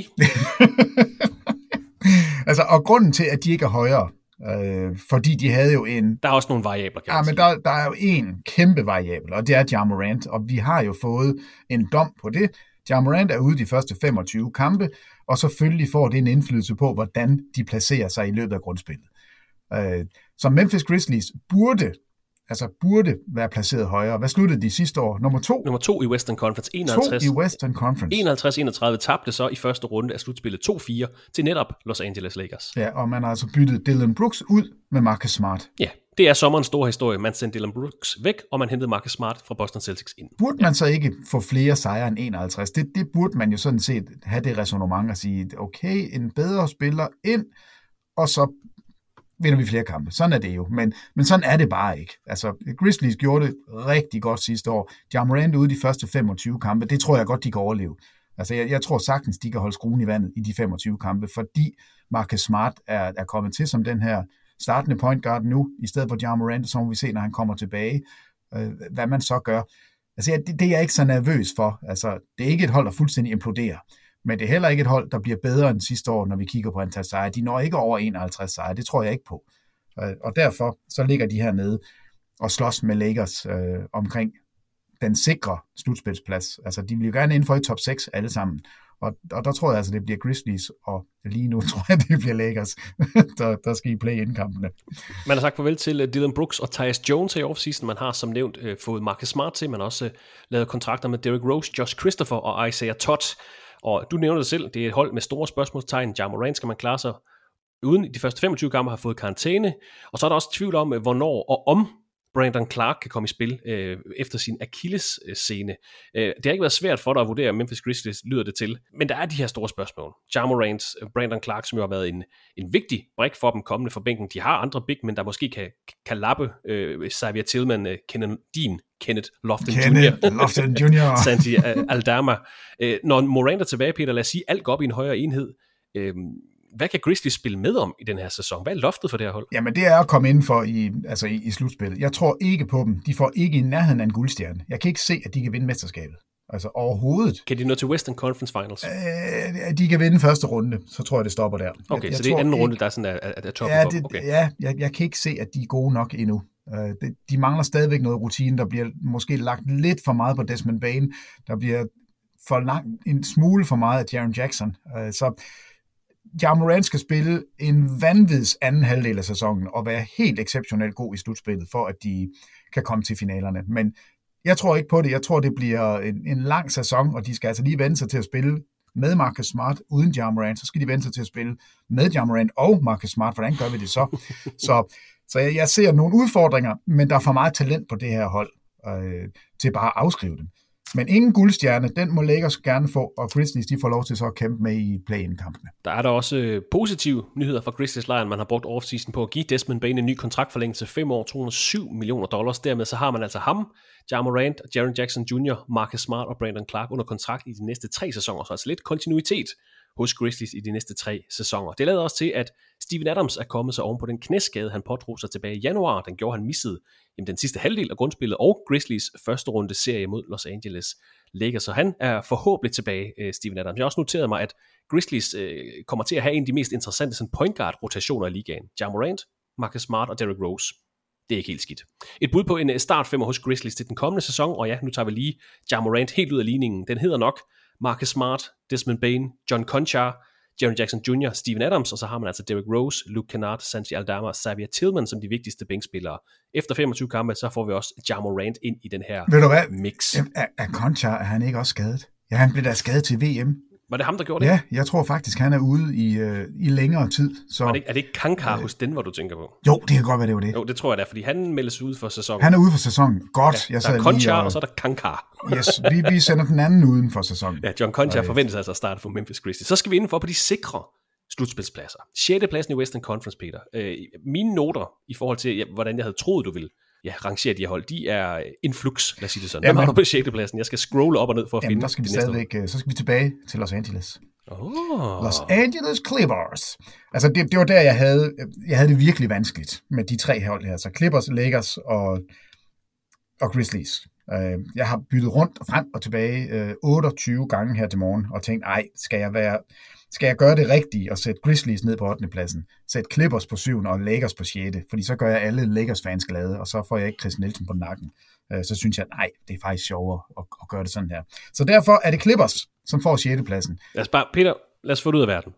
Speaker 10: Altså, og grunden til, at de ikke er højere, fordi de havde jo en...
Speaker 9: Der er også nogle variabler, kan
Speaker 10: man sige. Men der er jo en kæmpe variabel, og det er Ja Morant, og vi har jo fået en dom på det. Ja Morant er ude de første 25 kampe, og selvfølgelig får det en indflydelse på, hvordan de placerer sig i løbet af grundspillet. Så Memphis Grizzlies burde være placeret højere. Hvad sluttede de sidste år? Nummer 2?
Speaker 9: Nummer 2 i Western Conference. 51-31 tabte så i første runde af slutspillet 2-4 til netop Los Angeles Lakers.
Speaker 10: Ja, og man har altså byttet Dillon Brooks ud med Marcus Smart.
Speaker 9: Ja, det er sommerens store historie. Man sendte Dillon Brooks væk, og man hentede Marcus Smart fra Boston Celtics ind.
Speaker 10: Burde man så ikke få flere sejre end 51? Det burde man jo sådan set have det ræsonnement at sige, okay, en bedre spiller ind, og så vinder vi flere kampe. Sådan er det jo. Men sådan er det bare ikke. Altså, Grizzlies gjorde det rigtig godt sidste år. Ja Morant ude de første 25 kampe, det tror jeg godt, de kan overleve. Altså, jeg tror sagtens, de kan holde skruen i vandet i de 25 kampe, fordi Marcus Smart er kommet til som den her startende point guard nu, i stedet for Ja Morant, så må vi se, når han kommer tilbage, hvad man så gør. Altså, det er jeg ikke så nervøs for. Altså, det er ikke et hold, der fuldstændig imploderer. Men det er heller ikke et hold, der bliver bedre end sidste år, når vi kigger på antal sejre. De når ikke over 51 sejre, det tror jeg ikke på. Og derfor så ligger de hernede og slås med Lakers omkring den sikre slutspilsplads. Altså, de vil jo gerne inden for i top 6 alle sammen. Og der tror jeg altså, det bliver Grizzlies, og lige nu tror jeg, det bliver Lakers, der skal i play-in-kampene.
Speaker 9: Man har sagt farvel til Dillon Brooks og Tyus Jones i offseason. Man har som nævnt fået Marcus Smart til. Man har også lavet kontrakter med Derrick Rose, Josh Christopher og Isaiah Todd. Og du nævner det selv, det er et hold med store spørgsmålstegn. Ja Morant skal man klare sig uden de første 25 kampe har fået karantæne, og så er der også tvivl om, hvornår og om Brandon Clark kan komme i spil efter sin Achilles-scene. Det har ikke været svært for dig at vurdere Memphis Grizzlies, lyder det til. Men der er de her store spørgsmål. Ja Morant, Brandon Clark, som jo har været en vigtig brik for dem kommende for bænken. De har andre big, men der måske kan lappe Xavier Tillman, Kenneth Lofton Jr. Santi Aldama. Når Morant er tilbage, Peter, lad os sige, alt går op i en højere enhed. Hvad kan Grizzlies spille med om i den her sæson? Hvad er loftet for det her hold?
Speaker 10: Jamen det er at komme ind for i slutspillet. Jeg tror ikke på dem. De får ikke i nærheden af en guldstjerne. Jeg kan ikke se, at de kan vinde mesterskabet. Altså overhovedet.
Speaker 9: Kan de nå til Western Conference Finals?
Speaker 10: De kan vinde første runde, så tror jeg, det stopper der.
Speaker 9: Okay, så det er anden runde, der er sådan er toppen for? Okay.
Speaker 10: Ja, jeg kan ikke se, at de er gode nok endnu. De mangler stadigvæk noget rutine. Der bliver måske lagt lidt for meget på Desmond Bane. Der bliver en smule for meget af Jaren Jackson. Så Ja Morant skal spille en vanvittig anden halvdel af sæsonen og være helt exceptionelt god i slutspillet, for at de kan komme til finalerne. Men jeg tror ikke på det. Jeg tror, det bliver en lang sæson, og de skal altså lige vende sig til at spille med Marcus Smart uden Ja Morant. Så skal de vende sig til at spille med Ja Morant og Marcus Smart. Hvordan gør vi det så? Så jeg ser nogle udfordringer, men der er for meget talent på det her hold til bare at afskrive dem. Men ingen guldstjerne, den må Lakers gerne få, og Grizzlies, de får lov til så at kæmpe med i play-in-kampene.
Speaker 9: Der er der også positive nyheder fra Grizzlies-lejren. Man har brugt offseason på at give Desmond Bane en ny kontraktforlængelse 5 år, $207 million. Dermed så har man altså ham, Ja Morant, Jaren Jackson Jr., Marcus Smart og Brandon Clark under kontrakt i de næste 3 sæsoner. Så altså lidt kontinuitet hos Grizzlies i de næste 3 sæsoner. Det lader også til, at Steven Adams er kommet sig oven på den knæskade, han pådrog sig tilbage i januar. Den gjorde han misset den sidste halvdel af grundspillet og Grizzlies første runde serie mod Los Angeles Lakers. Så han er forhåbentlig tilbage, Steven Adams. Jeg har også noteret mig, at Grizzlies kommer til at have en af de mest interessante sådan point guard rotationer i ligaen. Ja Morant, Marcus Smart og Derrick Rose. Det er ikke helt skidt. Et bud på en startfemmer hos Grizzlies til den kommende sæson, og ja, nu tager vi lige Ja Morant helt ud af ligningen. Den hedder nok Marcus Smart, Desmond Bane, John Konchar, Jaren Jackson Jr., Steven Adams, og så har man altså Derrick Rose, Luke Kennard, Santi Aldama og Xavier Tillman som de vigtigste bænkspillere. Efter 25 kampe, så får vi også Ja Morant ind i den her mix.
Speaker 10: Er Konchar, er han ikke også skadet? Ja, han blev da skadet til VM.
Speaker 9: Var det ham, der gjorde det?
Speaker 10: Ja, jeg tror faktisk, han er ude i længere tid. Så...
Speaker 9: Er det ikke Kankar hos den, hvor du tænker på?
Speaker 10: Jo, det kan godt være, det var det.
Speaker 9: Jo, det tror jeg da, fordi han meldes ud for sæsonen.
Speaker 10: Han er ude for sæsonen. Godt.
Speaker 9: Ja, der er Konchar, og så er der Kankar.
Speaker 10: Yes, vi sender den anden uden for sæsonen.
Speaker 9: Ja, John Konchar forventes altså at starte for Memphis Grizzlies. Så skal vi indenfor på de sikre slutspilspladser. 6. pladsen i Western Conference, Peter. Mine noter i forhold til, hvordan jeg havde troet, du ville rangere de her hold, de er en flux, lad os sige det sådan. Hvem har du på 6. pladsen? Jeg skal scrolle op og ned for at finde
Speaker 10: der skal vi stadigvæk, så skal vi tilbage til Los Angeles. Los Angeles Clippers. Altså det var der, jeg havde det virkelig vanskeligt med de 3 hold her. Så Clippers, Lakers og Grizzlies. Jeg har byttet rundt frem og tilbage 28 gange her til morgen og tænkt, skal jeg gøre det rigtige og sætte Grizzlies ned på 8. pladsen, sætte Clippers på 7. og Lakers på 6. Fordi så gør jeg alle Lakers-fans glade, og så får jeg ikke Chris Nielsen på nakken. Så synes jeg, nej, det er faktisk sjovere at gøre det sådan her. Så derfor er det Clippers, som får 6. pladsen.
Speaker 9: Peter, lad os få det ud af verden.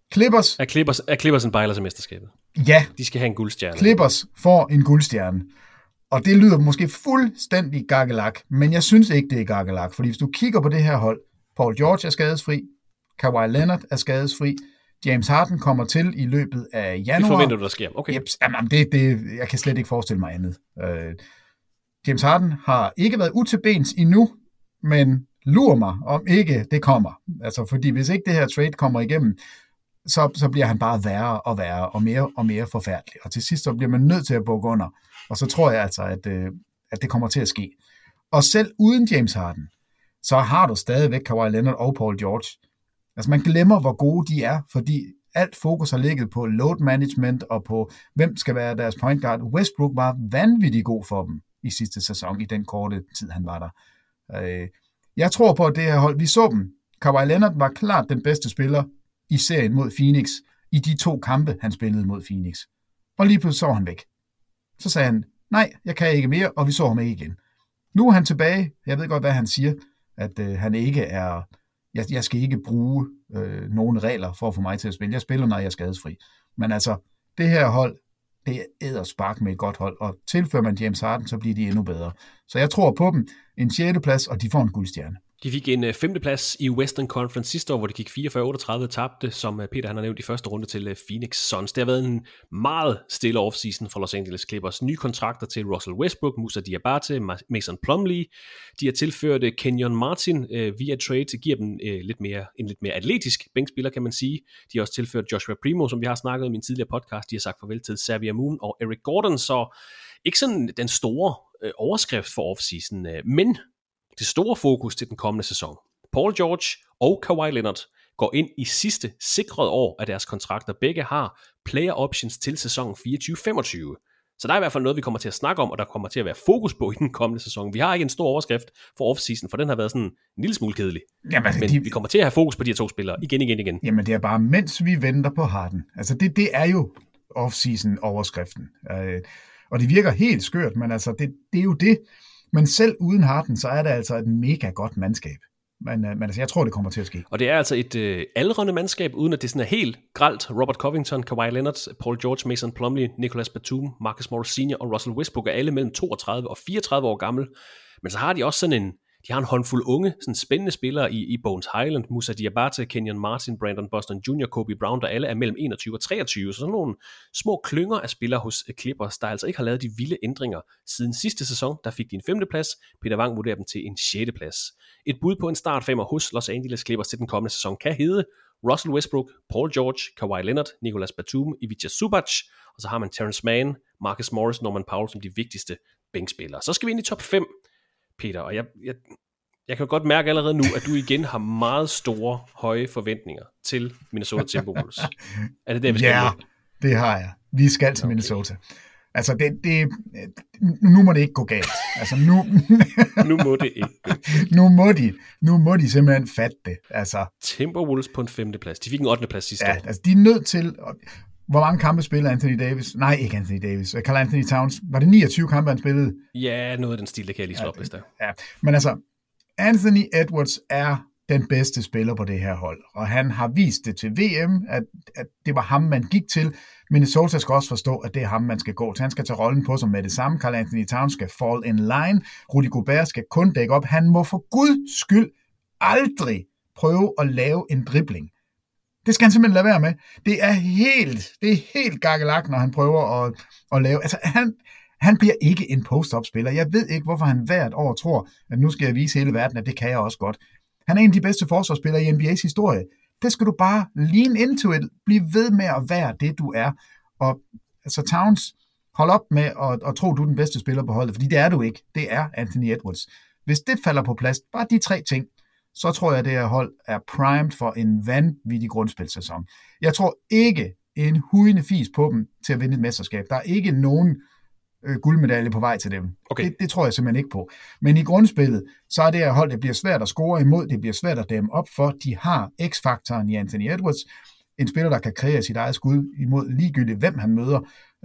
Speaker 9: Er Clippers en bejler til mesterskabet?
Speaker 10: Ja.
Speaker 9: De skal have en guldstjerne.
Speaker 10: Clippers får en guldstjerne. Og det lyder måske fuldstændig gakkelak, men jeg synes ikke, det er gakkelak. Fordi hvis du kigger på det her hold, Paul George er skadesfri, Kawhi Leonard er skadesfri, James Harden kommer til i løbet af januar.
Speaker 9: Det forventer du, der sker. Okay.
Speaker 10: Jeg kan slet ikke forestille mig andet. James Harden har ikke været utilbens endnu, men lurer mig, om ikke det kommer. Altså, fordi hvis ikke det her trade kommer igennem, så bliver han bare værre og værre og mere forfærdelig. Og til sidst så bliver man nødt til at bukke under. Og så tror jeg altså, at det kommer til at ske. Og selv uden James Harden, så har du stadigvæk Kawhi Leonard og Paul George. Altså man glemmer, hvor gode de er, fordi alt fokus har ligget på load management og på, hvem skal være deres point guard. Westbrook var vanvittigt god for dem i sidste sæson, i den korte tid, han var der. Jeg tror på, at det her hold, vi så dem. Kawhi Leonard var klart den bedste spiller i serien mod Phoenix, i de 2 kampe, han spillede mod Phoenix. Og lige pludselig så han væk. Så sagde han, nej, jeg kan ikke mere, og vi så ham ikke igen. Nu er han tilbage. Jeg ved godt, hvad han siger, at han ikke er... Jeg skal ikke bruge nogen regler for at få mig til at spille. Jeg spiller, når jeg er skadesfri. Men altså, det her hold, det er edderspark med et godt hold, og tilfører man James Harden, så bliver de endnu bedre. Så jeg tror på dem. En 6. plads, og de får en guldstjerne.
Speaker 9: De fik en 5. plads i Western Conference sidste år, hvor de gik 44-38, tabte, som Peter han har nævnt, i første runde til Phoenix Suns. Det har været en meget stille offseason for Los Angeles Clippers. Nye kontrakter til Russell Westbrook, Moussa Diabate, Mason Plumlee. De har tilført Kenyon Martin via trade, giver dem en lidt mere atletisk bænkspiller, kan man sige. De har også tilført Joshua Primo, som vi har snakket om i en tidligere podcast. De har sagt farvel til Xavier Moon og Eric Gordon, så ikke sådan den store overskrift for offseason, men det store fokus til den kommende sæson. Paul George og Kawhi Leonard går ind i sidste sikrede år af deres kontrakter. Begge har player options til sæsonen 24-25. Så der er i hvert fald noget, vi kommer til at snakke om, og der kommer til at være fokus på i den kommende sæson. Vi har ikke en stor overskrift for offseason, for den har været sådan en lille smule kedelig. Jamen, men vi kommer til at have fokus på de her to spillere igen.
Speaker 10: Jamen det er bare, mens vi venter på Harden. Altså det er jo offseason overskriften. Og det virker helt skørt, men altså det er jo det. Men selv uden Harden, så er det altså et mega godt mandskab. Men altså, jeg tror, det kommer til at ske.
Speaker 9: Og det er altså et aldrende mandskab, uden at det sådan er helt grelt. Robert Covington, Kawhi Leonard, Paul George, Mason Plumlee, Nicolas Batum, Marcus Morris Sr. og Russell Westbrook er alle mellem 32 og 34 år gamle. Men så har de også sådan en håndfuld unge, sådan spændende spillere i Bones Highland, Moussa Diabate, Kenyon Martin, Brandon Boston Jr., Kobe Brown, der alle er mellem 21 og 23. Så sådan nogle små klynger af spillere hos Clippers, der altså ikke har lavet de vilde ændringer siden sidste sæson. Der fik de en 5. plads. Peter Wang vurderer dem til en 6. plads. Et bud på en startfemmer hos Los Angeles Clippers til den kommende sæson kan hedde Russell Westbrook, Paul George, Kawhi Leonard, Nicolas Batum, Ivica Zubac, og så har man Terrence Mann, Marcus Morris, Norman Powell som de vigtigste bænkspillere. Så skal vi ind i top 5, Peter, og jeg kan godt mærke allerede nu, at du igen har meget store, høje forventninger til Minnesota Timberwolves. Er det det, vi skal
Speaker 10: Ja, det har jeg. Vi skal til Minnesota. Altså, nu må det ikke gå galt. Altså,
Speaker 9: nu må det ikke.
Speaker 10: Nu må de simpelthen fatte det. Altså,
Speaker 9: Timberwolves på en 5. plads. De fik en 8. plads sidste år.
Speaker 10: Altså, de er nødt til... Hvor mange kampe spiller Anthony Davis? Nej, ikke Anthony Davis. Karl Anthony Towns. Var det 29 kampe, han spillede?
Speaker 9: Ja, noget af den stil, det kan jeg lige slå op, hvis der.
Speaker 10: Ja, men altså, Anthony Edwards er den bedste spiller på det her hold, og han har vist det til VM, at det var ham, man gik til. Minnesota skal også forstå, at det er ham, man skal gå til. Han skal tage rollen på sig med det samme. Karl Anthony Towns skal fall in line. Rudy Gobert skal kun dække op. Han må for Guds skyld aldrig prøve at lave en dribling. Det skal han simpelthen lade være med. Det er helt gakkelak, når han prøver at lave... Altså, han bliver ikke en post-up-spiller. Jeg ved ikke, hvorfor han hvert år tror, at nu skal jeg vise hele verden, at det kan jeg også godt. Han er en af de bedste forsvarsspillere i NBA's historie. Det skal du bare lean into it. Bliv ved med at være det, du er. Og altså Towns, hold op med at tro, du er den bedste spiller på holdet, fordi det er du ikke. Det er Anthony Edwards. Hvis det falder på plads, bare de 3 ting, så tror jeg, at det her hold er primed for en vanvittig grundspilsæson. Jeg tror ikke en hujende fis på dem til at vinde et mesterskab. Der er ikke nogen guldmedalje på vej til dem. Okay. Det tror jeg simpelthen ikke på. Men i grundspillet, så er det her hold, det bliver svært at score imod, det bliver svært at dæmme op for. De har x-faktoren i Anthony Edwards, en spiller, der kan kreere sit eget skud imod ligegyldigt, hvem han møder.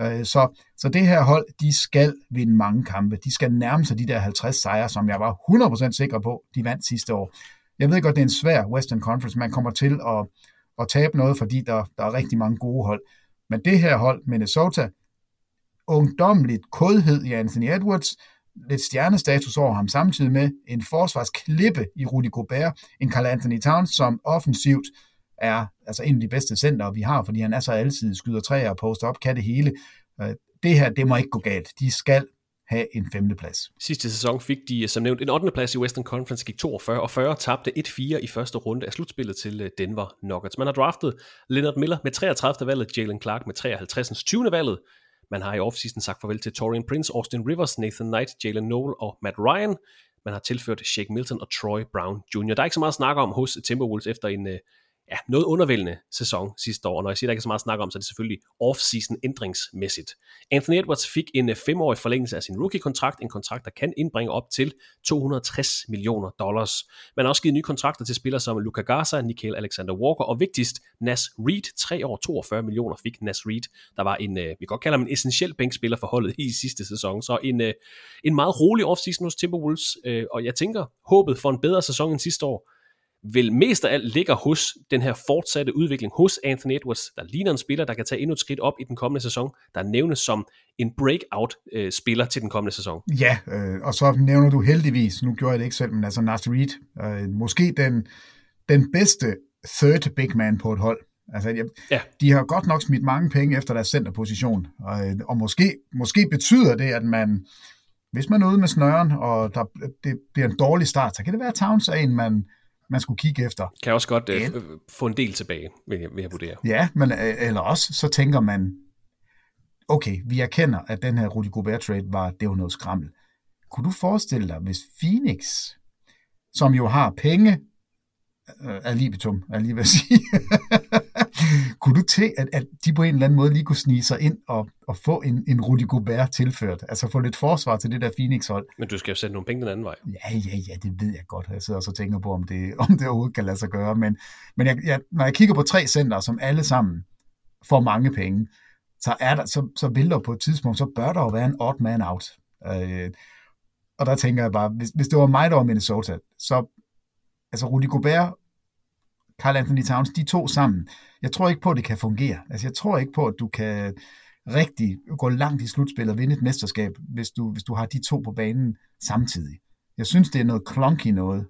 Speaker 10: Så det her hold, de skal vinde mange kampe. De skal nærme sig de der 50 sejre, som jeg var 100% sikker på, de vandt sidste år. Jeg ved godt, det er en svær Western Conference. Man kommer til at tabe noget, fordi der er rigtig mange gode hold. Men det her hold, Minnesota, ungdommeligt kodhed i Anthony Edwards, lidt stjernestatus over ham samtidig med en forsvarsklippe i Rudy Gobert, en Karl Anthony Towns, som offensivt er altså en af de bedste centere, vi har, fordi han er så altid skyder træer og poster op, kan det hele. Det her, det må ikke gå galt. De skal have en 5. plads.
Speaker 9: Sidste sæson fik de, som nævnt, en 8. plads i Western Conference, gik 42 tabte 1-4 i første runde af slutspillet til Denver Nuggets. Man har draftet Leonard Miller med 33. valget, Jalen Clark med 53. 20. valget. Man har i offseason sagt farvel til Taurean Prince, Austin Rivers, Nathan Knight, Jalen Noel og Matt Ryan. Man har tilført Shake Milton og Troy Brown Jr. Der er ikke så meget at snakke om hos Timberwolves efter en noget undervældende sæson sidste år. Og når jeg siger, der ikke er så meget at snakke om, så er det selvfølgelig off-season ændringsmæssigt. Anthony Edwards fik en 5-årig forlængelse af sin rookie-kontrakt, en kontrakt, der kan indbringe op til $260 millioner. Man har også givet nye kontrakter til spillere som Luka Garza, Nickeil Alexander-Walker og vigtigst Naz Reid. 3 år, 42 millioner fik Naz Reid. Der var en, vi godt kalder ham en essentiel bænkspiller for holdet i sidste sæson. Så en meget rolig off-season hos Timberwolves, og jeg tænker, håbet for en bedre sæson end sidste år vel mest af alt ligger hos den her fortsatte udvikling hos Anthony Edwards, der ligner en spiller, der kan tage endnu et skridt op i den kommende sæson, der nævnes som en breakout-spiller til den kommende sæson.
Speaker 10: Ja, og så nævner du heldigvis, nu gjorde jeg det ikke selv, men altså Nasser Reed, måske den bedste third big man på et hold. Altså, de har godt nok smidt mange penge efter deres centerposition, og måske betyder det, at man, hvis man er ude med snøren, og det bliver en dårlig start, så kan det være, at Towns er en, man skulle kigge efter.
Speaker 9: Kan også godt få en del tilbage, vil jeg vurdere.
Speaker 10: Ja, men eller også, så tænker man, okay, vi erkender, at den her Rudy Gobert-trade det var noget skrammel. Kunne du forestille dig, hvis Phoenix, som jo har penge, ad libitum, er lige ved at sige, kunne du til, at de på en eller anden måde lige kunne snige sig ind og få en Rudy Gobert tilført? Altså få lidt forsvar til det der Phoenix-hold.
Speaker 9: Men du skal jo sætte nogle penge den anden vej.
Speaker 10: Ja, det ved jeg godt. Jeg sidder også og tænker på, om det overhovedet kan lade sig gøre. Men når jeg kigger på 3 center, som alle sammen får mange penge, så vil der på et tidspunkt, så bør der jo være en odd man out. Og der tænker jeg bare, hvis det var mig, der var Minnesota, så altså Rudy Gobert, Karl Anthony Towns, de to sammen. Jeg tror ikke på, at det kan fungere. Altså jeg tror ikke på, at du kan rigtig gå langt i slutspil og vinde et mesterskab, hvis du har de to på banen samtidig. Jeg synes, det er noget clunky noget.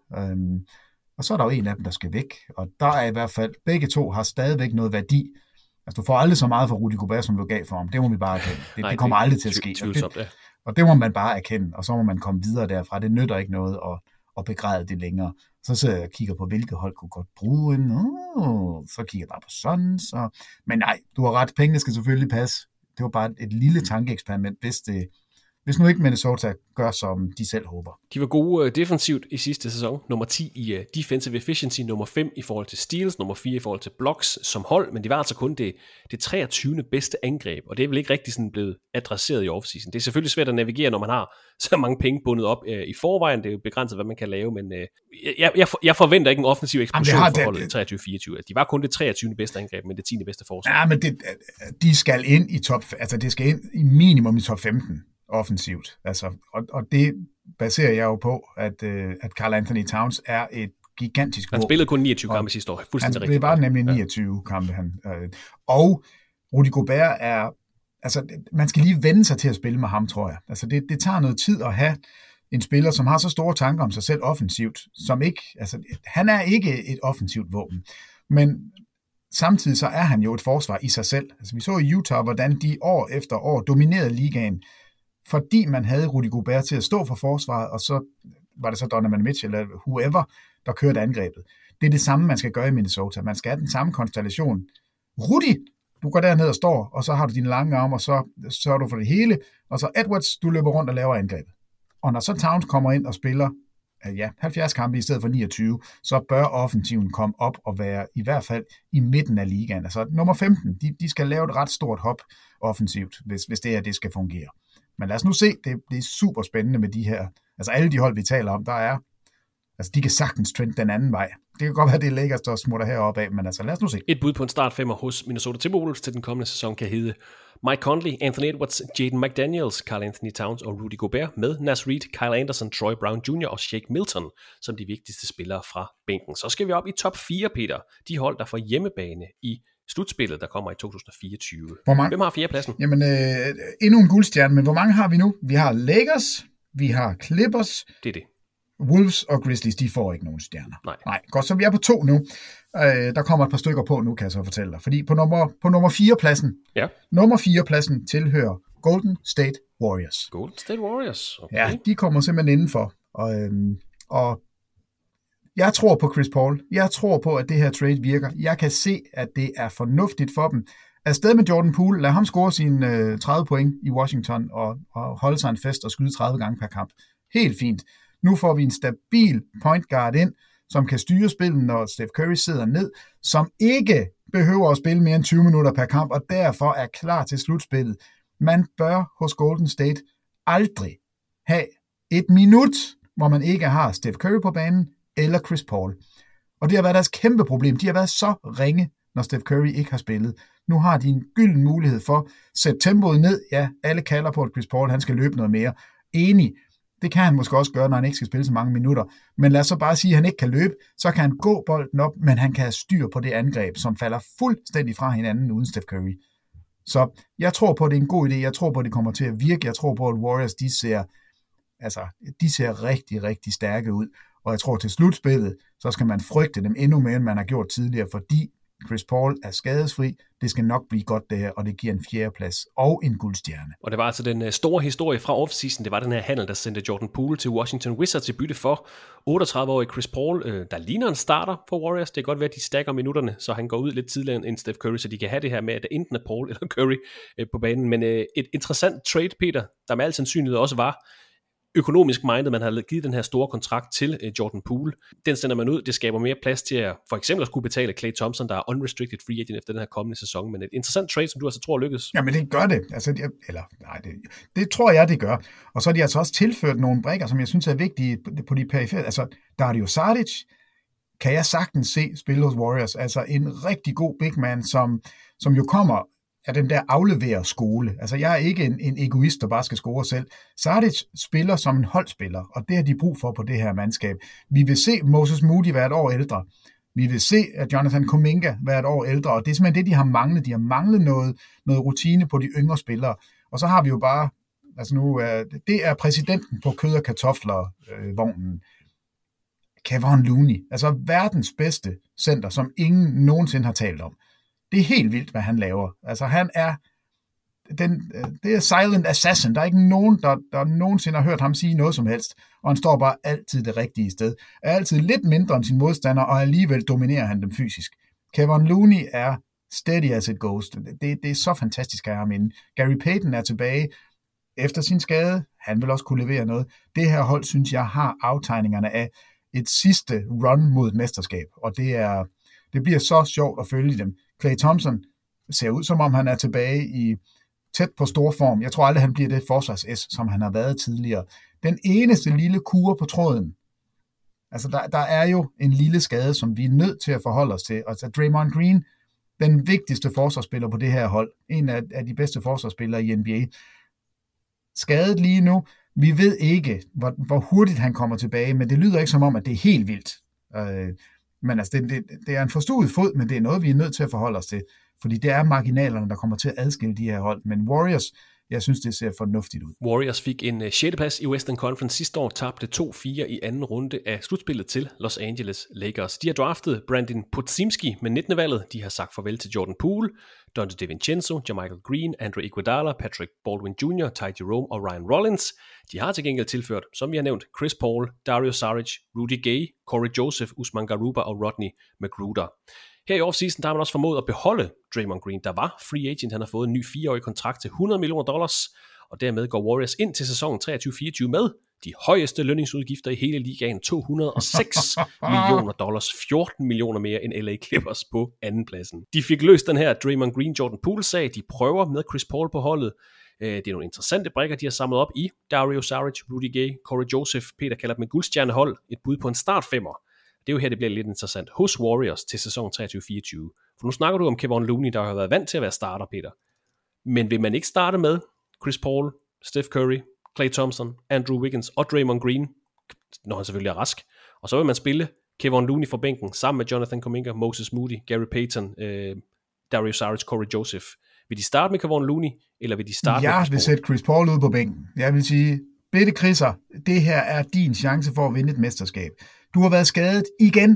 Speaker 10: Og så er der jo en af dem, der skal væk. Og der er i hvert fald, begge to har stadigvæk noget værdi. Altså du får aldrig så meget for Rudy Gobert, som du gav for ham. Det må vi bare erkende. Det kommer aldrig til at ske. Og det må man bare erkende, og så må man komme videre derfra. Det nytter ikke noget at begræde det længere. Så sidder jeg og kigger på, hvilke hold kunne godt bruge en. Så kigger jeg bare på sådan. Men nej, du har ret. Pengene skal selvfølgelig passe. Det var bare et lille tankeeksperiment, hvis nu ikke Minnesota gør, som de selv håber.
Speaker 9: De var gode defensivt i sidste sæson. Nummer 10 i defensive efficiency, nummer 5 i forhold til steals, nummer 4 i forhold til blocks som hold, men de var altså kun det 23. bedste angreb, og det er vel ikke rigtig sådan blevet adresseret i offseason. Det er selvfølgelig svært at navigere, når man har så mange penge bundet op i forvejen. Det er jo begrænset, hvad man kan lave, men jeg forventer ikke en offensiv eksplosion for holdet 23-24. De var kun det 23. bedste angreb, men det 10. bedste forsvar.
Speaker 10: Ja, men de skal ind i det skal ind i minimum i top 15. Offensivt. Altså, og det baserer jeg jo på, at Karl Anthony Towns er et gigantisk
Speaker 9: Han spillede kun 29 kampe sidste år. Fuldstændig rigtigt.
Speaker 10: Det var nemlig 29 kampe. Og Rudy Gobert er, altså man skal lige vende sig til at spille med ham, tror jeg. Altså det tager noget tid at have en spiller, som har så store tanker om sig selv offensivt, som ikke, altså han er ikke et offensivt våben. Men samtidig så er han jo et forsvar i sig selv. Altså vi så i Utah, hvordan de år efter år dominerede ligaen, fordi man havde Rudy Gobert til at stå for forsvaret, og så var det så Donovan Mitchell eller whoever, der kørte angrebet. Det er det samme, man skal gøre i Minnesota. Man skal have den samme konstellation. Rudy, du går derned og står, og så har du dine lange arme, og så sørger du for det hele, og så Edwards, du løber rundt og laver angrebet. Og når så Towns kommer ind og spiller 70 kampe i stedet for 29, så bør offensiven komme op og være i hvert fald i midten af ligaen. Altså nummer 15, de skal lave et ret stort hop offensivt, hvis det skal fungere. Men lad os nu se, det er super spændende med de her, altså alle de hold, vi taler om, der er, altså de kan sagtens trende den anden vej. Det kan godt være, det er Lakers, der smutter heroppe af, men altså lad os nu se.
Speaker 9: Et bud på en startfemmer hos Minnesota Timberwolves til den kommende sæson kan hedde Mike Conley, Anthony Edwards, Jaden McDaniels, Karl Anthony Towns og Rudy Gobert med Naz Reid, Kyle Anderson, Troy Brown Jr. og Shake Milton som de vigtigste spillere fra bænken. Så skal vi op i top 4, Peter. De hold, der får hjemmebane i slutspillet, der kommer i 2024. Hvem har 4. pladsen?
Speaker 10: Jamen, endnu en guldstjerne, men hvor mange har vi nu? Vi har Lakers, vi har Clippers.
Speaker 9: Det er det.
Speaker 10: Wolves og Grizzlies, de får ikke nogen stjerner.
Speaker 9: Nej.
Speaker 10: Godt, så vi er på 2 nu. Der kommer et par stykker på nu, kan jeg så fortælle dig. Fordi på nummer 4-pladsen, nummer 4-pladsen tilhører Golden State Warriors.
Speaker 9: Golden State Warriors, okay.
Speaker 10: Ja, de kommer simpelthen indenfor. Og jeg tror på Chris Paul. Jeg tror på, at det her trade virker. Jeg kan se, at det er fornuftigt for dem. Afsted med Jordan Poole. Lad ham score sine 30 point i Washington og holde sig en fest og skyde 30 gange per kamp. Helt fint. Nu får vi en stabil point guard ind, som kan styre spillet, når Steph Curry sidder ned, som ikke behøver at spille mere end 20 minutter per kamp, og derfor er klar til slutspillet. Man bør hos Golden State aldrig have et minut, hvor man ikke har Steph Curry på banen, eller Chris Paul. Og det har været deres kæmpe problem. De har været så ringe, når Steph Curry ikke har spillet. Nu har de en gylden mulighed for at sætte tempoet ned. Ja, alle kalder på, at Chris Paul han skal løbe noget mere. Enig. Det kan han måske også gøre, når han ikke skal spille så mange minutter. Men lad os så bare sige, at han ikke kan løbe. Så kan han gå bolden op, men han kan have styr på det angreb, som falder fuldstændig fra hinanden uden Steph Curry. Så jeg tror på, at det er en god idé. Jeg tror på, at det kommer til at virke. Jeg tror på, at Warriors, de ser rigtig, rigtig stærke ud. Og jeg tror til slutspillet, så skal man frygte dem endnu mere, end man har gjort tidligere, fordi Chris Paul er skadesfri. Det skal nok blive godt det her, og det giver en 4. plads og en guldstjerne.
Speaker 9: Og det var altså den store historie fra offseason. Det var den her handel, der sendte Jordan Poole til Washington Wizards i bytte for 38-årig Chris Paul, der ligner en starter for Warriors. Det kan godt være, at de stacker minutterne, så han går ud lidt tidligere end Steph Curry, så de kan have det her med, at det enten er Paul eller Curry på banen. Men et interessant trade, Peter, der med al sandsynlighed også var økonomisk minded, man har givet den her store kontrakt til Jordan Poole. Den sender man ud, det skaber mere plads til at for eksempel at skulle betale Klay Thompson, der er unrestricted free agent efter den her kommende sæson, men et interessant trade, som du altså tror lykkes.
Speaker 10: Jamen det gør det, det tror jeg, det gør. Og så har de altså også tilført nogle brikker, som jeg synes er vigtige på de perifere. Altså, Dario Saric kan jeg sagtens se spille hos Warriors, altså en rigtig god big man, som jo kommer af den der afleverer skole. Altså, jeg er ikke en egoist, der bare skal score selv. Saric spiller som en holdspiller, og det har de brug for på det her mandskab. Vi vil se Moses Moody være et år ældre. Vi vil se, at Jonathan Kuminga være et år ældre, og det er simpelthen det, de har manglet. De har manglet noget rutine på de yngre spillere. Og så har vi jo bare, altså nu, det er præsidenten på kød- og kartofler-vognen. Kevon Looney, altså verdens bedste center, som ingen nogensinde har talt om. Det er helt vildt, hvad han laver. Altså, han er det er silent assassin. Der er ikke nogen, der nogensinde har hørt ham sige noget som helst. Og han står bare altid det rigtige sted. Er altid lidt mindre end sin modstander, og alligevel dominerer han dem fysisk. Kevon Looney er steady as it goes. Det er så fantastisk at have ham inde. Gary Payton er tilbage efter sin skade. Han vil også kunne levere noget. Det her hold, synes jeg, har aftegningerne af et sidste run mod et mesterskab. Og det bliver så sjovt at følge dem. Klay Thompson ser ud, som om han er tilbage i tæt på stor form. Jeg tror aldrig, han bliver det forsvars-S, som han har været tidligere. Den eneste lille kur på tråden. Altså, der er jo en lille skade, som vi er nødt til at forholde os til. Altså, Draymond Green, den vigtigste forsvarsspiller på det her hold. En af de bedste forsvarsspillere i NBA. Skadet lige nu. Vi ved ikke, hvor hurtigt han kommer tilbage, men det lyder ikke som om, at det er helt vildt. Men altså, det er en forstuet fod, men det er noget, vi er nødt til at forholde os til. Fordi det er marginalerne, der kommer til at adskille de her hold. Men Warriors, jeg synes, det ser fornuftigt ud.
Speaker 9: Warriors fik en 6. plads i Western Conference sidste år, tabte 2-4 i anden runde af slutspillet til Los Angeles Lakers. De har draftet Brandon Podziemski med 19. valget. De har sagt farvel til Jordan Poole, Donte DiVincenzo, Jermichael Green, Andre Iguodala, Patrick Baldwin Jr., Ty Jerome og Ryan Rollins. De har til gengæld tilført, som vi har nævnt, Chris Paul, Dario Saric, Rudy Gay, Corey Joseph, Usman Garuba og Rodney McGruder. Her i offseason, der har man også formået at beholde Draymond Green, der var free agent. Han har fået en ny 4-årig kontrakt til $100 million, og dermed går Warriors ind til sæsonen 23-24 med de højeste lønningsudgifter i hele ligaen, $206 million, 14 millioner mere end LA Clippers på andenpladsen. De fik løst den her Draymond Green-Jordan Poole-sag. De prøver med Chris Paul på holdet. Det er nogle interessante brikker, de har samlet op i Dario Saric, Rudy Gay, Corey Joseph, Peter kalder dem et guldstjernehold, et bud på en startfemmer. Det er jo her, det bliver lidt interessant hos Warriors til sæson 23-24. For nu snakker du om Kevon Looney, der har været vant til at være starter, Peter. Men vil man ikke starte med Chris Paul, Steph Curry, Klay Thompson, Andrew Wiggins og Draymond Green, når han selvfølgelig er rask, og så vil man spille Kevon Looney fra bænken sammen med Jonathan Kuminga, Moses Moody, Gary Payton, Dario Saric, Corey Joseph. Vil de starte med Kevon Looney, eller vil de starte med Chris Paul?
Speaker 10: Jeg vil sætte Chris Paul ud på bænken. Jeg vil sige, bitte Chrisser, det her er din chance for at vinde et mesterskab. Du har været skadet igen,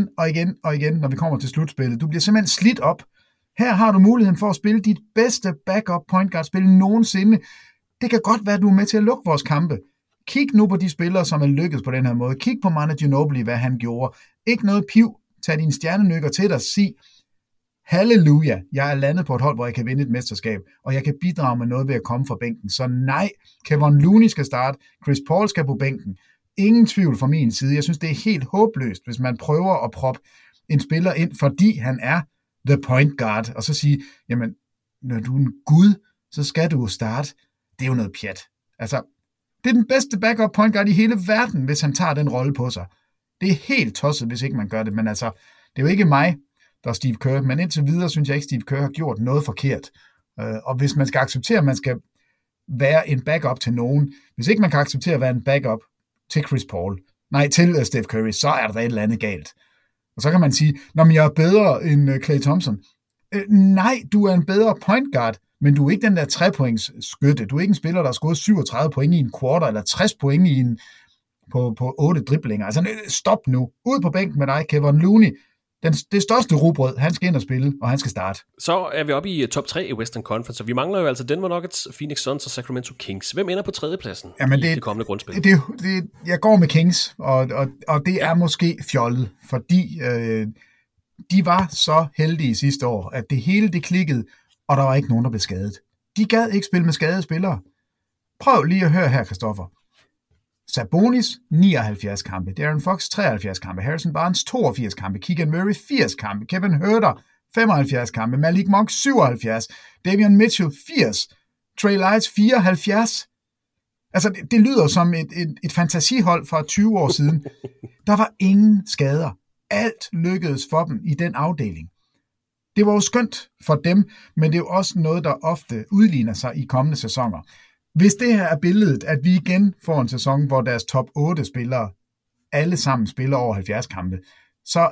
Speaker 10: når vi kommer til slutspillet. Du bliver simpelthen slidt op. Her har du muligheden for at spille dit bedste backup point guard spil nogensinde. Det kan godt være, at du er med til at lukke vores kampe. Kig nu på de spillere, som er lykkedes på den her måde. Kig på Manu Ginobili, hvad han gjorde. Ikke noget piv. Tag dine stjernenykker til dig. Sig, halleluja, jeg er landet på et hold, hvor jeg kan vinde et mesterskab, og jeg kan bidrage med noget ved at komme fra bænken. Så nej, Kevon Looney skal starte. Chris Paul skal på bænken. Ingen tvivl fra min side. Jeg synes, det er helt håbløst, hvis man prøver at proppe en spiller ind, fordi han er the point guard, og så sige, jamen, når du er en gud, så skal du jo starte. Det er jo noget pjat. Altså, det er den bedste backup point guard i hele verden, hvis han tager den rolle på sig. Det er helt tosset, hvis ikke man gør det, men altså, det er jo ikke mig, der er Steve Kerr, men indtil videre synes jeg ikke, Steve Kerr har gjort noget forkert. Og hvis man skal acceptere, at man skal være en backup til nogen, hvis ikke man kan acceptere at være en backup til Chris Paul, til Steph Curry, så er der et eller andet galt. Og så kan man sige, men jeg er bedre end Klay Thompson. Nej, du er en bedre point guard, men du er ikke den der 3-points skytte. Du er ikke en spiller, der har skåret 37 point i en quarter, eller 60 point på 8 driblinger. Altså stop nu. Ud på bænken med dig, Kevin Looney. Det største rugbrød, han skal ind og spille, og han skal starte.
Speaker 9: Så er vi oppe i top 3 i Western Conference, og vi mangler jo altså Denver Nuggets, Phoenix Suns og Sacramento Kings. Hvem ender på tredjepladsen i det kommende grundspil?
Speaker 10: Jeg går med Kings, og det er måske fjollet, fordi de var så heldige sidste år, at det hele det klikkede, og der var ikke nogen, der blev skadet. De gad ikke spille med skadede spillere. Prøv lige at høre her, Christoffer. Sabonis 79 kampe, De'Aaron Fox 73 kampe, Harrison Barnes 82 kampe, Keegan Murray 80 kampe, Kevin Huerter 75 kampe, Malik Monk 77, Davion Mitchell 80, Trey Lyles 74. Altså, det lyder som et fantasihold fra 20 år siden. Der var ingen skader. Alt lykkedes for dem i den afdeling. Det var jo skønt for dem, men det er jo også noget, der ofte udligner sig i kommende sæsoner. Hvis det her er billedet, at vi igen får en sæson, hvor deres top 8 spillere alle sammen spiller over 70 kampe, så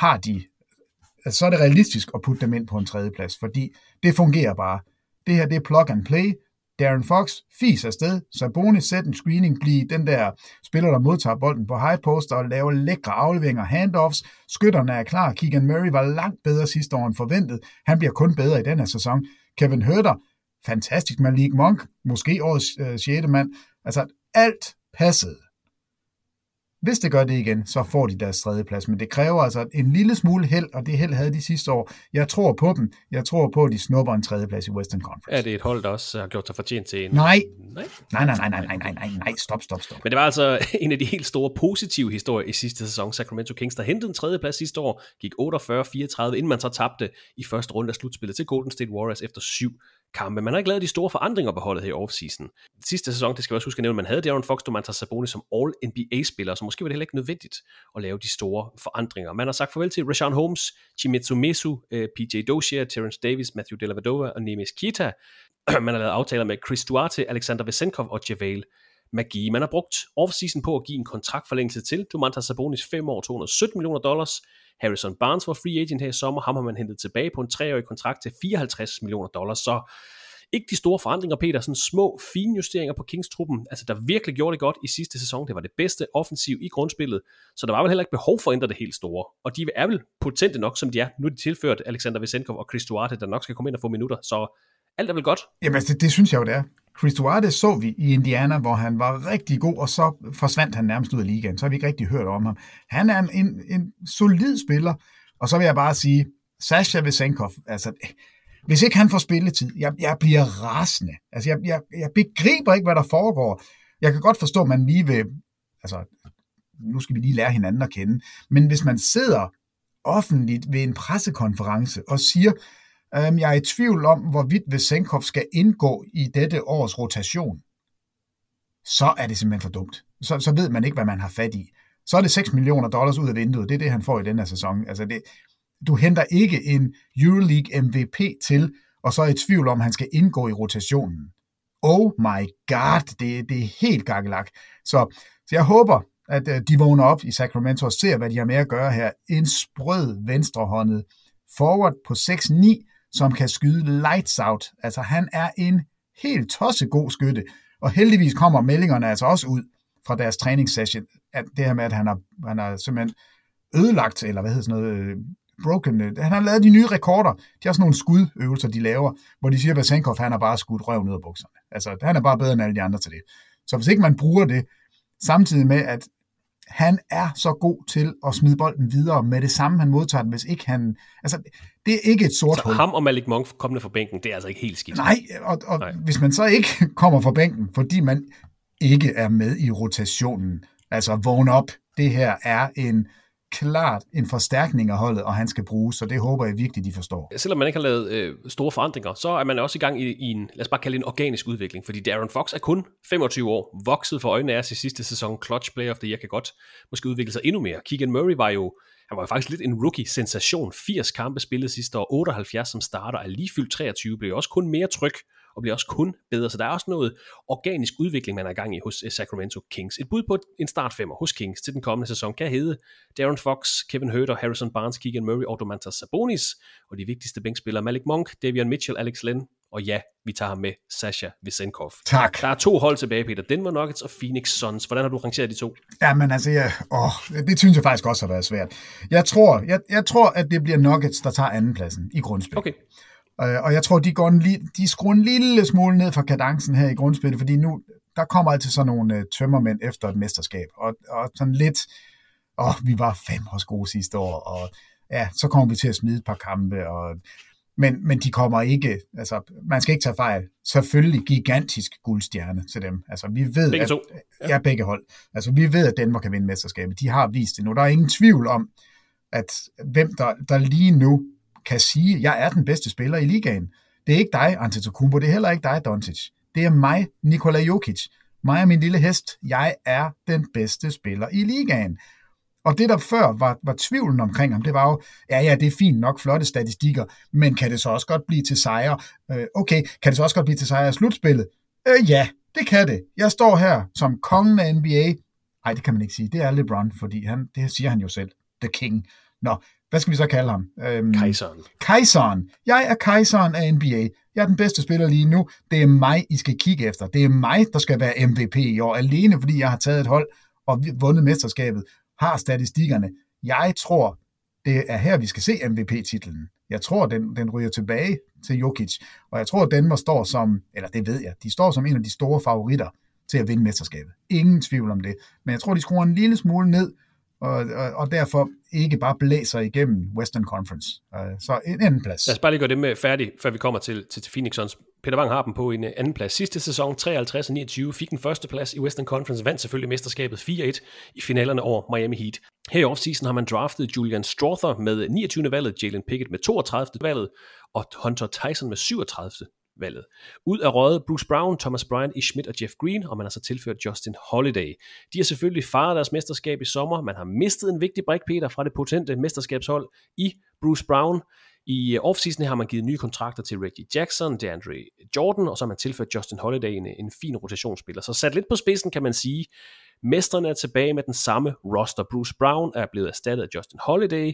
Speaker 10: er det realistisk at putte dem ind på en tredjeplads, fordi det fungerer bare. Det her, det er plug and play. De'Aaron Fox fiser afsted, Sabonis sætter en screening, bliver den der spiller, der modtager bolden på high poster og laver lækre afleveringer, handoffs. Skytterne er klar. Keegan Murray var langt bedre sidste år end forventet. Han bliver kun bedre i den her sæson. Kevin Huerter, fantastisk. Malik Monk, måske årets 6. mand. Altså, alt passede. Hvis det gør det igen, så får de deres tredjeplads, men det kræver altså en lille smule held, og det held havde de sidste år. Jeg tror på dem. Jeg tror på, at de snupper en tredjeplads i Western Conference.
Speaker 9: Er det et hold, der også har gjort sig fortjent til en?
Speaker 10: Nej. Stop.
Speaker 9: Men det var altså en af de helt store positive historier i sidste sæson. Sacramento Kings, der hentede en tredjeplads sidste år, gik 48-34, inden man så tabte i første runde af slutspillet til Golden State Warriors efter 7 kampe. Man har ikke lavet de store forandringer på holdet her i offseason. Sidste sæson, det skal vi også huske at nævne, man havde De'Aaron Fox, Domantas Sabonis som All-NBA-spiller, så måske var det heller ikke nødvendigt at lave de store forandringer. Man har sagt farvel til Richaun Holmes, Chimezu Mesu, PJ Dozier, Terrence Davis, Matthew Dellavedova og Neemias Queta. Man har lavet aftaler med Chris Duarte, Alexander Vesenkov og JaVale McGee. Man har brugt offseason på at give en kontraktforlængelse til Domantas Sabonis 5 år, $217 million. Harrison Barnes var free agent her i sommer. Ham har man hentet tilbage på en 3-årig kontrakt til $54 million. Så ikke de store forandringer, Peter. Sådan små, fine justeringer på Kings-truppen. Altså, der virkelig gjorde det godt i sidste sæson. Det var det bedste offensiv i grundspillet. Så der var vel heller ikke behov for at ændre det helt store. Og de er vel potente nok, som de er. Nu er de tilført Alexander Vesenkov og Chris Duarte, der nok skal komme ind og få minutter. Så alt er vel godt?
Speaker 10: Jamen, det synes jeg jo, det er. Chris Duarte så vi i Indiana, hvor han var rigtig god, og så forsvandt han nærmest ud af ligaen. Så har vi ikke rigtig hørt om ham. Han er en solid spiller, og så vil jeg bare sige, Sasha Vesenkov, altså, hvis ikke han får spilletid, jeg bliver rasende. Altså, jeg begriber ikke, hvad der foregår. Jeg kan godt forstå, at man lige vil, altså, nu skal vi lige lære hinanden at kende, men hvis man sidder offentligt ved en pressekonference og siger, jeg er i tvivl om, hvorvidt Vesenkov skal indgå i dette års rotation, så er det simpelthen for dumt. Så ved man ikke, hvad man har fat i. Så er det $6 million ud af vinduet. Det er det, han får i den her sæson. Altså du henter ikke en Euroleague MVP til, og så er i tvivl om, han skal indgå i rotationen. Oh my god, det er helt gakkelak. Så jeg håber, at de vågner op i Sacramento og ser, hvad de har med at gøre her. En sprød venstrehåndet forward på 6'9", som kan skyde lights out. Altså, han er en helt tossegod skytte. Og heldigvis kommer meldingerne altså også ud fra deres træningssession, at det her med, at han har simpelthen ødelagt, eller hvad hedder sådan noget, broken. Han har lavet de nye rekorder. De har sådan nogle skudøvelser, de laver, hvor de siger, at Vesenkov, han har bare skudt røven ud af bukserne. Altså, han er bare bedre end alle de andre til det. Så hvis ikke man bruger det, samtidig med, at han er så god til at smide bolden videre med det samme, han modtager den, hvis ikke han... Altså, det er ikke et sort hul.
Speaker 9: Så ham og Malik Monk kommende fra bænken, det er altså ikke helt skidt.
Speaker 10: Nej, og nej. Hvis man så ikke kommer fra bænken, fordi man ikke er med i rotationen, altså vågn op, det her er klart en forstærkning af holdet, og han skal bruges, så det håber jeg virkelig, de forstår.
Speaker 9: Selvom man ikke har lavet store forandringer, så er man også i gang i en, lad os bare kalde det en organisk udvikling, fordi De'Aaron Fox er kun 25 år, vokset for øjnene af os i sidste sæson, clutch player of the year, kan godt måske udvikle sig endnu mere. Keegan Murray var jo faktisk lidt en rookie-sensation, 80 kampe spillet sidste år, 78 som starter, er lige fyldt 23, blev også kun mere tryg og bliver også kun bedre. Så der er også noget organisk udvikling, man er i gang i hos Sacramento Kings. Et bud på en startfemmer hos Kings til den kommende sæson kan hedde De'Aaron Fox, Kevin Huerter, Harrison Barnes, Keegan Murray og Domantas Sabonis, og de vigtigste bænkspillere Malik Monk, Davion Mitchell, Alex Len, og ja, vi tager ham med, Sasha Vezenkov.
Speaker 10: Tak.
Speaker 9: Der er 2 hold tilbage, Peter. Denver Nuggets og Phoenix Suns. Hvordan har du rangeret de 2?
Speaker 10: Jamen altså, det synes jeg faktisk også har været svært. Jeg tror, at det bliver Nuggets, der tager andenpladsen i grundspil.
Speaker 9: Okay.
Speaker 10: Og jeg tror, de skruer en lille smule ned fra kadencen her i grundspillet, fordi nu, der kommer altid sådan nogle tømmermænd efter et mesterskab. Og sådan lidt, vi var 5 års gode sidste år, og ja, så kommer vi til at smide et par kampe, men de kommer ikke, altså man skal ikke tage fejl, selvfølgelig gigantisk guldstjerne til dem. Altså vi ved,
Speaker 9: begge to.
Speaker 10: Ja, begge hold. Altså vi ved, at Denver kan vinde mesterskabet. De har vist det nu. Der er ingen tvivl om, at hvem der lige nu kan sige, jeg er den bedste spiller i ligaen. Det er ikke dig, Antetokounmpo, det er heller ikke dig, Doncic. Det er mig, Nikola Jokic. Mig og min lille hest. Jeg er den bedste spiller i ligaen. Og det, der før var tvivlen omkring ham, det var jo, ja, det er fint nok, flotte statistikker, men kan det så også godt blive til sejre? Okay, kan det så også godt blive til sejre i slutspillet? Ja, det kan det. Jeg står her som kongen af NBA. Nej, det kan man ikke sige. Det er LeBron, fordi det siger han jo selv. The King. Nå, hvad skal vi så kalde ham? Kejseren. Jeg er kejseren af NBA. Jeg er den bedste spiller lige nu. Det er mig, I skal kigge efter. Det er mig, der skal være MVP i år, alene fordi jeg har taget et hold og vundet mesterskabet. Har statistikkerne. Jeg tror, det er her, vi skal se MVP-titlen. Jeg tror, den ryger tilbage til Jokic, og jeg tror, at Denver står som, eller det ved jeg, de står som en af de store favoritter til at vinde mesterskabet. Ingen tvivl om det. Men jeg tror, de skruer en lille smule ned, og derfor ikke bare blæser igennem Western Conference. Så en anden plads.
Speaker 9: Lad os bare lige gøre det med færdig, før vi kommer til Phoenix Suns. Peter Wang har dem på en anden plads. Sidste sæson, 53-29, fik den første plads i Western Conference, vandt selvfølgelig mesterskabet 4-1 i finalerne over Miami Heat. Her i offseason har man draftet Julian Strawther med 29. valget, Jalen Pickett med 32. valget, og Hunter Tyson med 37. valget. Ud af røget Bruce Brown, Thomas Bryant, Ish Smith og Jeff Green, og man har så tilført Justin Holiday. De har selvfølgelig fejret deres mesterskab i sommer. Man har mistet en vigtig brik, Peter, fra det potente mesterskabshold i Bruce Brown. I offseason har man givet nye kontrakter til Reggie Jackson, DeAndre Jordan, og så har man tilført Justin Holiday en fin rotationsspiller. Så sat lidt på spidsen kan man sige, mestrene er tilbage med den samme roster. Bruce Brown er blevet erstattet af Justin Holiday,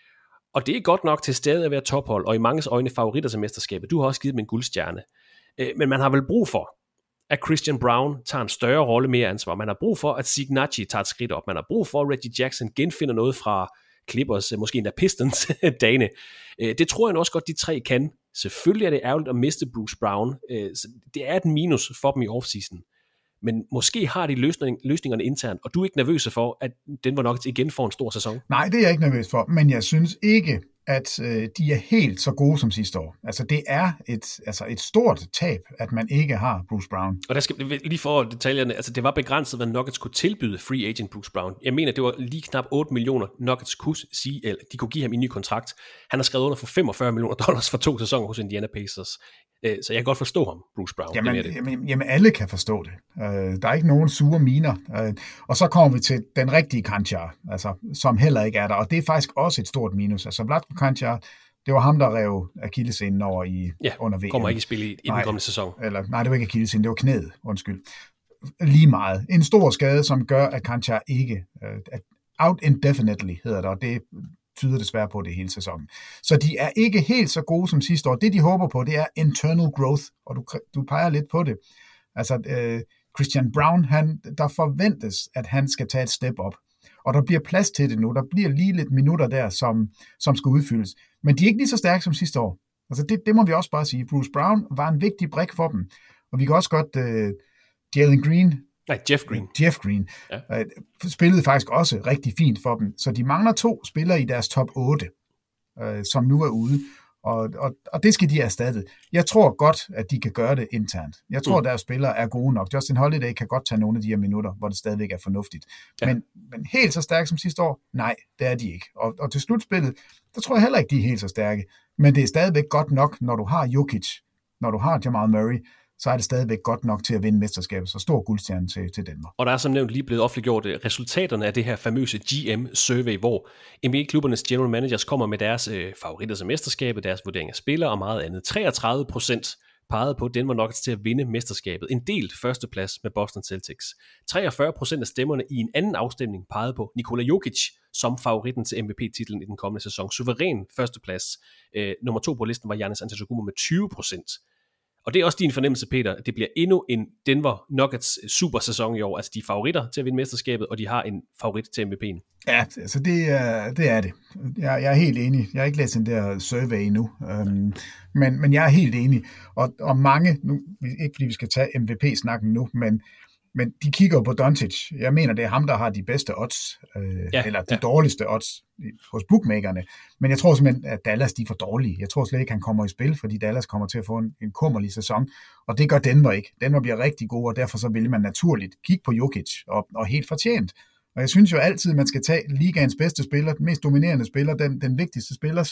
Speaker 9: og det er godt nok til stadig at være tophold, og i manges øjne favoritter til mesterskabet. Du har også givet dem en guldstjerne. Men man har vel brug for, at Christian Brown tager en større rolle, mere ansvar. Man har brug for, at Zeke Naji tager et skridt op. Man har brug for, at Reggie Jackson genfinder noget fra Clippers, måske endda Pistons dagene. Det tror jeg også godt, de 3 kan. Selvfølgelig er det ærgerligt at miste Bruce Brown. Det er et minus for dem i offseason. Men måske har de løsningerne internt, og du er ikke nervøs for, at Denver Nuggets igen får en stor sæson?
Speaker 10: Nej, det er jeg ikke nervøs for, men jeg synes ikke, at de er helt så gode som sidste år. Altså, det er et stort tab, at man ikke har Bruce Brown.
Speaker 9: Og der skal lige for detaljerne, altså det var begrænset, hvad Nuggets kunne tilbyde free agent Bruce Brown. Jeg mener, det var lige knap 8 millioner Nuggets kunne sige, eller de kunne give ham en ny kontrakt. Han har skrevet under for $45 millioner for 2 sæsoner hos Indiana Pacers. Så jeg kan godt forstå ham, Bruce Brown.
Speaker 10: Jamen alle kan forstå det. Der er ikke nogen sure miner. Og så kommer vi til den rigtige Kantjar, altså, som heller ikke er der. Og det er faktisk også et stort minus. Altså Vlatko Kantjar, det var ham, der rev akillessenen over under VM.
Speaker 9: Kommer ikke i spil i den kommende sæson.
Speaker 10: Nej, det var ikke akillessenen, det var knæet, undskyld. Lige meget. En stor skade, som gør, at Kantjar ikke... out indefinitely hedder det, og det tyder desværre på det hele sæsonen. Så de er ikke helt så gode som sidste år. Det, de håber på, det er internal growth, og du peger lidt på det. Altså, Christian Brown, der forventes, at han skal tage et step op, og der bliver plads til det nu. Der bliver lige lidt minutter der, som skal udfyldes. Men de er ikke lige så stærke som sidste år. Altså, det må vi også bare sige. Bruce Brown var en vigtig brik for dem, og vi kan også godt... Jeff Green spillede faktisk også rigtig fint for dem. Så de mangler 2 spillere i deres top 8, som nu er ude. Og det skal de erstatte. Jeg tror godt, at de kan gøre det internt. Jeg tror, at deres spillere er gode nok. Justin Holiday kan godt tage nogle af de her minutter, hvor det stadigvæk er fornuftigt. Ja. Men helt så stærke som sidste år? Nej, det er de ikke. Og til slutspillet, der tror jeg heller ikke, de er helt så stærke. Men det er stadigvæk godt nok, når du har Jokic, når du har Jamal Murray, så er det stadigvæk godt nok til at vinde mesterskabet. Så stor guldstjerne til Denver.
Speaker 9: Og der er som nævnt lige blevet offentliggjort resultaterne af det her famøse GM-survey, hvor NBA-klubbernes general managers kommer med deres favoritter til mesterskabet, deres vurdering af spillere og meget andet. 33% pegede på Denver Nuggets til at vinde mesterskabet. En delt førsteplads med Boston Celtics. 43% af stemmerne i en anden afstemning pegede på Nikola Jokic som favoritten til MVP-titlen i den kommende sæson. Suveræn førsteplads. Nummer 2 på listen var Giannis Antetokounmpo med 20%. Og det er også din fornemmelse, Peter, at det bliver endnu en Denver Nuggets supersæson i år. Altså de er favoritter til at vinde mesterskabet, og de har en favorit til MVP'en.
Speaker 10: Ja, altså det er det. Jeg er helt enig. Jeg har ikke læst den der survey endnu, men jeg er helt enig. Og mange, nu, ikke fordi vi skal tage MVP-snakken nu, men de kigger på Doncic. Jeg mener, det er ham, der har de bedste odds, eller de dårligste odds hos bookmakerne. Men jeg tror simpelthen, at Dallas de er for dårlige. Jeg tror slet ikke, han kommer i spil, fordi Dallas kommer til at få en kummerlig sæson. Og det gør Denver ikke. Denver bliver rigtig god, og derfor så vil man naturligt kigge på Jokic, og helt fortjent. Og jeg synes jo altid, at man skal tage ligaens bedste spiller, den mest dominerende spiller, den vigtigste spiller,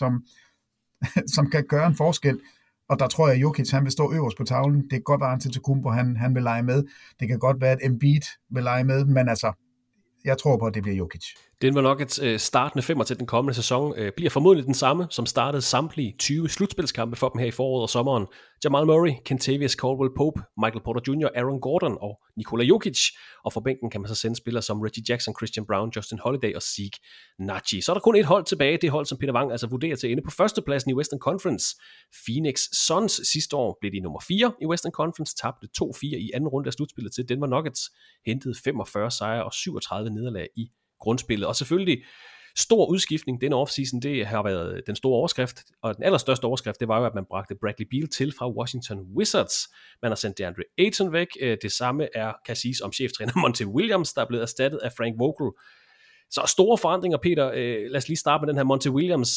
Speaker 10: som kan gøre en forskel. Og der tror jeg, at Jokic han vil stå øverst på tavlen. Det kan godt være, at Antetokounmpo han vil lege med. Det kan godt være, at Embiid vil lege med. Men altså, jeg tror på, at det bliver Jokic.
Speaker 9: Denver Nuggets startende femmer til den kommende sæson bliver formodentlig den samme, som startede samtlige 20 slutspilskampe for dem her i foråret og sommeren. Jamal Murray, Kentavious Caldwell-Pope, Michael Porter Jr., Aaron Gordon og Nikola Jokic. Og for bænken kan man så sende spillere som Reggie Jackson, Christian Brown, Justin Holiday og Zeke Naji. Så er der kun et hold tilbage, det hold, som Peter Wang altså vurderer til at ende på førstepladsen i Western Conference. Phoenix Suns sidste år blev de nummer 4 i Western Conference, tabte 2-4 i anden runde af slutspillet til Denver Nuggets, hentede 45 sejre og 37 nederlag i grundspillet. Og selvfølgelig stor udskiftning denne offseason, det har været den store overskrift, og den allerstørste overskrift, det var jo, at man bragte Bradley Beal til fra Washington Wizards. Man har sendt DeAndre Ayton væk. Det samme kan siges om cheftræner Monty Williams, der er blevet erstattet af Frank Vogel. Så store forandringer, Peter. Lad os lige starte med den her Monty Williams.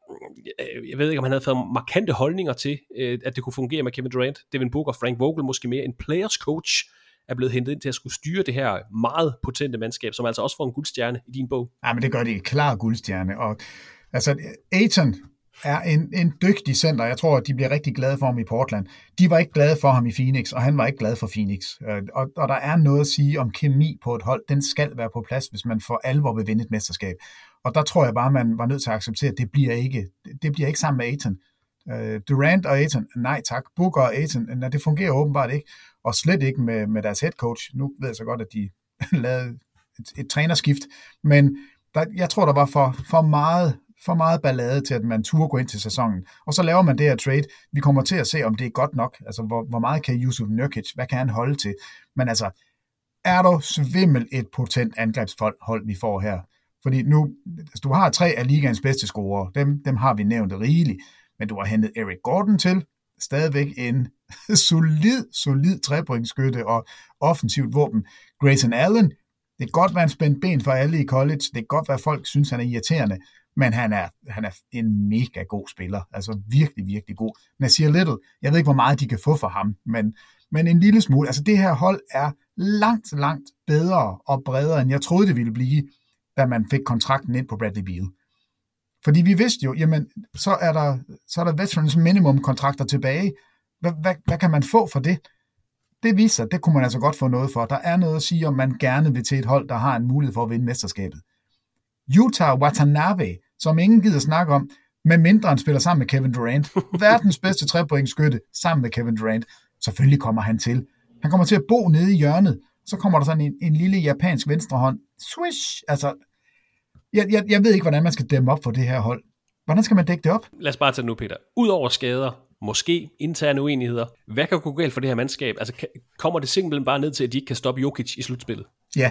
Speaker 9: Jeg ved ikke, om han havde fået markante holdninger til, at det kunne fungere med Kevin Durant, Devin Booker, Frank Vogel, måske mere en players coach, er blevet hentet ind til at skulle styre det her meget potente mandskab, som altså også får en guldstjerne i din bog.
Speaker 10: Ja, men det gør det klar guldstjerne. Og altså, Ayton er en dygtig center. Jeg tror, at de bliver rigtig glade for ham i Portland. De var ikke glade for ham i Phoenix, og han var ikke glad for Phoenix. Og der er noget at sige om kemi på et hold. Den skal være på plads, hvis man for alvor vil vinde et mesterskab. Og der tror jeg bare, man var nødt til at acceptere, at det bliver ikke sammen med Ayton. Durant og Ayton, nej tak. Booker og Ayton, det fungerer åbenbart ikke. Og slet ikke med deres head coach. Nu ved jeg så godt, at de lavede et trænerskift. Men jeg tror, der var for meget ballade til, at man turde gå ind til sæsonen. Og så laver man det her trade. Vi kommer til at se, om det er godt nok. Altså, hvor meget kan Jusuf Nurkic, hvad kan han holde til? Men altså, er der svimmel et potent angrebshold, vi får her? Fordi nu, altså, du har 3 af ligaens bedste scorere. Dem har vi nævnt rigeligt. Men du har hentet Eric Gordon til. Stadigvæk en solid trepointsskytte og offensivt våben. Grayson Allen, det kan godt være en spændt ben for alle i college. Det kan godt være, at folk synes, han er irriterende. Men han er en mega god spiller. Altså virkelig, virkelig god. Nasir Little, jeg ved ikke, hvor meget de kan få for ham, men en lille smule. Altså det her hold er langt bedre og bredere, end jeg troede, det ville blive, da man fik kontrakten ind på Bradley Beal. Fordi vi vidste jo, jamen, så er der veterans minimum kontrakter tilbage. Hvad kan man få for det? Det viser sig, det kunne man altså godt få noget for. Der er noget at sige, om man gerne vil til et hold, der har en mulighed for at vinde mesterskabet. Yuta Watanabe, som ingen gider snakke om, med mindre han spiller sammen med Kevin Durant. Verdens bedste trepointsskytte sammen med Kevin Durant. Selvfølgelig kommer han til. Han kommer til at bo nede i hjørnet. Så kommer der sådan en lille japansk venstrehånd. Swish! Altså, jeg ved ikke, hvordan man skal dæmme op for det her hold. Hvordan skal man dække det op?
Speaker 9: Lad os bare tage det nu, Peter. Udover skader, måske interne uenigheder, hvad kan gå galt for det her mandskab? Altså, kommer det simpelthen bare ned til, at de ikke kan stoppe Jokic i slutspillet?
Speaker 10: Ja.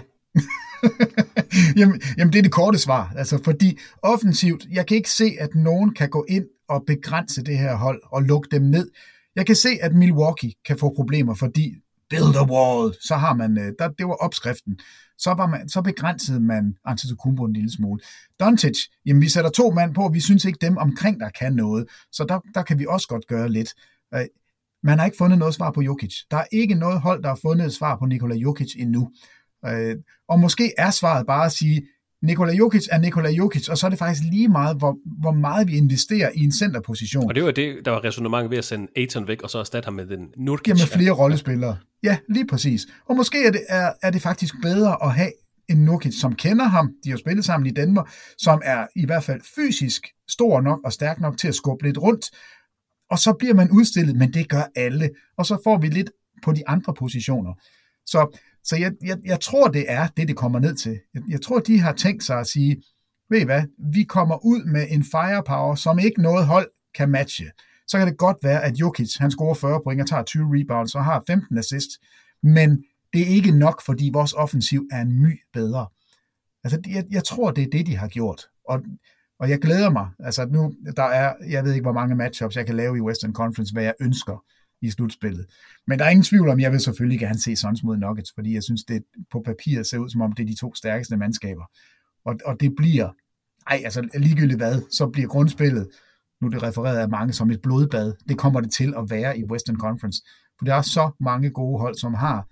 Speaker 10: jamen, det er det korte svar. Altså, fordi offensivt, jeg kan ikke se, at nogen kan gå ind og begrænse det her hold og lukke dem ned. Jeg kan se, at Milwaukee kan få problemer, fordi build a wall, så har man, det var opskriften. Så begrænsede man Antetokounmpo en lille smule. Doncic, jamen vi sætter 2 mand på, og vi synes ikke dem omkring der kan noget, så der kan vi også godt gøre lidt. Man har ikke fundet noget svar på Jokic. Der er ikke noget hold, der har fundet et svar på Nikola Jokic endnu. Og måske er svaret bare at sige, Nikola Jokic er Nikola Jokic, og så er det faktisk lige meget, hvor meget vi investerer i en centerposition.
Speaker 9: Og det var det, der var ræsonnement ved at sende Ayton væk, og så erstatte ham med den Nurkic.
Speaker 10: Ja, med flere rollespillere. Ja, lige præcis. Og måske er det faktisk bedre at have en Nurkic, som kender ham, de har spillet sammen i Denver, som er i hvert fald fysisk stor nok og stærk nok til at skubbe lidt rundt. Og så bliver man udstillet, men det gør alle. Og så får vi lidt på de andre positioner. Så jeg tror, det er det kommer ned til. Jeg tror, de har tænkt sig at sige, ved I hvad, vi kommer ud med en firepower, som ikke noget hold kan matche. Så kan det godt være, at Jokic, han scorer 40 point og tager 20 rebounds og har 15 assists, men det er ikke nok, fordi vores offensiv er en my bedre. Altså, jeg tror, det er det, de har gjort. Og jeg glæder mig. Altså, nu, jeg ved ikke, hvor mange matchups jeg kan lave i Western Conference, hvad jeg ønsker i slutspillet. Men der er ingen tvivl om, jeg vil selvfølgelig gerne se Suns mod Nuggets, fordi jeg synes, det på papiret ser ud, som om det er de 2 stærkeste mandskaber. Og det bliver, ligegyldigt hvad, så bliver grundspillet, nu er det refereret af mange som et blodbad, det kommer det til at være i Western Conference. For der er så mange gode hold, som har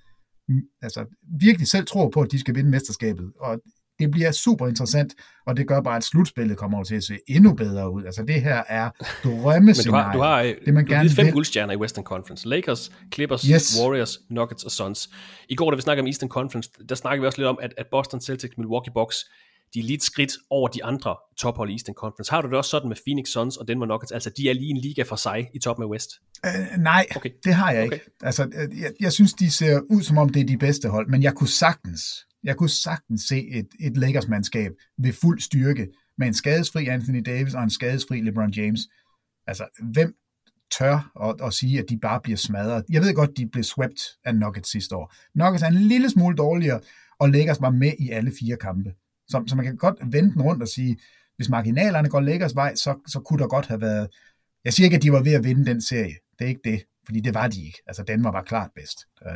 Speaker 10: virkelig selv tror på, at de skal vinde mesterskabet. Og det bliver super interessant, og det gør bare, at slutspillet kommer til at se endnu bedre ud. Altså det her er drømmescenarie.
Speaker 9: Du har 5 guldstjerner i Western Conference. Lakers, Clippers, Warriors, Nuggets og Suns. I går, da vi snakkede om Eastern Conference, der snakkede vi også lidt om, at Boston Celtics, Milwaukee Bucks, de er lige et skridt over de andre tophold i Eastern Conference. Har du det også sådan med Phoenix Suns og Denver Nuggets? Altså, de er lige en liga for sig i toppen af West?
Speaker 10: Nej, det har jeg ikke. Altså, jeg synes, de ser ud, som om det er de bedste hold, men jeg kunne sagtens se et Lakers-mandskab ved fuld styrke med en skadesfri Anthony Davis og en skadesfri LeBron James. Altså, hvem tør at sige, at de bare bliver smadret? Jeg ved godt, de blev swept af Nuggets sidste år. Nuggets er en lille smule dårligere, og Lakers var med i alle 4 kampe. Så man kan godt vende den rundt og sige, hvis marginalerne går Lakers vej, så kunne der godt have været... Jeg siger ikke, at de var ved at vinde den serie. Det er ikke det, fordi det var de ikke. Altså, Denver var klart bedst.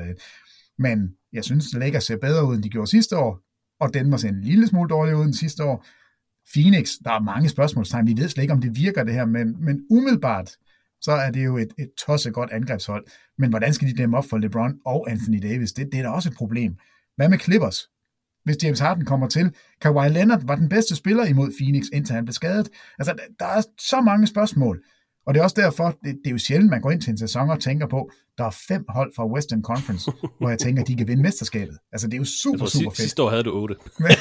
Speaker 10: Men jeg synes, Lakers ser bedre ud, end de gjorde sidste år, og Denver ser en lille smule dårligere ud end sidste år. Phoenix, der er mange spørgsmålstegn. Vi ved slet ikke, om det virker det her, men umiddelbart, så er det jo et tosset godt angrebshold. Men hvordan skal de dæmme op for LeBron og Anthony Davis? Det er da også et problem. Hvad med Clippers? Hvis James Harden kommer til. Kawhi Leonard var den bedste spiller imod Phoenix, indtil han blev skadet. Altså, der er så mange spørgsmål. Og det er også derfor, det er jo sjældent, man går ind til en sæson og tænker på, der er 5 hold fra Western Conference, hvor jeg tænker, de kan vinde mesterskabet. Altså, det er jo super fedt.
Speaker 9: Sidste år havde du 8.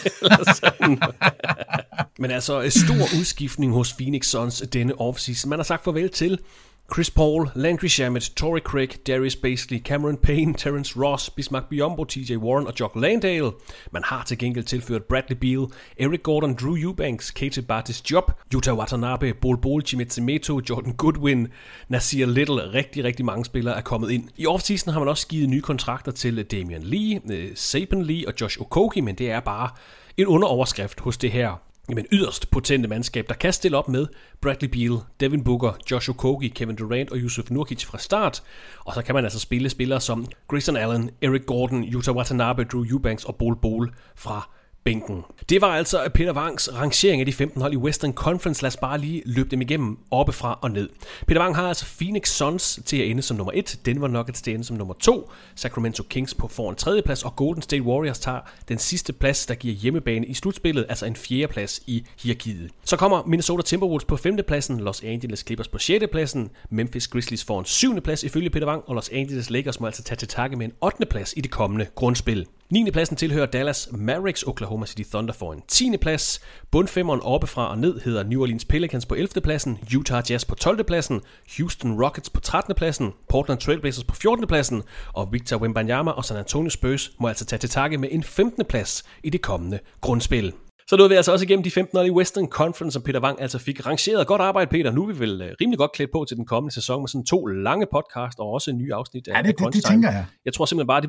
Speaker 9: Men altså, stor udskiftning hos Phoenix Suns denne offseason. Man har sagt farvel til Chris Paul, Landry Shamet, Torrey Craig, Darius Bazley, Cameron Payne, Terrence Ross, Bismack Biyombo, TJ Warren og Jock Landale. Man har til gengæld tilført Bradley Beal, Eric Gordon, Drew Eubanks, Keita Bates-Diop, Yuta Watanabe, Bol Bol, Chimezie Meto, Jordan Goodwin, Nasir Little. Rigtig mange spillere er kommet ind. I offseason har man også givet nye kontrakter til Damian Lee, Saban Lee og Josh Okogie, men det er bare en underoverskrift hos det her yderst potente mandskab, der kan stille op med Bradley Beal, Devin Booker, Josh Okogie, Kevin Durant og Yusuf Nurkic fra start. Og så kan man altså spille spillere som Grayson Allen, Eric Gordon, Yuta Watanabe, Drew Eubanks og Bol Bol fra bænken. Det var altså Peter Wangs rangering af de 15 hold i Western Conference. Lad os bare lige løbe dem igennem oppefra og ned. Peter Wang har altså Phoenix Suns til at ende som nummer 1, Denver Nuggets til at ende som nummer 2, Sacramento Kings på foran 3. plads, og Golden State Warriors tager den sidste plads, der giver hjemmebane i slutspillet, altså en 4. plads i hierarkiet. Så kommer Minnesota Timberwolves på 5. pladsen, Los Angeles Clippers på 6. pladsen, Memphis Grizzlies foran 7. plads ifølge Peter Wang, og Los Angeles Lakers må altså tage til takke med en 8. plads i det kommende grundspil. 9. pladsen tilhører Dallas Mavericks, Oklahoma City Thunder får en 10. plads. Bundfemmeren oppefra og ned hedder New Orleans Pelicans på 11. pladsen, Utah Jazz på 12. pladsen, Houston Rockets på 13. pladsen, Portland Trail Blazers på 14. pladsen, og Victor Wembanyama og San Antonio Spurs må altså tage til takke med en 15. plads i det kommende grundspil. Så nåede vi altså også igennem de 15 hold i Western Conference, som Peter Wang altså fik rangeret. Godt arbejde, Peter. Nu er vi vel rimelig godt klædt på til den kommende sæson med sådan 2 lange podcast og også en ny afsnit af
Speaker 10: Crunch Time. Det tænker jeg.
Speaker 9: Jeg tror simpelthen bare,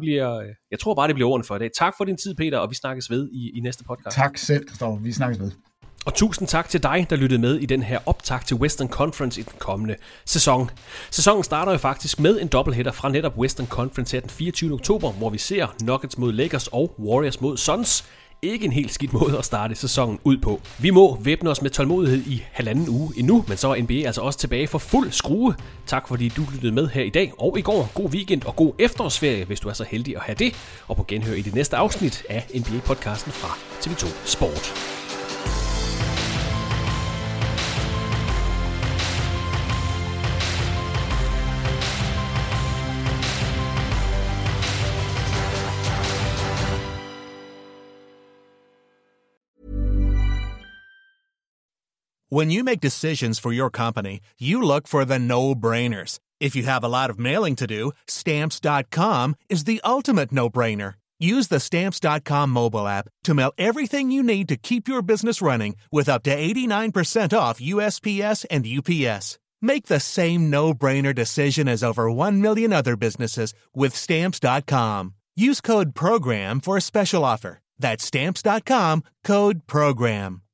Speaker 9: det bliver ordene for i dag. Tak for din tid, Peter, og vi snakkes ved i næste podcast.
Speaker 10: Tak selv, Christoffer. Vi snakkes ved.
Speaker 9: Og tusind tak til dig, der lyttede med i den her optakt til Western Conference i den kommende sæson. Sæsonen starter jo faktisk med en dobbelthætter fra netop Western Conference her den 24. oktober, hvor vi ser Nuggets mod Lakers og Warriors mod Suns. Ikke en helt skidt måde at starte sæsonen ud på. Vi må væbne os med tålmodighed i 1,5 uge endnu, men så er NBA altså også tilbage for fuld skrue. Tak fordi du lyttede med her i dag og i går. God weekend og god efterårsferie, hvis du er så heldig at have det. Og på genhør i det næste afsnit af NBA-podcasten fra TV2 Sport.
Speaker 11: When you make decisions for your company, you look for the no-brainers. If you have a lot of mailing to do, Stamps.com is the ultimate no-brainer. Use the Stamps.com mobile app to mail everything you need to keep your business running with up to 89% off USPS and UPS. Make the same no-brainer decision as over 1 million other businesses with Stamps.com. Use code PROGRAM for a special offer. That's Stamps.com, code PROGRAM.